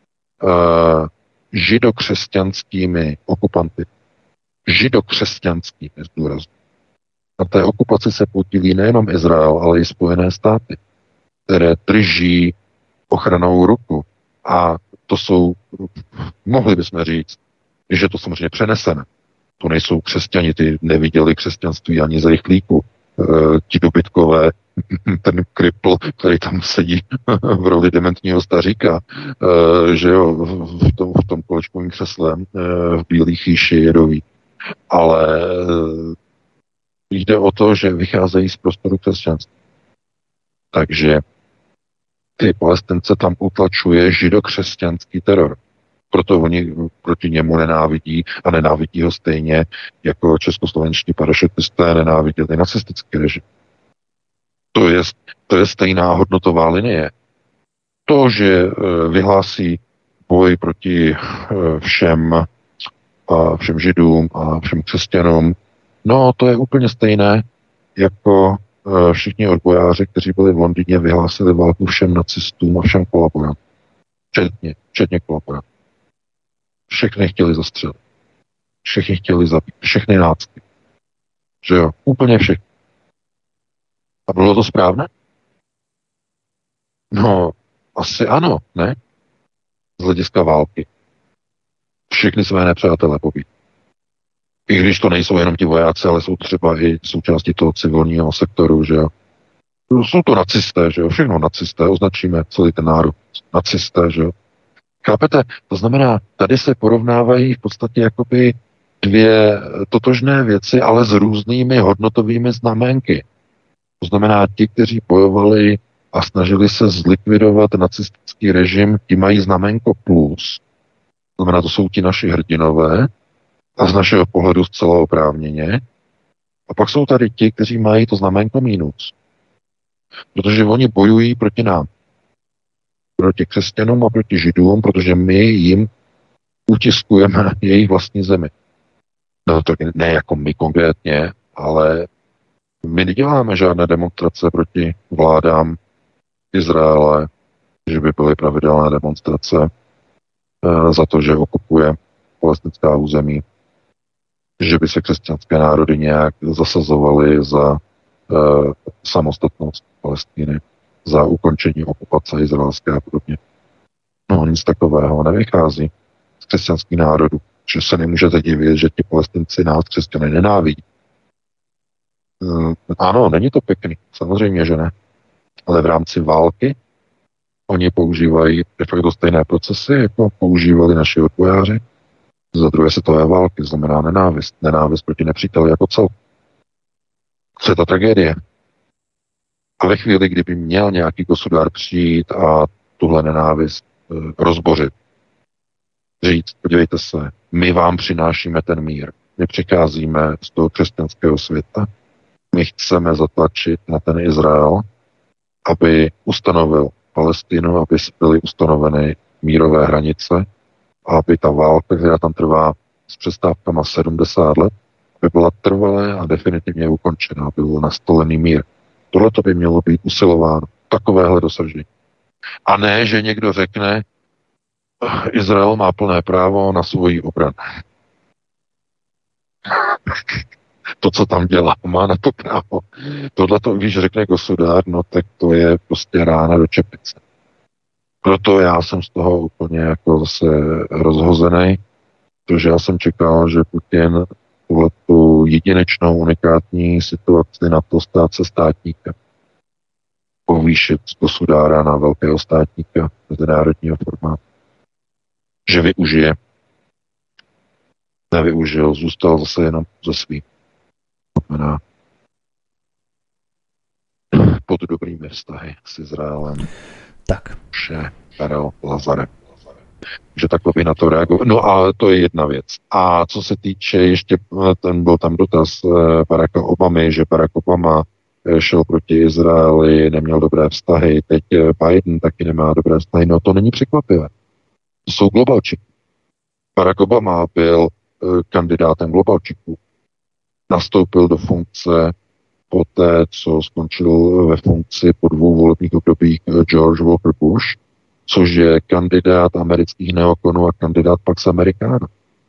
židokřesťanskými okupanty. Židokřesťanskými, zdůrazně. Na té okupaci se podílí nejenom Izrael, ale i Spojené státy, které drží ochranou ruku. A to jsou, mohli bychom říct, že to samozřejmě přenesené. To nejsou křesťani, ty neviděli křesťanství ani za rychlíku. E, ti dobytkové, ten kripl, který tam sedí v roli dementního staříka, e, že jo, v tom, v tom kolečkovým křeslem, e, v bílý chýši jedový. Ale jde o to, že vycházejí z prostoru křesťanství. Takže ty Palestince tam utlačuje židokřesťanský teror. Proto oni proti němu nenávidí a nenávidí ho stejně, jako českoslovenští parašutisté nenáviděli nacistický režim. To je, to je stejná hodnotová linie. To, že vyhlásí boj proti všem, a všem židům a všem křesťanům, no to je úplně stejné, jako všichni odbojáři, kteří byli v Londýně, vyhlásili válku všem nacistům a všem kolaborantům. Včetně, včetně kolaborantů. Všechny chtěli zastřelit. Všechny chtěli zabít. Všechny nácky. Že jo? Úplně všechny. A bylo to správné? No, asi ano, ne? Z hlediska války. Všechny své nepřátelé pobít. I když to nejsou jenom ti vojáci, ale jsou třeba i součástí toho civilního sektoru, že jo. Jsou to nacisté, že jo, všechno nacisté, označíme celý ten národ nacisté, že jo. Chápete? To znamená, tady se porovnávají v podstatě jakoby dvě totožné věci, ale s různými hodnotovými znamenky. To znamená, ti, kteří bojovali a snažili se zlikvidovat nacistický režim, ti mají znamenko plus. To znamená, to jsou ti naši hrdinové, a z našeho pohledu zcela oprávněně. A pak jsou tady ti, kteří mají to znamenko mínus. Protože oni bojují proti nám. Proti křesťanům a proti židům, protože my jim utiskujeme jejich vlastní zemi. No to ne jako my konkrétně, ale my neděláme žádné demonstrace proti vládám Izraele, že by byly pravidelné demonstrace e, za to, že okupuje palestinská území, že by se křesťanské národy nějak zasazovaly za e, samostatnost Palestiny, za ukončení okupace izraelské a podobně. No nic takového nevychází z křesťanských národů, že se nemůžete divit, že ti Palestinci nás křesťany nenávidí. E, ano, není to pěkný, samozřejmě, že ne. Ale v rámci války oni používají de facto stejné procesy, jako používali naši odbojáři za druhé světové války, znamená nenávist. Nenávist proti nepříteli jako celku. Co je ta tragédie? A ve chvíli, kdyby měl nějaký gosudár přijít a tuhle nenávist e, rozbořit, říct, podívejte se, my vám přinášíme ten mír. My přicházíme z toho křesťanského světa, my chceme zatlačit na ten Izrael, aby ustanovil Palestinu, aby byly ustanoveny mírové hranice, a aby ta válka, která tam trvá s přestávkama sedmdesát let, by byla trvalé a definitivně ukončena, aby byl nastolený mír. Tohle to by mělo být usilováno. Takovéhle dosažení. A ne, že někdo řekne, Izrael má plné právo na svoji obranu. To, co tam dělá, má na to právo. Tohle to, když řekne gosudár, no tak to je prostě rána do čepice. Proto já jsem z toho úplně jako zase rozhozený, protože já jsem čekal, že Putin tu jedinečnou unikátní situaci na to stát se státníkem. Povýšit z gosudára na velkého státníka mezinárodního formátu. Že využije. Nevyužil, zůstal zase jenom ze svým. Znamená pod dobrými vztahy s Izraelem. Tak. Vše Karel Lazarem. Že takhle by na to reagoval. No a to je jedna věc. A co se týče, ještě ten byl tam dotaz Baracka Obamy, že Barack Obama šel proti Izraeli, neměl dobré vztahy, teď Biden taky nemá dobré vztahy. No to není překvapivé. To jsou globalčiky. Barack Obama byl kandidátem globalčiků. Nastoupil do funkce poté, co skončil ve funkci po dvou volebních obdobích George Walker Bush, což je kandidát amerických neokonů a kandidát Pax Americana.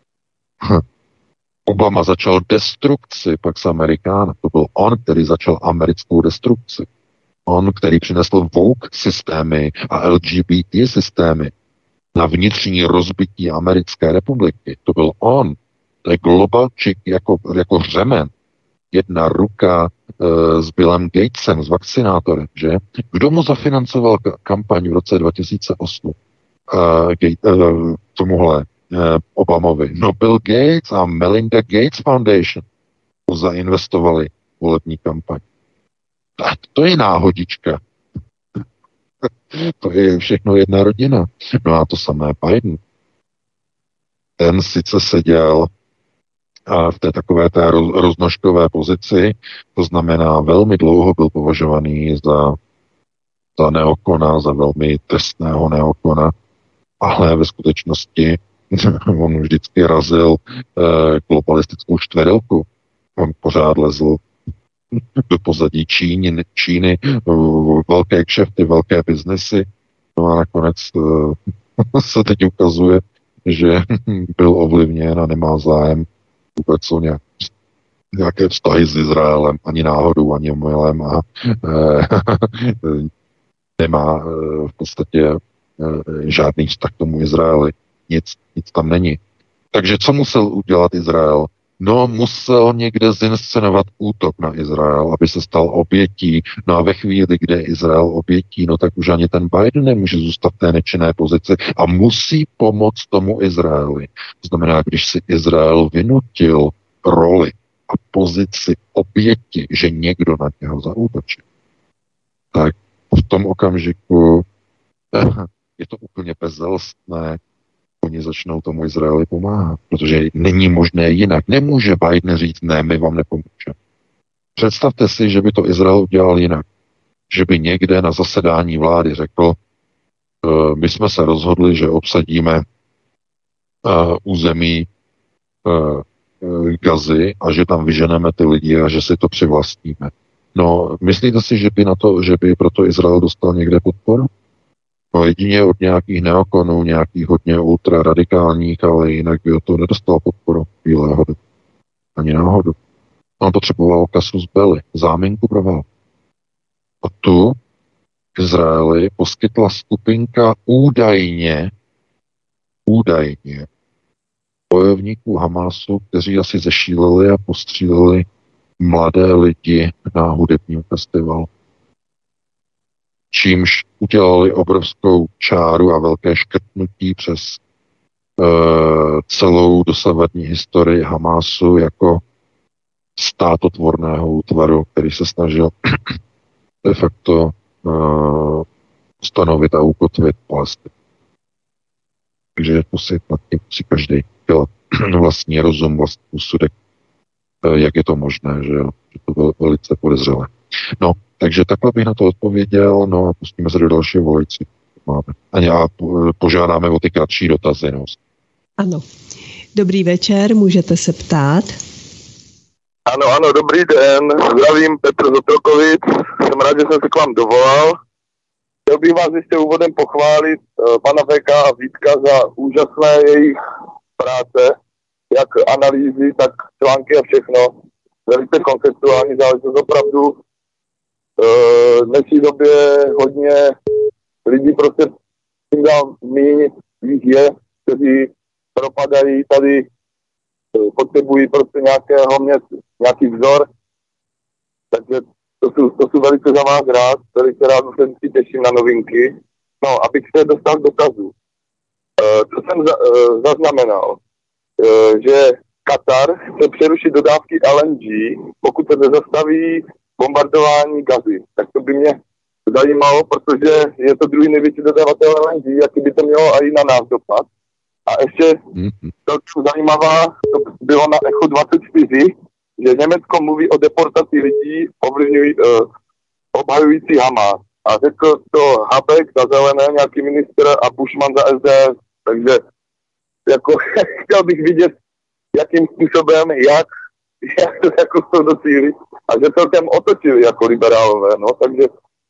Obama začal destrukci Pax Americana. To byl on, který začal americkou destrukci. On, který přinesl woke systémy a L G B T systémy na vnitřní rozbití americké republiky. To byl on. To je globalčik jako, jako řemen. Jedna ruka e, s Billem Gatesem, s vakcinátorem, že? Kdo mu zafinancoval kampaň v roce dva tisíce osm? E, Gate, e, tomuhle e, Obamovi. No Bill Gates a Melinda Gates Foundation mu zainvestovali volební kampaň. A to je náhodička. To je všechno jedna rodina. No a to samé Biden. Ten sice seděl v té takové té roznožkové pozici, to znamená velmi dlouho byl považovaný za, za neokona, za velmi trestného neokona, ale ve skutečnosti on vždycky razil eh, globalistickou čtverilku. On pořád lezl do pozadí Číny, Číny velké kšefty, velké biznesy. No a nakonec eh, se teď ukazuje, že byl ovlivněn a nemá zájem vůbec o nějak, nějaké vztahy s Izraelem, ani náhodou, ani omylem a eh, nemá eh, v podstatě eh, žádný vztah k tomu Izraeli. Nic, nic tam není. Takže co musel udělat Izrael? No, musel někde zinscenovat útok na Izrael, aby se stal obětí. No a ve chvíli, kde je Izrael obětí, no tak už ani ten Biden nemůže zůstat v té nečinné pozici a musí pomoct tomu Izraeli. To znamená, když si Izrael vynutil roli a pozici oběti, že někdo na něho zaútočí, tak v tom okamžiku je to úplně bezelstné. Oni začnou tomu Izraeli pomáhat, protože není možné jinak. Nemůže Biden říct, ne, my vám nepomůžeme. Představte si, že by to Izrael udělal jinak. Že by někde na zasedání vlády řekl, uh, my jsme se rozhodli, že obsadíme uh, území uh, Gazy a že tam vyženeme ty lidi a že si to přivlastníme. No, myslíte si, že by, na to, že by proto Izrael dostal někde podporu? No jedině od nějakých neokonů, nějakých hodně ultraradikálních, ale jinak by o to nedostal podporu Bílého domu. Ani náhodou. On potřeboval casus belli, záminku pro válku. A tu Izraeli poskytla skupinka údajně, údajně bojovníků Hamásu, kteří asi zešíleli a postříleli mladé lidi na hudebním festivalu. Čímž udělali obrovskou čáru a velké škrtnutí přes uh, celou dosavadní historii Hamásu jako státotvorného útvaru, který se snažil de facto uh, stanovit a ukotvit Palestinu. Takže to si, si každý dělat vlastní rozum, vlastní úsudek, uh, jak je to možné, že, jo? Že to bylo velice podezřelé. No, takže takhle bych na to odpověděl, no a pustíme se do dalšího volající. Máme. A požádáme o ty kratší dotazy. No. Ano. Dobrý večer, můžete se ptát. Ano, ano, dobrý den. Zdravím, Petr z Otrokovic. Jsem rád, že jsem se k vám dovolal. Chtěl bych vás ještě úvodem pochválit uh, pana V K a Vítka za úžasné jejich práce, jak analýzy, tak články a všechno. Velice konceptuální záležitost opravdu. V dnešní době hodně lidí prostě tím dál míň jich je, kteří propadají tady, potřebují prostě nějakého mět, nějaký vzor. Takže to jsou, to jsou velice za vás rád, velice rád se vždycky těším na novinky. No, abych se dostal k dotazu. Co jsem za, zaznamenal, že Katar chce přerušit dodávky L N G, pokud se nezastaví bombardování Gazy. Tak to by mě zajímalo, protože je to druhý největší dodavatel L N G, jaký by to mělo i na nás dopad. A ještě to zajímavá, to bylo na Echo dvacet čtyři, že Německo mluví o deportaci lidí ovlivňují, uh, obhajující Hamas. A řekl to Habeck za zelené, nějaký ministr a Bushman za S D S. Takže jako chtěl bych vidět, jakým způsobem, jak jak to jako to docílit a že celkem otočili jako liberálové, no, takže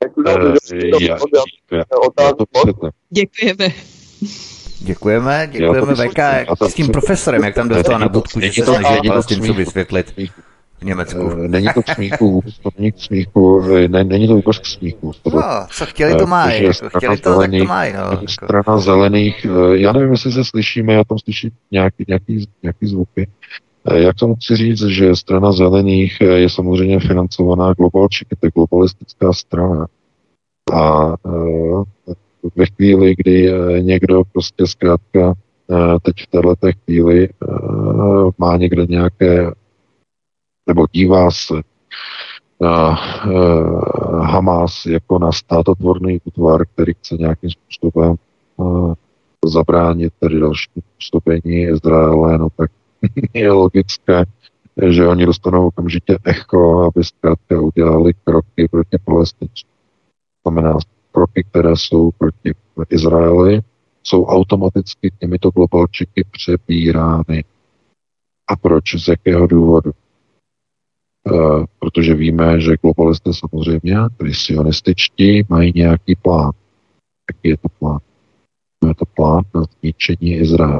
děkujeme. Děkujeme, děkujeme V K. S tím profesorem, jak tam dostal na budku, že se snaží Palestincům vysvětlit v Německu. Není to k smíchu, není k smíchu, ne, není to vůbec k smíchu. No, co chtěli to mají, jako chtěli to, tak to mají. No. Strana zelených, já nevím, jestli se slyšíme, já tam slyším nějaký, nějaký, nějaký zvuky. Jak tomu chci říct, že strana zelených je samozřejmě financovaná globalčíky, to je globalistická strana. A ve chvíli, kdy někdo prostě zkrátka teď v této chvíli má někde nějaké, nebo dívá se na Hamas jako na státotvorný útvar, který chce nějakým způsobem zabránit tedy další působení Izraele, no tak je logické, že oni dostanou okamžitě echo, aby zkrátka udělali kroky proti Palestincům. To znamená, kroky, které jsou proti Izraeli, jsou automaticky těmito globalčiky přebírány. A proč? Z jakého důvodu? E, protože víme, že globalisté samozřejmě, tedy sionističtí, mají nějaký plán. Jaký je to plán? Je to plán na zničení Izraele.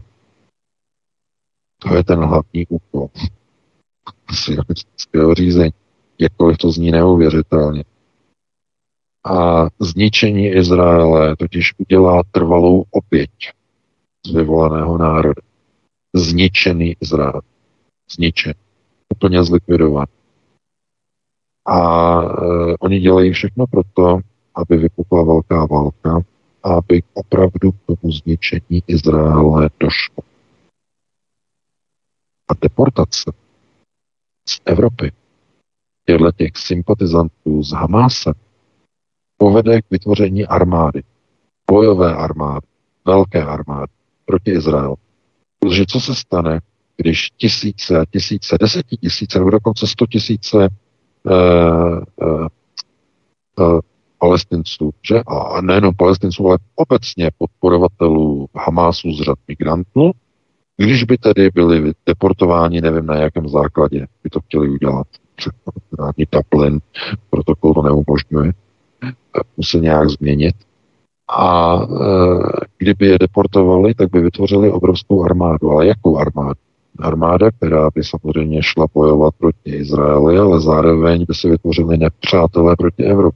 To je ten hlavní úkol sionistického řízení. Jakkoliv to zní neuvěřitelně. A zničení Izraele totiž udělá trvalou oběť z vyvoleného národa. Zničený Izrael. Zničen. Úplně zlikvidovaný. A e, oni dělají všechno proto, aby vypukla velká válka, aby opravdu k tomu zničení Izraele došlo. A deportace z Evropy těchto těch sympatizantů s Hamásem povede k vytvoření armády, bojové armády, velké armády proti Izraelu. Protože co se stane, když tisíce, tisíce, desetitisíce nebo dokonce sto tisíce uh, uh, uh, Palestinců, že? A nejenom Palestinců, ale obecně podporovatelů Hamásu z řad migrantů, když by tedy byli deportováni, nevím na jakém základě by to chtěli udělat. Ani Dublin, protokol to neumožňuje, musí nějak změnit. A e, kdyby je deportovali, tak by vytvořili obrovskou armádu. Ale jakou armádu? Armáda, která by samozřejmě šla bojovat proti Izraeli, ale zároveň by se vytvořili nepřátelé proti Evropě.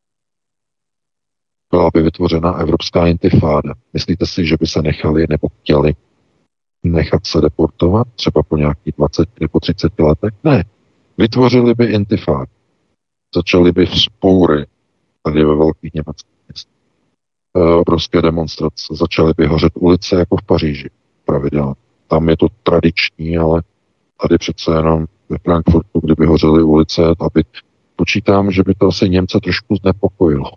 Byla by vytvořena evropská intifáda. Myslíte si, že by se nechali nebo chtěli nechat se deportovat třeba po nějakých dvaceti nebo třiceti letech? Ne. Vytvořili by intifádu. Začaly by vzpoury tady ve velkých německých městech. Obrovské demonstrace. Začaly by hořet ulice jako v Paříži pravidelně. Tam je to tradiční, ale tady přece jenom ve Frankfurtu, kdyby hořely ulice, aby počítám, že by to asi Němce trošku znepokojilo.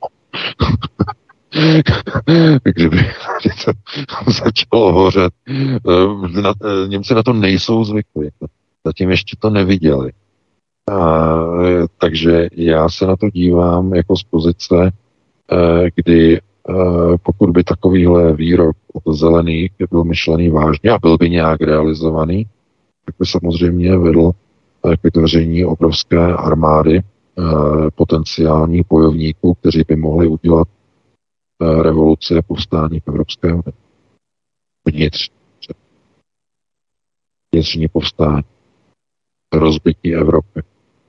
Kdyby to začalo hořet. Němci na to nejsou zvyklí. Zatím ještě to neviděli. A, takže já se na to dívám jako z pozice, kdy pokud by takovýhle výrok od zelených byl myšlený vážně a byl by nějak realizovaný, tak by samozřejmě vedl k vytvoření obrovské armády potenciálních bojovníků, kteří by mohli udělat revoluci a povstání v Evropské unii. Vnitřní. Vnitřní povstání. Rozbití Evropy.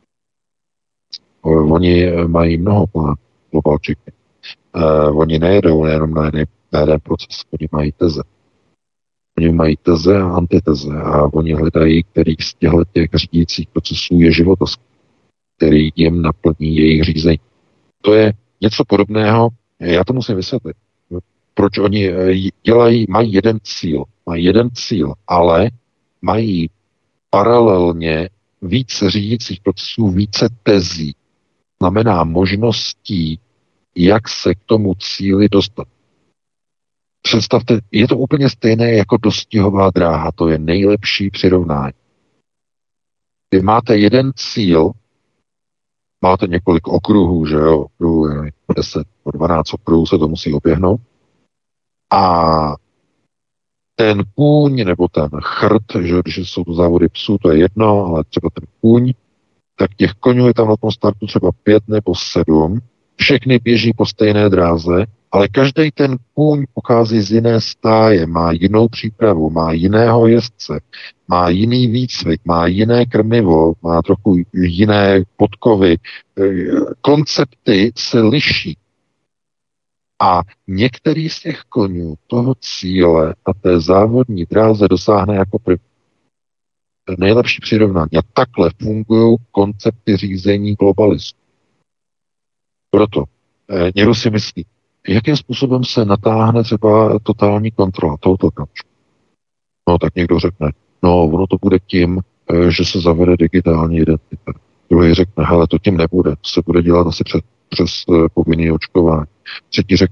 Oni mají mnoho plánů, globalčiky. Uh, oni nejedou nejenom na jeden, na jeden proces, oni mají teze. Oni mají teze a antiteze a oni hledají, který z těchto těch řídících procesů je životoschopný, který jim naplní jejich řízení. To je něco podobného, já to musím vysvětlit. Proč oni dělají, mají jeden cíl, mají jeden cíl, ale mají paralelně více řídících procesů, více tezí. Znamená možností, jak se k tomu cíli dostat. Představte, je to úplně stejné jako dostihová dráha, to je nejlepší přirovnání. Vy máte jeden cíl, máte několik okruhů, že jo, okruhů, deset, dvanáct okruhů se to musí oběhnout. A ten kůň, nebo ten chrt, že když jsou to závody psů, to je jedno, ale třeba ten kůň, tak těch koňů je tam na tom startu třeba pět nebo sedm, všechny běží po stejné dráze, ale každý ten kůň pochází z jiné stáje, má jinou přípravu, má jiného jezdce, má jiný výcvik, má jiné krmivo, má trochu jiné podkovy. Koncepty se liší. A některý z těch konňů toho cíle na té závodní dráze dosáhne jako první. Nejlepší přirovnání. A takhle fungují koncepty řízení globalistů. Proto eh, někdo si myslí, jakým způsobem se natáhne třeba totální kontrola tohoto kanču. No tak někdo řekne, no ono to bude tím, eh, že se zavede digitální identita. Druhý řekne, hele, to tím nebude, to se bude dělat asi před, přes eh, povinný očkování. Třetí řekne,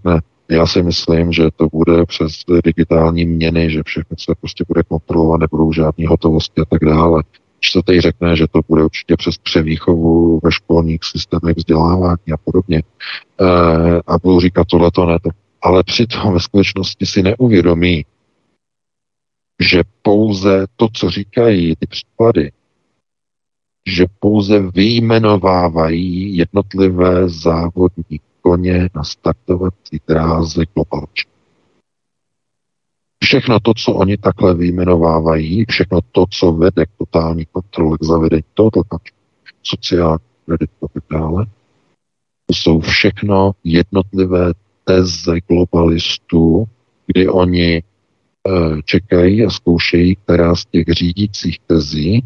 Já si myslím, že to bude přes digitální měny, že všechno se prostě bude kontrolovat, nebudou žádné hotovosti a tak dále. Když se tady řekne, že to bude určitě přes převýchovu ve školních systémech vzdělávání a podobně, e, a budou říkat tohleto ne, to, ale přitom ve skutečnosti si neuvědomí, že pouze to, co říkají ty příklady, že pouze vyjmenovávají jednotlivé závodní koně na startovací dráze globálčí. Všechno to, co oni takhle vyjmenovávají, všechno to, co vede k totální kontrole, k zavedení tohoto sociální kreditu a tak dále, to jsou všechno jednotlivé teze globalistů, kdy oni e, čekají a zkoušejí, která z těch řídících tezí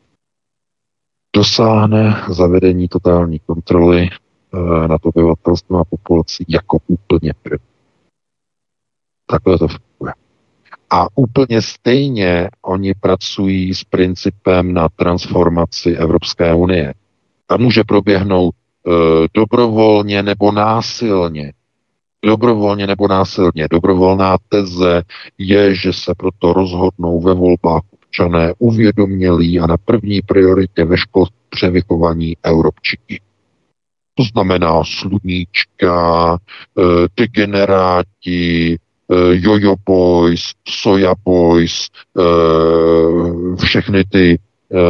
dosáhne zavedení totální kontroly e, nad obyvatelstvem a populací jako úplně první. Takhle to funguje. A úplně stejně oni pracují s principem na transformaci Evropské unie. Ta může proběhnout e, dobrovolně nebo násilně. Dobrovolně nebo násilně. Dobrovolná teze je, že se proto rozhodnou ve volbách občané uvědomělí a na první prioritě ve školství převychovaní Evropčíky. To znamená sluníčka, e, degeneráti, Jojo Boys, Soja Boys, všechny ty,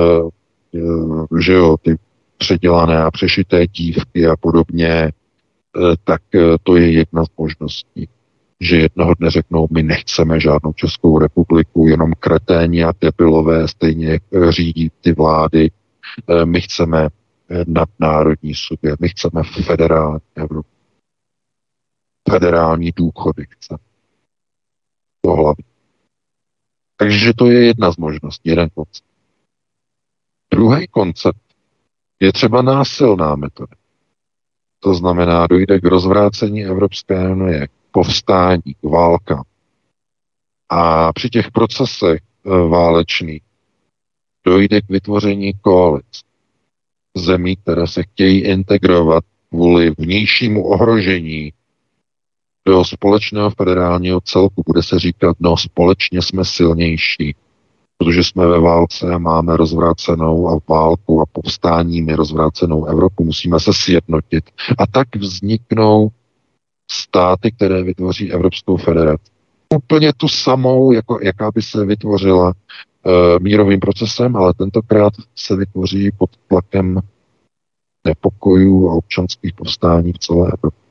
že jo, ty předělané a přešité dívky a podobně, tak to je jedna z možností. Že jednoho dne řeknou, my nechceme žádnou Českou republiku, jenom kreténi a debilové stejně řídí ty vlády, my chceme nadnárodní subjekt, my chceme federální Evropu. Federální důchody chceme. To hlavně. Takže to je jedna z možností, jeden koncept. Druhý koncept je třeba násilná metoda. To znamená, dojde k rozvrácení Evropské unie, k povstání, k válkám. A při těch procesech válečných dojde k vytvoření koalic zemí, které se chtějí integrovat kvůli vnějšímu ohrožení do společného federálního celku. Bude se říkat, no společně jsme silnější, protože jsme ve válce a máme rozvrácenou a válku a povstáními rozvrácenou Evropu. Musíme se sjednotit. A tak vzniknou státy, které vytvoří Evropskou federaci. Úplně tu samou, jako, jaká by se vytvořila e, mírovým procesem, ale tentokrát se vytvoří pod tlakem nepokojů a občanských povstání v celé Evropě.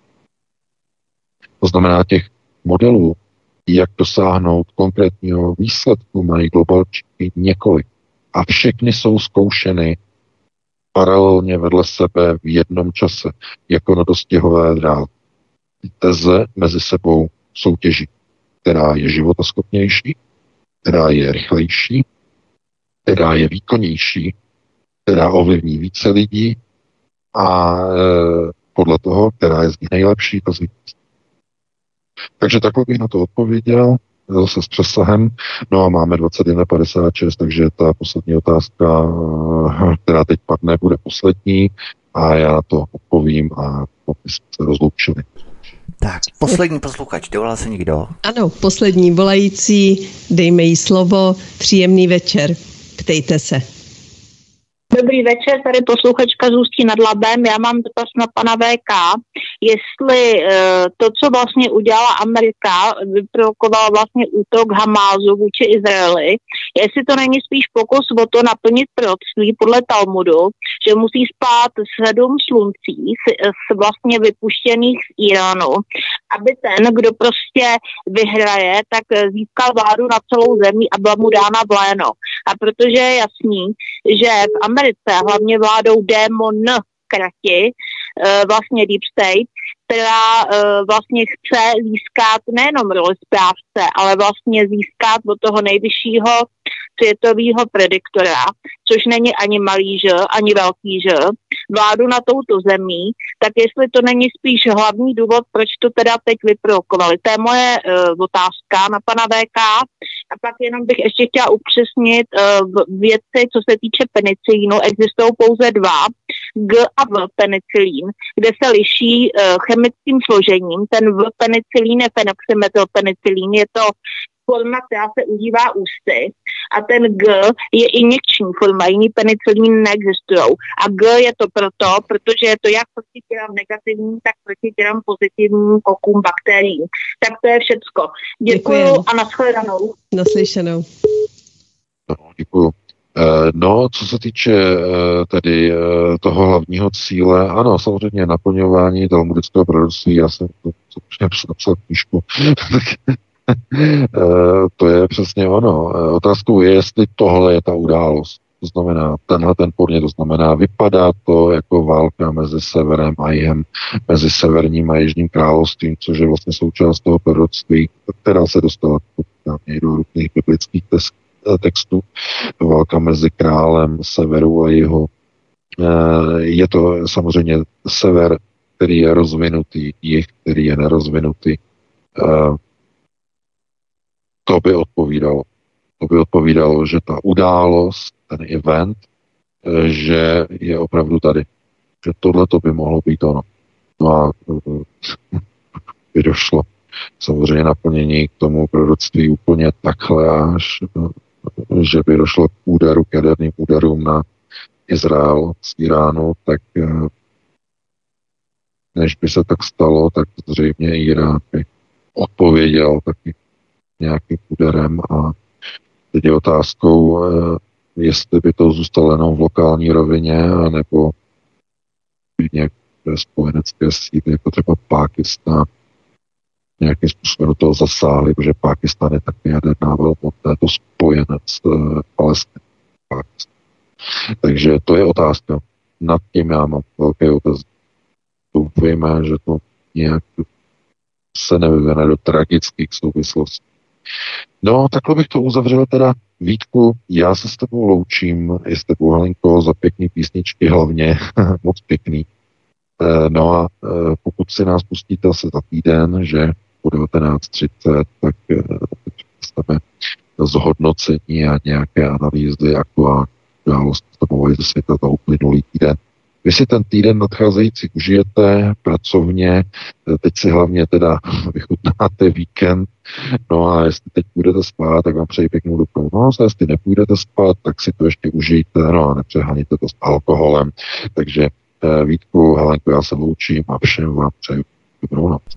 To znamená, těch modelů, jak dosáhnout konkrétního výsledku, mají globalčíky několik. A všechny jsou zkoušeny paralelně vedle sebe v jednom čase, jako na dostihové dráze. Teze mezi sebou soutěží, která je životaschopnější, která je rychlejší, která je výkonnější, která ovlivní více lidí a e, podle toho, která je z nich nejlepší, to zvítězí. Takže takhle bych na to odpověděl, zase s přesahem. No a máme dvacet jedna padesát šest, takže ta poslední otázka, která teď padne, bude poslední a já na to odpovím a pokud jsme se rozloučili. Tak, poslední posluchač, dovolal se někdo? Ano, poslední volající, dejme jí slovo, příjemný večer, ptejte se. Dobrý večer, tady posluchačka z Ústí nad Labem. Já mám dotaz na pana V K. Jestli e, to, co vlastně udělala Amerika, vyprovokovala vlastně útok Hamázu vůči Izraeli, jestli to není spíš pokus o to naplnit proroctví podle Talmudu, že musí spát sedm sluncí s, s vlastně vypuštěných z Iránu, aby ten, kdo prostě vyhraje, tak získal vládu na celou zemi a byla mu dána v léno. A protože je jasný, že v Americe hlavně vládou démonkrati, vlastně Deep State, která vlastně chce získat nejenom roli správce, ale vlastně získat od toho nejvyššího světového prediktora, což není ani malý ž, ani velký ž, vládu na touto zemí, tak jestli to není spíš hlavní důvod, proč to teda teď vyprovokovali. To je moje uh, otázka na pana V K. A pak jenom bych ještě chtěla upřesnit uh, věci, co se týče penicilínu. Existují pouze dva. G a V penicilín, kde se liší uh, chemickým složením. Ten V penicilín je fenoxymetylpenicilín, je to forma, která se užívá ústy, a ten G je injekční forma, jiný penicilín neexistují. A G je to proto, protože je to jak proti těm negativním, tak proti těm pozitivním kokům bakterií. Tak to je všecko. Děkuju Děkujem. A nashledanou. Naslyšenou. No, děkuju. No, co se týče tedy toho hlavního cíle, ano, samozřejmě naplňování talmudického proroctví, já jsem to skutečně napsal knížku, to je přesně ono. Otázkou je, jestli tohle je ta událost. To znamená, tenhle ten podnět, to znamená, vypadá to jako válka mezi severem a jihem, mezi severním a jižním královstvím, což je vlastně součást toho proroctví, která se dostala do různých biblických textů. Válka mezi králem severu a jihu. Je to samozřejmě sever, který je rozvinutý, jih, který je nerozvinutý. To by odpovídalo. To by odpovídalo, že ta událost, ten event, že je opravdu tady. Že tohle to by mohlo být ono. No a by došlo samozřejmě naplnění k tomu proroctví úplně takhle, až že by došlo k úderu, k jaderným úderům na Izrael z Iránu, tak než by se tak stalo, tak zřejmě Irán by odpověděl taky nějakým úderem a teď je otázkou, jestli by to zůstalo jenom v lokální rovině, anebo by nějaké spojenecké síly, jako třeba Pákistán, nějakým způsobem do toho zasáhli, protože Pákistán je taky jaderná velmoc, to je to spojenec uh, Palestiny. Takže to je otázka. Nad tím já mám velké otázky. Doufejme, že to nějak se nevyvine do tragických souvislostí. No, takhle bych to uzavřel teda. Vítku, já se s tebou loučím, i s tebou, Helenko, za pěkný písničky hlavně, moc pěkný. No a pokud si nás pustíte se za týden, že po devatenáct třicet, tak představíme zhodnocení a nějaké analýzy aktuální událostí ze světa za uplynulý týden. Vy si ten týden nadcházející užijete pracovně, teď si hlavně teda vychutnáte víkend, no a jestli teď půjdete spát, tak vám přeji pěknou dobrou noc, a jestli nepůjdete spát, tak si to ještě užijte, no a nepřeháníte to s alkoholem. Takže Vítku, Helenko, já se loučím a všem vám přeju dobrou noc.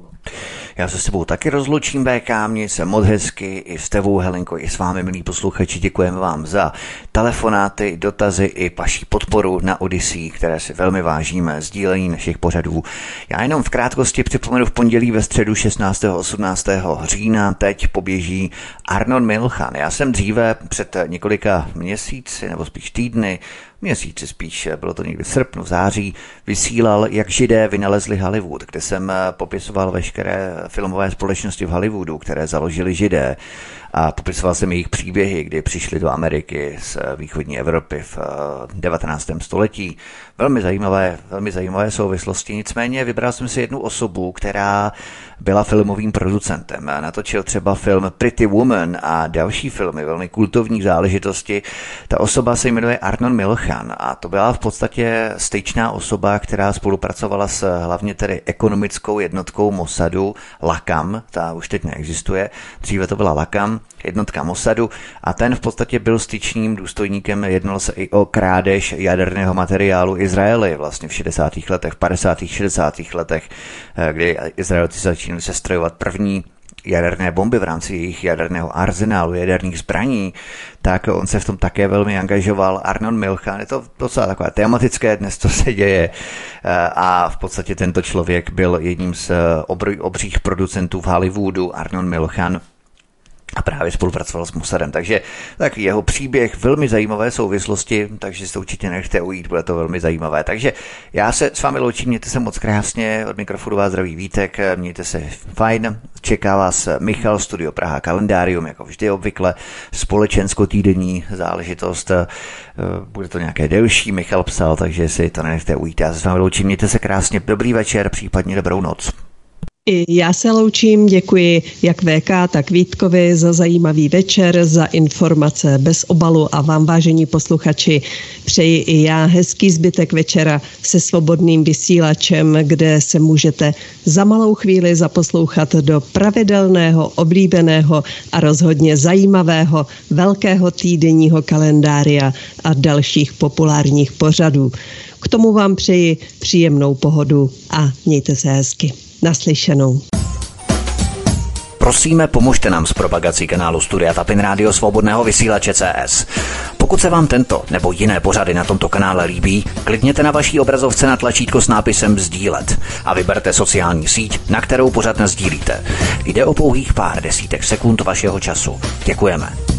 Já se s tebou taky rozloučím, bé ká, měj se moc hezky, i s tebou, Helenko, i s vámi, milí posluchači, děkujeme vám za telefonáty, dotazy i vaši podporu na Odyssey, které si velmi vážíme, sdílení našich pořadů. Já jenom v krátkosti připomenu, v pondělí ve středu šestnáctého a osmnáctého října teď poběží Arnon Milchan. Já jsem dříve před několika měsíci, nebo spíš týdny, měsíci spíš, bylo to někdy v srpnu, v září, vysílal, jak Židé vynalezli Hollywood, kde jsem popisoval veškeré filmové společnosti v Hollywoodu, které založili Židé, a popisoval jsem jejich příběhy, kdy přišli do Ameriky z východní Evropy v devatenáctém století. Velmi zajímavé, velmi zajímavé souvislosti, nicméně vybral jsem si jednu osobu, která byla filmovým producentem. Natočil třeba film Pretty Woman a další filmy, velmi kultovní záležitosti. Ta osoba se jmenuje Arnon Milchan a to byla v podstatě styčná osoba, která spolupracovala s hlavně tedy ekonomickou jednotkou Mossadu, Lakam, ta už teď neexistuje, dříve to byla Lakam, jednotka Mossadu, a ten v podstatě byl styčným důstojníkem, jednalo se i o krádež jaderného materiálu Izraeli vlastně v šedesátých letech, v padesátých, šedesátých letech, kdy Izraelci začínali sestrojovat první jaderné bomby v rámci jejich jaderného arzenálu, jaderných zbraní, tak on se v tom také velmi angažoval. Arnon Milchan, je to docela takové tematické dnes, co se děje, a v podstatě tento člověk byl jedním z obřích producentů v Hollywoodu, Arnon Milchan, a právě spolupracoval s Mossadem. Takže tak jeho příběh, velmi zajímavé souvislosti, takže si to určitě nechte ujít, bude to velmi zajímavé. Takže já se s vámi loučím, mějte se moc krásně, od mikrofonu vás zdraví Vítek, mějte se fajn, čeká vás Michal, Studio Praha Kalendárium, jako vždy obvykle, společensko-týdenní záležitost, bude to nějaké delší, Michal psal, takže si to nenechte ujít. Já se s vámi loučím, mějte se krásně, dobrý večer, případně dobrou noc. I já se loučím, děkuji jak V K, tak Vítkovi za zajímavý večer, za informace bez obalu a vám, vážení posluchači, přeji i já hezký zbytek večera se Svobodným vysílačem, kde se můžete za malou chvíli zaposlouchat do pravidelného, oblíbeného a rozhodně zajímavého velkého týdenního kalendária a dalších populárních pořadů. K tomu vám přeji příjemnou pohodu a mějte se hezky. Naslyšenou. Prosíme, pomožte nám s propagací kanálu Studia Tapin Rádio Svobodného vysílače C S. Pokud se vám tento nebo jiné pořady na tomto kanále líbí, klikněte na vaší obrazovce na tlačítko s nápisem sdílet a vyberte sociální síť, na kterou pořad nasdílíte. Jde o pouhých pár desítek sekund vašeho času. Děkujeme.